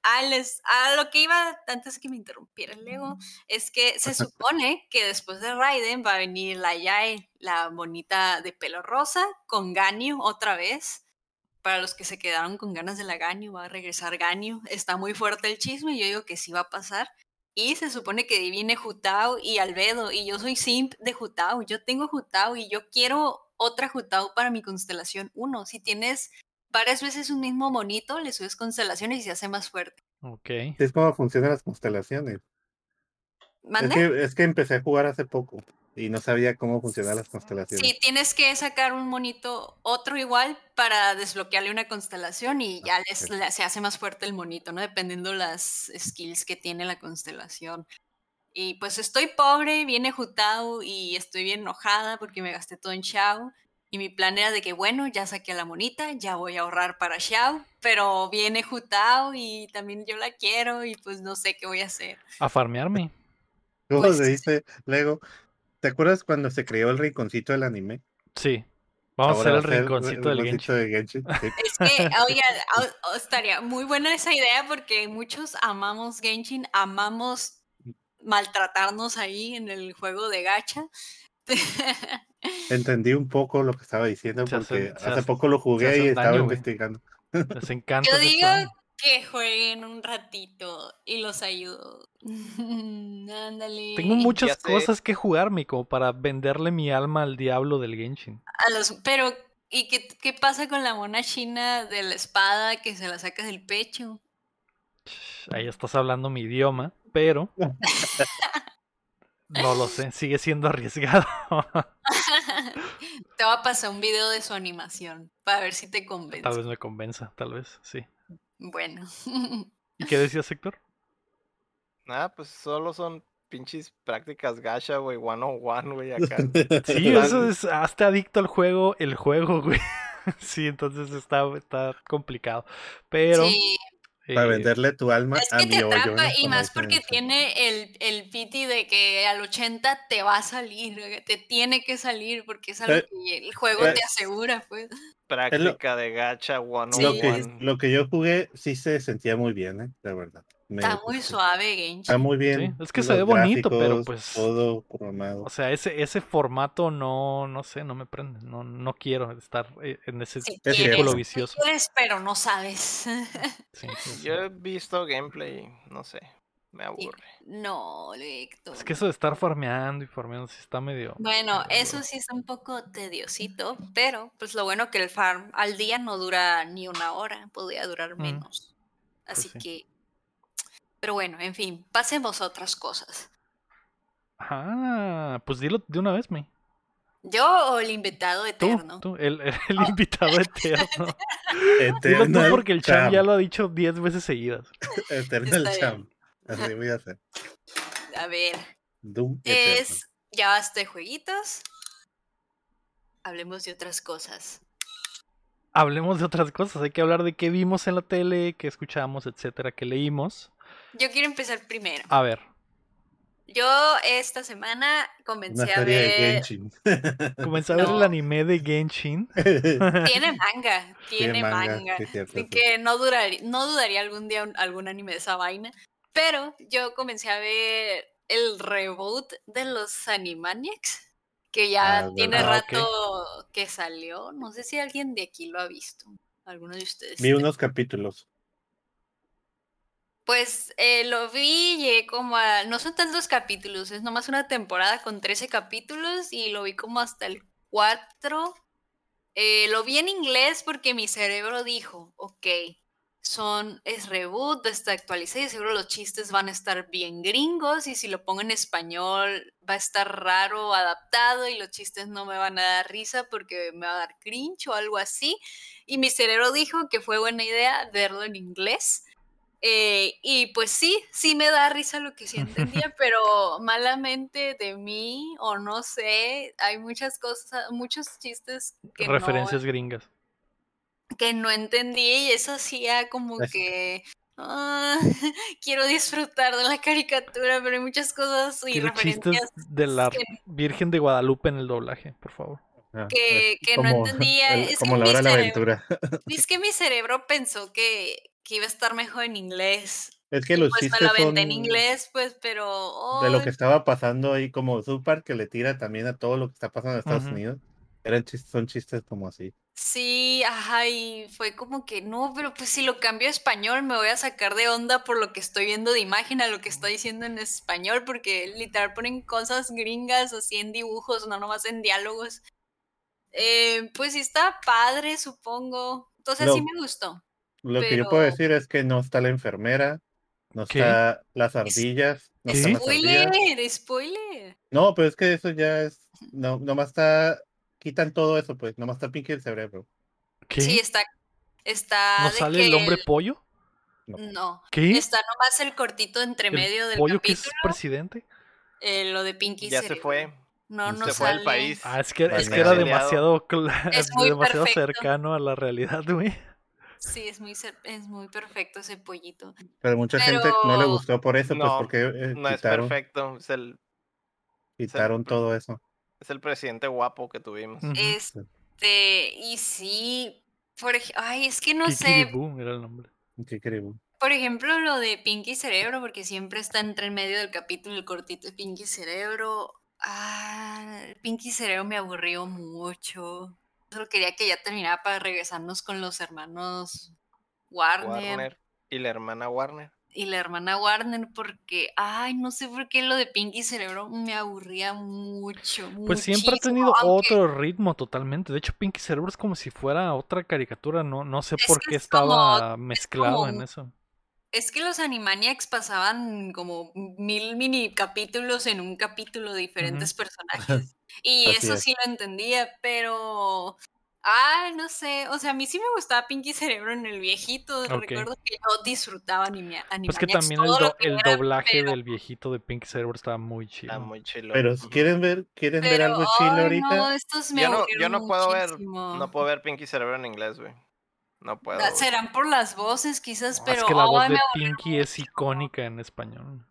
a lo que iba antes que me interrumpiera el Lego, es que se supone que después de Raiden va a venir la Yae, la bonita de pelo rosa, con Ganyu otra vez. Para los que se quedaron con ganas de la Ganyu, va a regresar Ganyu. Está muy fuerte el chisme, yo digo que sí va a pasar. Y se supone que viene Jutao y Albedo, y yo soy simp de Jutao. Yo tengo Jutao y yo quiero otra Jutao para mi constelación 1. Si tienes varias veces un mismo monito, le subes constelaciones y se hace más fuerte. Ok. Es como funcionan las constelaciones. ¿Mande? Es que empecé a jugar hace poco y no sabía cómo funcionan las constelaciones. Sí, tienes que sacar un monito, otro igual, para desbloquearle una constelación y ya se hace más fuerte el monito, ¿no? Dependiendo las skills que tiene la constelación. Y pues estoy pobre, viene Jutao y estoy bien enojada porque me gasté todo en Xiao. Y mi plan era de que, bueno, ya saqué a la monita, ya voy a ahorrar para Xiao, pero viene Jutao y también yo la quiero y pues no sé qué voy a hacer. A farmearme. ¿Cómo Pues se dice? Lego, ¿te acuerdas cuando se creó el rinconcito del anime? Sí. Vamos a Ahora hacer va el a ser el rinconcito del rinconcito Genshin. de Genshin. Sí. es que, oiga, estaría muy buena esa idea porque muchos amamos Genshin, amamos maltratarnos ahí en el juego de gacha. Entendí un poco lo que estaba diciendo Se porque hacen, se, hace hace- poco lo se jugué y hacen estaba daño, güey. investigando. Les encanta Yo hacerse digo daño. que jueguen un ratito y los ayudo. Tengo Ándale. muchas Ya sé, cosas que jugarme como para venderle mi alma al diablo del Genshin. Pero, ¿y qué pasa con la mona china de la espada que se la sacas del pecho? Ahí estás hablando mi idioma, pero no lo sé, sigue siendo arriesgado. Te va a pasar un video de su animación para ver si te Tal convence. vez me convenza, tal vez, sí. Bueno. ¿Y qué decías, Héctor? pues solo son pinches prácticas gacha, güey, 101, güey, acá. Sí, eso es, hazte adicto al juego, el juego, güey. Sí, entonces está complicado. Pero, Sí, Para eh, venderle tu alma es a que te mi hoyo, atrapa ¿no? y Como más dicen en porque el chat. tiene el piti de que al 80 te va a salir, te tiene que salir porque es algo Eh, que el juego eh, te asegura, pues. es Práctica de gacha Sí, 101. lo que yo jugué sí se sentía muy bien, la verdad. Me está muy gustó. suave Está Genshin. muy sí, bien es que se ve los bonito, pero gráficos, pues, todo o programado. sea, ese formato no sé, no me prende. No quiero estar en ese Es círculo cierto. Sí vicioso. quieres, pero no sabes. Sí, ya sé. Yo he visto gameplay, no sé, me Y aburre. no, Es Héctor, que eso de no. estar farmeando y farmeando sí está Bueno, medio eso duro. sí es un poco tediosito, pero pues lo bueno que el farm al día no dura ni una hora, podría durar Mm, menos. pues Así sí. que, pero bueno, en fin, pasemos a otras cosas. Ah, pues dilo de una vez, me. ¿Yo o el invitado eterno? El invitado eterno. Dilo tú Eternal porque el Cham ya Champ. lo ha dicho 10 veces seguidas. Eternal Está bien. Champ. Así voy a hacer. A ver, Doom Eternal. ya basta de jueguitos, hablemos de otras cosas. Hablemos de otras cosas. Hay que hablar de qué vimos en la tele, qué escuchamos, etcétera, qué leímos. Yo quiero empezar primero. A ver. Yo esta semana Una comencé a serie de ver. Genshin. Comencé a ver el No, anime de Genshin. tiene manga, Tiene tiene manga, manga. sí, cierto. Así Sí. que no dudaría algún día algún anime de esa vaina. Pero yo comencé a ver el reboot de los Animaniacs, que ya tiene Ah, rato ok. que salió. No sé si alguien de aquí lo ha visto. Alguno de ustedes. Vi unos capítulos. Pues lo vi, llegué como a. No son tantos capítulos, es nomás una temporada con 13 capítulos y lo vi como hasta el 4. Lo vi en inglés porque mi cerebro dijo, ok, es reboot, está actualizado y seguro los chistes van a estar bien gringos y si lo pongo en español va a estar raro adaptado y los chistes no me van a dar risa porque me va a dar cringe o algo así. Y mi cerebro dijo que fue buena idea verlo en inglés. Y pues sí me da risa lo que sí entendía, pero malamente de mí, o no sé, hay muchas cosas, muchos chistes Referencias gringas. que no entendí y eso hacía como Es- que ah, quiero disfrutar de la caricatura, pero hay muchas cosas y Quiero chistes referencias de la que, Virgen de Guadalupe en el doblaje, por favor. que no como, entendía. como la hora de la aventura. Es que mi cerebro pensó que iba a estar mejor en inglés. Es que Y los pues me lo chistes aventé en son inglés, pues, pero de lo que ay, estaba pasando ahí, como South que le tira también a todo lo que está pasando en Estados Ujú. Unidos. Son chistes como así. sí, ajá, y fue como que no, pero pues si lo cambio a español me voy a sacar de onda por lo que estoy viendo de imagen a lo que está diciendo en español, porque literal ponen cosas gringas así en dibujos, no nomás en diálogos. Pues sí está padre, supongo. Entonces sí Lo, me gustó, lo que yo puedo pero decir es que no está la enfermera, no ¿Qué? está las es- ardillas, no están ¿Qué? las ardillas. spoiler. No, pero es que eso ya es, no, nomás está, quitan todo eso, pues, nomás está Pinky el cerebro. Sí, ¿Qué? ¿No está de sale que el hombre pollo? No. no, ¿Qué? está nomás el cortito entre ¿El medio del pollo que capítulo, es presidente? lo de Pinky Ya se Cerebro. fue. No Se fue del sale. país. Ah, es que era Baneado. demasiado, Es muy demasiado perfecto. cercano a la realidad, güey. Sí, es muy perfecto ese pollito. Pero mucha Pero gente no le gustó por eso, pues, No, porque no es perfecto. Es el, quitaron todo eso. es el presidente guapo que tuvimos. Ujú. y sí, ay, es que no sé, Kikiribú era el nombre. ¿Qué queremos? por ejemplo, lo de Pinky Cerebro, porque siempre está entre el medio del capítulo el cortito de Pinky Cerebro. Ah, Pinky Cerebro me aburrió mucho. Solo quería que ya terminara para regresarnos con los hermanos Warner. Warner y la hermana Warner. Y la hermana Warner porque, ay, no sé por qué lo de Pinky Cerebro me aburría mucho, Pues siempre ha muchísimo, tenido aunque otro ritmo totalmente. De hecho, Pinky Cerebro es como si fuera otra caricatura. No sé es por que qué estaba es como, mezclado en eso. es que los Animaniacs pasaban como 1000 mini capítulos en un capítulo de Ujú. diferentes personajes. Y Así eso es. sí lo entendía, pero, no sé, o sea, a mí sí me gustaba Pinky Cerebro en el viejito, Ok. recuerdo que yo disfrutaba Pues que Animaniacs, también todo lo que el era, doblaje del viejito de Pinky Cerebro estaba muy Está chido. muy chilo. Pero si Ujú. quieren ver pero, algo chilo ay, no, ahorita, estos me Yo aburrieron no puedo ver, muchísimo. no puedo ver Pinky Cerebro en inglés, güey. No puedo, güey. Serán por las voces, quizás, No, es pero, que la voz ay, me de aburrieron Pinky es mucho. icónica en español.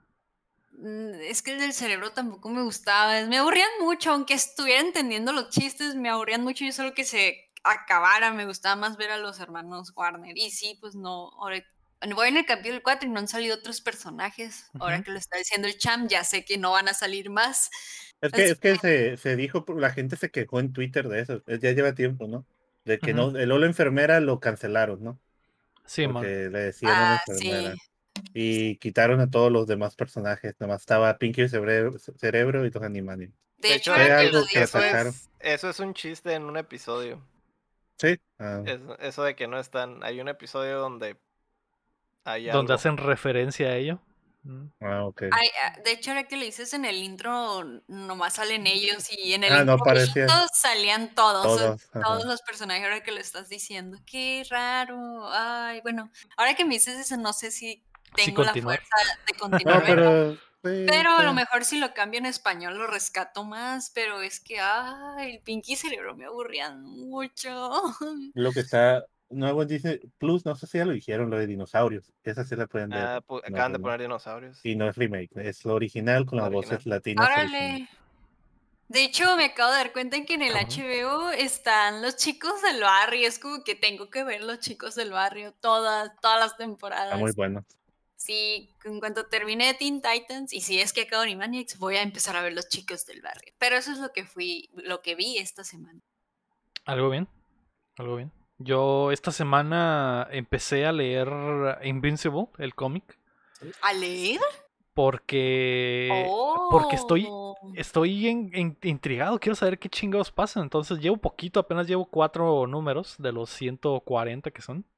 Es que el del cerebro tampoco me gustaba. Me aburrían mucho, aunque estuviera entendiendo los chistes, me aburrían mucho. Yo solo que se acabara, me gustaba más ver a los hermanos Warner. Y sí, pues no. Ahora voy en el capítulo 4 y no han salido otros personajes. Ahora Ujú. que lo está diciendo el Cham, ya sé que no van a salir más. es que, Así es que se dijo, la gente se quejó en Twitter de eso, ya lleva tiempo, ¿no? De que Ujú. no, el Hola Enfermera lo cancelaron, ¿no? Sí, man. Porque le decían Hola sí. Enfermera. Y quitaron a todos los demás personajes, nomás estaba Pinky Cerebro y los Animaniacs. De De hecho, hecho, ahora Fue que algo lo que atacaron. dices, eso es un chiste en un episodio. Sí. Eso de que no están. Hay un episodio donde hay Donde algo. hacen referencia a ello. Ok. de hecho, ahora que lo dices en el intro, nomás salen ellos y en el No intro viejito aparecía salían todos, todos. todos Ajá. los personajes, ahora que lo estás diciendo. Qué raro. Ay, bueno, ahora que me dices eso, no sé si Sí, tengo la continuar. fuerza de continuar No, viendo, pero sí, pero a lo sí. mejor si lo cambio en español lo rescato más, pero es que, ay, el Pinky Cerebro me aburrían mucho. Lo que está, nuevo en Disney Plus, no sé si ya lo dijeron, lo de dinosaurios. Esa sí la pueden ver. Acaban de No. poner dinosaurios. Y no es remake, es lo original con Lo las voces original. latinas originales. ¡Órale! De hecho, me acabo de dar cuenta en que en el Cabrón. HBO están los chicos del barrio. Es como que tengo que ver los chicos del barrio todas las Está muy temporadas. bueno. Sí, en cuanto termine Teen Titans y si es que acabo Animaniacs, voy a empezar a ver los chicos del barrio. Pero eso es lo que vi esta semana. Algo bien, algo bien. Yo esta semana empecé a leer Invincible, el cómic, ¿A leer? porque Oh. estoy intrigado, quiero saber qué chingados pasan. Entonces llevo poquito, apenas llevo 4 números de los 140 que son,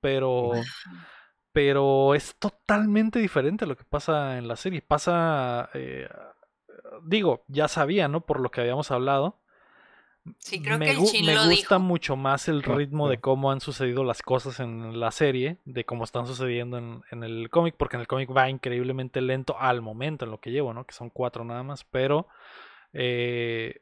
pero es totalmente diferente a lo que pasa en la serie. Digo, ya sabía, ¿no? Por lo que habíamos hablado. Sí, creo que el Chin Me lo gusta dijo. mucho más el No, ritmo de no. cómo han sucedido las cosas en la serie, de cómo están sucediendo en el cómic, porque en el cómic va increíblemente lento al momento en lo que llevo, ¿no? Que son 4 nada más, pero eh,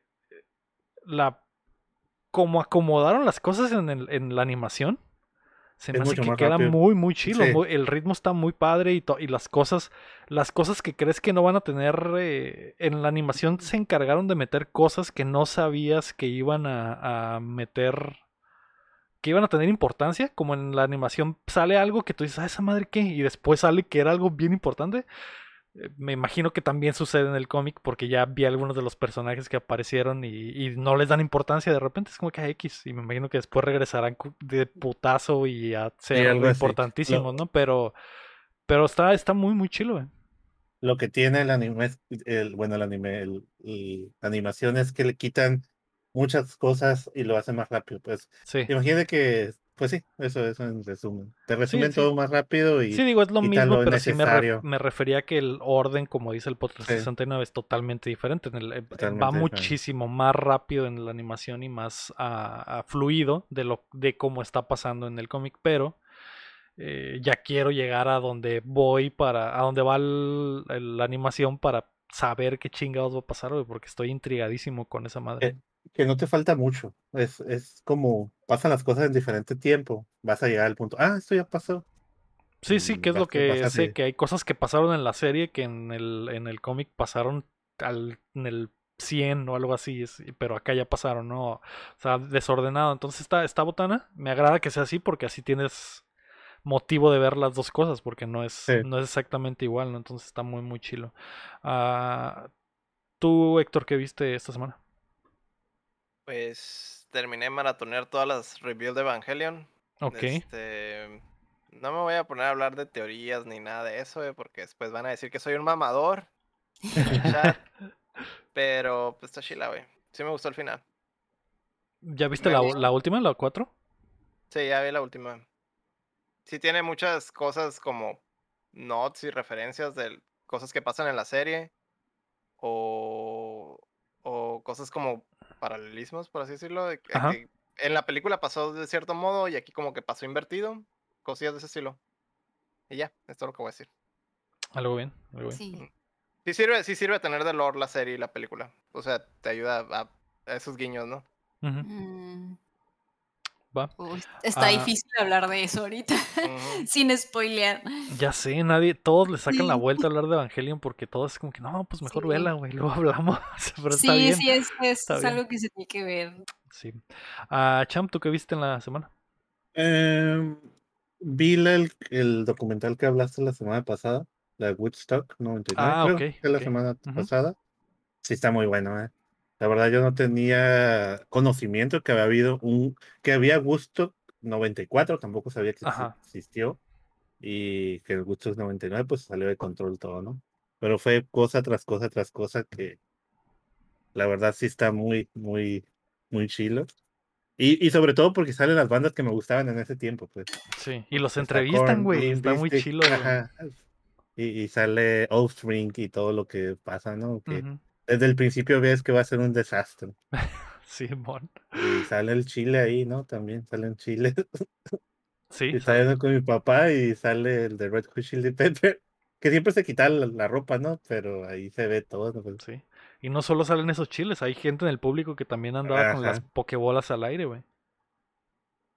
la como acomodaron las cosas en la animación, se me Es hace mucho que más queda rápido. muy chilo, Sí, el ritmo está muy padre y las cosas que crees que no van a tener en la animación se encargaron de meter cosas que no sabías que iban a meter, que iban a tener importancia, como en la animación sale algo que tú dices, esa madre qué, y después sale que era algo bien importante. Me imagino que también sucede en el cómic porque ya vi algunos de los personajes que aparecieron y no les dan importancia de repente, es como que X, y me imagino que después regresarán de putazo y a sí, ser algo así. importantísimos, ¿no? Pero está muy chilo, Lo que tiene el anime, bueno, la animación es que le quitan muchas cosas y lo hacen más rápido. Pues Sí, imagínate que, pues sí, eso en resumen. Te sí, resumen sí. todo más rápido Sí, y digo, es lo quitan mismo, lo pero sí necesario. me refería a que el orden, como dice el Sí, podcast 69, es totalmente diferente. Va totalmente diferente. muchísimo más rápido en la animación y más fluido de cómo está pasando en el cómic, pero ya quiero llegar a donde a donde va la animación para saber qué chingados va a pasar, güey, porque estoy intrigadísimo con esa madre. Que no te falta mucho. Es como pasan las cosas en diferente tiempo. Vas a llegar al punto, esto ya pasó. Sí, sí, Y que es lo vas que sé, así. que hay cosas que pasaron en la serie que en el cómic pasaron en el 100 o algo así, pero acá ya pasaron, ¿no? O sea, desordenado. Entonces está botana. Me agrada que sea así porque así tienes motivo de ver las dos cosas porque Sí. no es exactamente igual, ¿no? Entonces está muy chilo. Ah, ¿tú, Héctor, qué viste esta semana? Pues terminé de maratonear todas las reviews de Evangelion. Ok. No me voy a poner a hablar de teorías ni nada de eso, porque después van a decir que soy un mamador en el chat. Pero pues está chila, güey. Sí me gustó el final. ¿Ya viste Me gustó. la última, la 4? Sí, ya vi la última. Sí tiene muchas cosas como notes y referencias de cosas que pasan en la serie. O, o cosas como paralelismos, por así decirlo. Ajá. Que en la película pasó de cierto modo y aquí como que pasó invertido. Cosillas de ese estilo. Y ya, es todo lo que voy a decir. Algo bien, algo bien. Sí. Sí sirve tener de lore la serie y la película. O sea, te ayuda a esos guiños, ¿no? Ujú. Mm, Va. uy, está Ah, difícil hablar de eso ahorita, Ujú. sin spoilear. ya sé, todos le sacan la Sí, vuelta a hablar de Evangelion porque todos es como que no, pues mejor vela, sí. güey, luego hablamos. Pero está Sí, bien, sí, está es bien. algo que se tiene que ver. Sí. Champ, ¿tú qué viste en la semana? Em, Vi el documental que hablaste la semana pasada, la de Woodstock 99, Ah, ok, creo que la ok. semana Ujú. pasada. Sí, está muy bueno, ¿eh? La verdad, yo no tenía conocimiento que había que había Woodstock 94, tampoco sabía que Ajá. existió, y que el Woodstock 99 pues salió de control todo, ¿no? Pero fue cosa tras cosa tras cosa que la verdad sí está muy chilo. Y sobre todo porque salen las bandas que me gustaban en ese tiempo, pues. Sí. Y los Está entrevistan, Korn, güey. Limp Está muy Bizkit, chilo, güey. ajá. Y sale Offspring y todo lo que pasa, ¿no? Que Ujú. desde el principio ves que va a ser un desastre. Simón. Y sale el chile ahí, ¿no? También sale un chile. Sí, Y sale. sale con mi papá y sale el de Red Hot Chili Pepper, que siempre se quita la ropa, ¿no? Pero ahí se ve todo, ¿no? Pues, Sí. Y no solo salen esos chiles, hay gente en el público que también andaba con las ajá. pokebolas al aire, güey.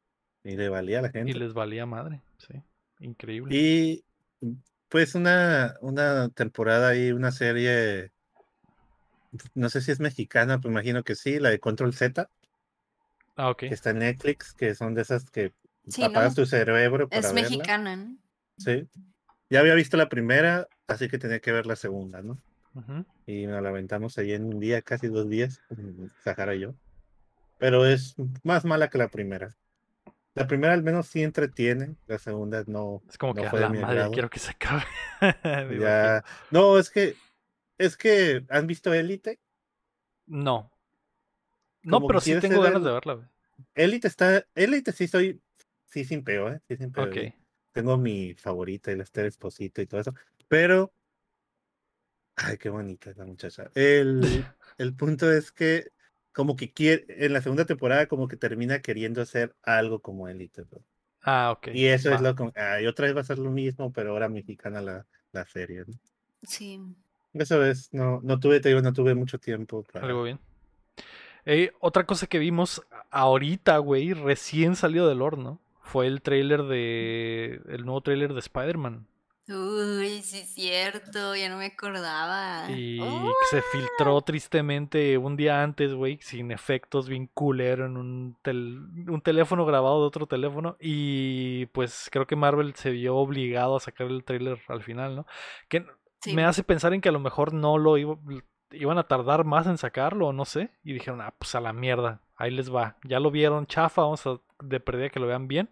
Y le valía a la Y gente. les valía madre, sí. Increíble. Y pues una temporada ahí, una serie, no sé si es mexicana, pero imagino que sí, la de Control Z, Ah, ok. que está en Netflix, que son de esas que Sí, apagas ¿no? tu cerebro para Es verla. mexicana, ¿no? Sí. Ya había visto la primera, así que tenía que ver la segunda, ¿no? Ujú. Y nos la aventamos ahí en un día, casi 2 días, Sahara y yo. Pero es más mala que la primera. La primera al menos sí entretiene, la segunda Es como no que a fue de la mi madre, ya agrado. quiero que se acabe. Me imagino. Ya, no, es que, ¿han visto Élite? No. No, Como pero que sí quiere tengo ser ganas de el verla, güey. Élite sí sin peo, sí sin peo. Ok. Tengo mi favorita, el Esther Esposito y todo eso, pero, ay, qué bonita es la muchacha. El punto es que como que en la segunda temporada como que termina queriendo hacer algo como Élite, ¿no? Ah, ok. Y eso es Va. y otra vez va a ser lo mismo, pero ahora mexicana la serie, ¿no? Sí. Eso es, no tuve, te digo, no tuve mucho tiempo Algo para. bien. Otra cosa que vimos ahorita, güey, recién salido del horno, fue el nuevo tráiler de Spider-Man. Uy, sí es cierto, ya no me acordaba. Y que se filtró tristemente un día antes, güey, sin efectos, bien culero, en un teléfono grabado de otro teléfono. Y pues creo que Marvel se vio obligado a sacar el tráiler al final, ¿no? Que Sí. me hace pensar en que a lo mejor iban a tardar más en sacarlo, o no sé. Y dijeron, ah, pues a la mierda, ahí les va. Ya lo vieron chafa, vamos a de perdida que lo vean bien.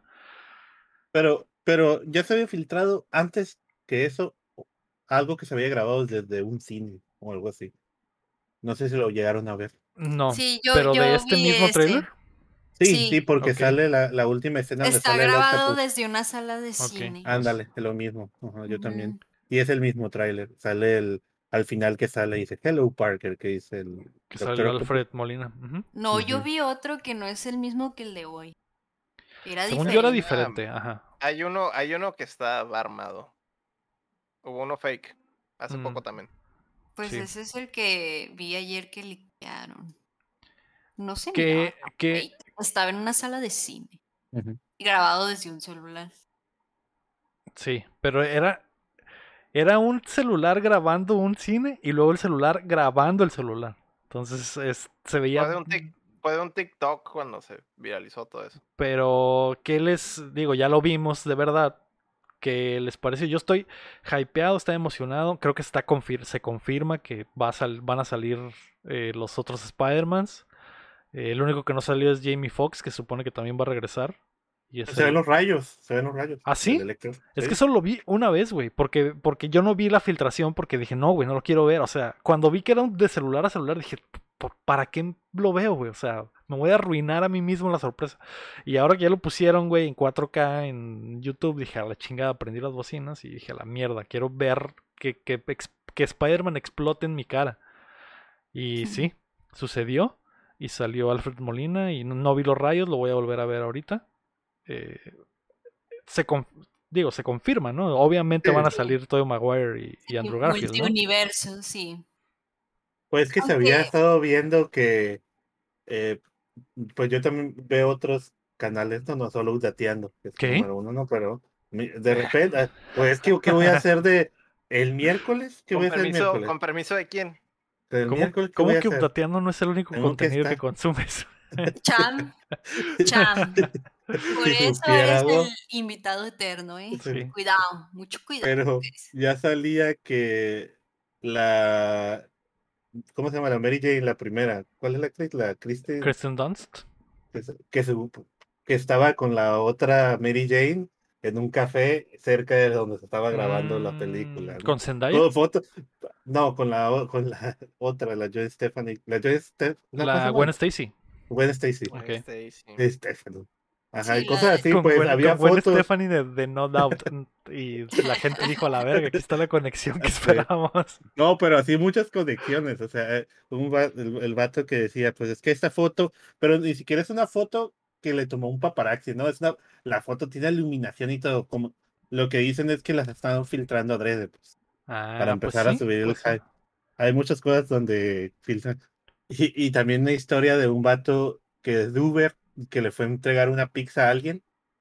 Pero ya se había filtrado antes que eso algo que se había grabado desde un cine o algo así. No sé si lo llegaron a ver. No, Sí, yo, pero de yo este vi mismo tráiler. ese. Sí, Sí, porque Ok, sale la última escena donde está sale el grabado Octopus. desde una sala de ok, cine. pues Ándale, es lo mismo. Ajá, yo también. Ujú. Y es el mismo tráiler. Sale al final que sale y dice Hello Parker, que dice el que Doctor salió Octopus. Alfred Molina. Ujú. No, yo Ujú. vi otro que no es el mismo que el de hoy. Era Según yo era diferente. diferente, ajá. Hay uno que está armado. Hubo uno fake. Hace Mm, poco también. Pues sí. ese es el que vi ayer que liquearon. No se miraba Que, tan que, fake. Estaba en una sala de cine. Ujú. Y grabado desde un celular. sí, pero era un celular grabando un cine y luego el celular grabando el celular. Entonces se Fue veía, de un fue de un TikTok cuando se viralizó todo eso. pero ¿qué les digo? Ya lo vimos de verdad. ¿Qué les parece? Yo estoy hypeado, estoy emocionado. Creo que se confirma que van a salir los otros Spider-Mans. El único que no salió es Jamie Foxx, que supone que también va a regresar. Y es Se ven el. los rayos, se ven los rayos ¿Ah, del sí? Electro. Es que Sí. solo lo vi una vez, güey. Porque yo no vi la filtración porque dije, no, güey, no lo quiero ver. O sea, cuando vi que era de celular a celular, dije, ¿para qué lo veo, güey? O sea, me voy a arruinar a mí mismo la sorpresa. Y ahora que ya lo pusieron, güey, en 4K en YouTube, dije, a la chingada, prendí las bocinas y dije, a la mierda, quiero ver que Spider-Man explote en mi cara. Y sí, sucedió. Y salió Alfred Molina y no vi los rayos, lo voy a volver a ver ahorita. Eh, se, con- se confirma, ¿no? Obviamente van Sí. a Sí, salir Tobey Maguire y sí, Andrew Garfield, ¿no? multiuniverso, sí. Pues que se había Aunque, estado viendo que eh, pues yo también veo otros canales, no solo Dateando, que es el ¿Qué? número uno, ¿no? Pero de repente, pues, ¿qué voy a hacer el miércoles? ¿Qué voy a hacer el miércoles? Con permiso de quién. El ¿Cómo, miércoles, ¿qué voy cómo a que hacer? Updateando no es el único Tengo que contenido que estar. consumes? Cham, Cham. Por Si eso supiera eres el vos. invitado eterno, ¿eh? Sí. Sí. Cuidado, mucho cuidado. Pero Pues. ya salía que la, ¿cómo se llama? La Mary Jane, la primera. ¿Cuál es la actriz? La Kristen, Kristen Dunst. que, se- que, se- que estaba con la otra Mary Jane en un café cerca de donde se estaba grabando la película, ¿no? ¿Con Zendaya? Todo foto, no, con la otra, la Joy Stephanie, no, ¿cómo se La llama? Gwen Stacy. Gwen Stacy, Ok. Stacy. Stephanie. Ajá, y Sí, cosas así, Con pues Gwen, había con Gwen fotos. Stefani de No Doubt. Y la gente dijo, a la verga, aquí está la conexión que Este, esperábamos. no, pero así muchas conexiones, o sea, el vato que decía, pues es que esta foto, pero ni siquiera es una foto que le tomó un paparazzi, ¿no? La foto tiene iluminación y todo, como lo que dicen es que las están filtrando adrede, pues, para Ah, pues empezar a sí, subir el puede ser. hype. Hay muchas cosas donde filtran. Y también una historia de un vato que es de Uber, que le fue a entregar una pizza a alguien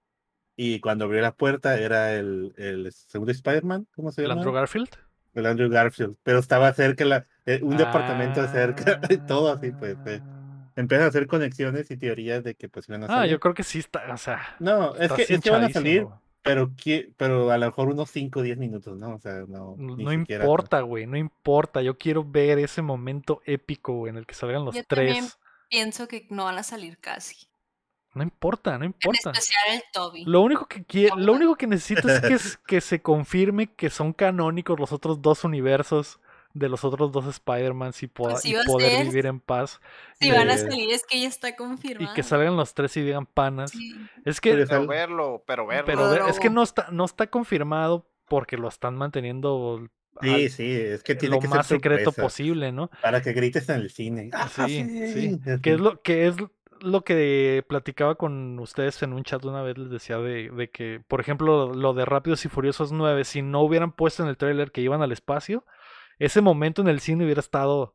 Y cuando abrió la puerta era el segundo Spider-Man, ¿cómo se ¿El llama? Andrew Garfield? El Andrew Garfield. Pero estaba cerca, un departamento cerca y todo así, pues. Empiezan a hacer conexiones y teorías de que pues iban a Yo salir. creo que sí está, o sea, No, es está que van a salir, cinchadísimo. pero a lo mejor unos 5 o 10 minutos, ¿no? O sea, ni No siquiera. importa, güey, no importa. Yo quiero ver ese momento épico, güey, en el que salgan los Yo también tres. pienso que no van a salir casi. No importa, no En importa. especial el Toby. Lo único que necesito es que se confirme que son canónicos los otros dos universos de los otros dos Spider-Mans y Pues y iba a poder ser, vivir en paz. si Y, van a Eh, salir es que ya está y que confirmado. salgan los tres y digan panas. Sí. Es Porque que, Pero verlo. es que no está confirmado porque lo están manteniendo sí, es que tiene lo que ser más secreto sorpresa. posible, ¿no? Para que grites en el cine. ¡Ah, Sí, sí. sí! Que es lo que platicaba con ustedes en un chat una vez, les decía de que, por ejemplo, lo de Rápidos y Furiosos 9, si no hubieran puesto en el tráiler que iban al espacio, ese momento en el cine hubiera estado,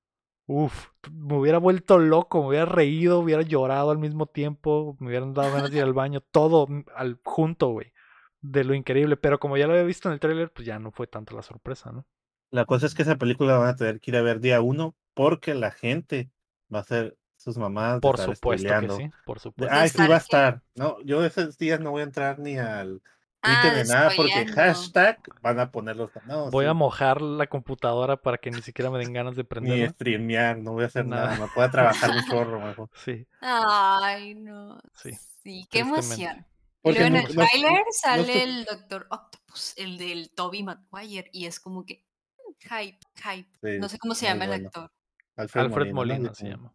me hubiera vuelto loco, me hubiera reído, hubiera llorado al mismo tiempo, me hubieran dado ganas de ir al baño, todo junto, güey, de lo increíble, pero como ya lo había visto en el tráiler, pues ya no fue tanto la sorpresa, ¿no? La cosa es que esa película la van a tener que ir a ver día 1 porque la gente va a hacer sus mamás de Por estar supuesto que spoileando. sí, por De, supuesto que sí sí. va a estar. No, yo esos días no voy a entrar ni al Twitter ni nada porque Spoileando. van a ponerlos. No, Voy a sí. mojar la computadora para que ni siquiera me den ganas de Ni prenderla. streamear, no voy a hacer nada. Nada. Me puedo trabajar un chorro mejor. Sí, Ay, no. sí, Sí, qué tristemente. emoción. Y Porque luego en el emoción. tráiler no sale estoy- el Doctor Octopus, el del Toby Maguire, y es como que hype. No Sí, sé cómo se muy llama el bueno. actor. Alfred Alfred Molina, ¿no? Molina se llama.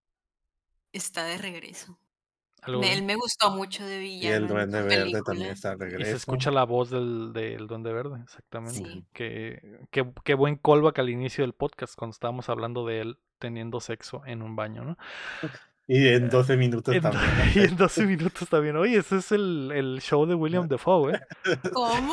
Está de regreso. ¿Algo bien? Él me gustó mucho de Y el villano en Duende esa Verde también película. está de Y se regreso. escucha la voz del Duende Verde, exactamente. Sí. Qué buen callback al inicio del podcast cuando estábamos hablando de él teniendo sexo en un baño, ¿no? Y en 12 minutos también. ¿no? Y en 12 minutos también. Oye, ese es el show de William Dafoe, ¿eh? ¿Cómo?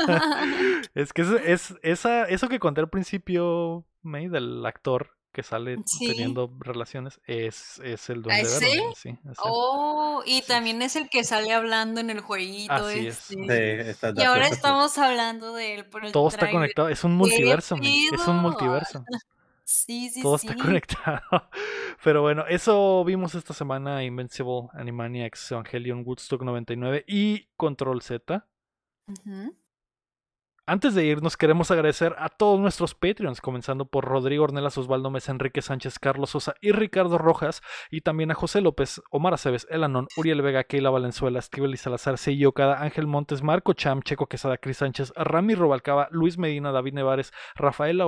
Es que eso que conté al principio, May, del actor que sale Sí. teniendo relaciones, es el ¿A Duende ese? Verde. Sí, es él. Oh, y Sí, también es el que sale hablando en el jueguito Así es. este. Sí, está Y ahora gracioso, sí. estamos hablando de él por el Todo está tráiler. conectado. Es un ¡Qué multiverso, May. Es un pedo! multiverso. Sí. Todo está conectado. Pero bueno, eso vimos esta semana: Invincible, Animaniacs, Evangelion, Woodstock 99 y Control Z. Ujú. Antes de irnos, queremos agradecer a todos nuestros Patreons, comenzando por Rodrigo Ornelas, Osvaldo Mesa, Enrique Sánchez, Carlos Sosa y Ricardo Rojas, y también a José López, Omar Aceves, Elanón, Uriel Vega, Keila Valenzuela, Estíbal y Salazar, Seiji Okada, Ángel Montes, Marco Cham, Checo Quesada, Cris Sánchez, Rami Robalcaba, Luis Medina, David Nevares, Rafaela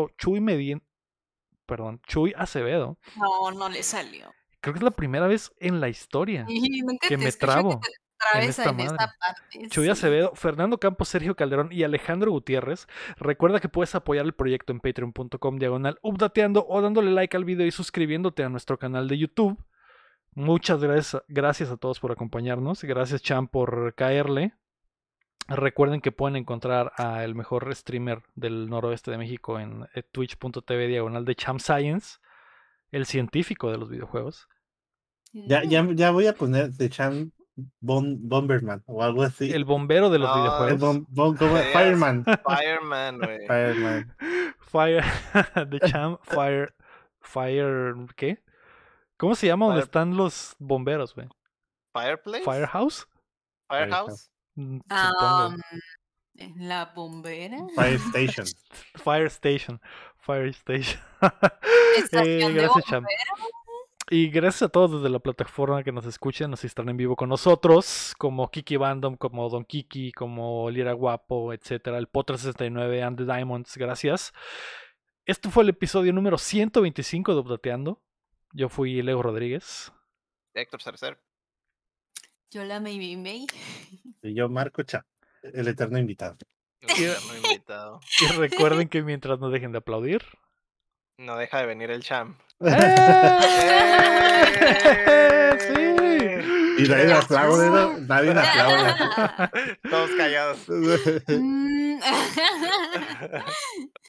Chuy Acevedo. No le salió. Creo que es la primera vez en la historia Y nunca que te me escucho que trabo te en trabes esta en esta madre. parte. Chuy Sí. Acevedo, Fernando Campos, Sergio Calderón y Alejandro Gutiérrez. Recuerda que puedes apoyar el proyecto en patreon.com/updateando o dándole like al video y suscribiéndote a nuestro canal de YouTube. Muchas gracias a todos por acompañarnos. Gracias, Cham, por caerle. Recuerden que pueden encontrar al mejor streamer del noroeste de México en twitch.tv/ de Cham Science, el científico de los videojuegos. Ya voy a poner The Chan Bomberman o algo así. El bombero de los No, videojuegos. ¿Cómo? serías Fireman. Fireman, güey. Fireman. Fire. The Cham Fire. ¿Qué? ¿Cómo se llama donde están los bomberos, güey? Fireplace. ¿Firehouse? Firehouse. Supongo. La bombera. Fire Station. Fire Station. Fire Station. Estación de Gracias, Cham. Y gracias a todos desde la plataforma que nos escuchan, nos están en vivo con nosotros, como Kiki Bandom, como Don Kiki, como Lira Guapo, etcétera, el Pot369 and the Diamonds, gracias. Este fue el episodio número 125 de Updateando. Yo fui Leo Rodríguez. Héctor Cercer. Yo la Maybe May. Y yo, Marco Cha, el eterno invitado. El invitado. Y recuerden que mientras no dejen de aplaudir, No deja de venir el Cham. ¡Sí! Y nadie aplaude, ¿no? Nadie aplaude. Todos callados. Mm.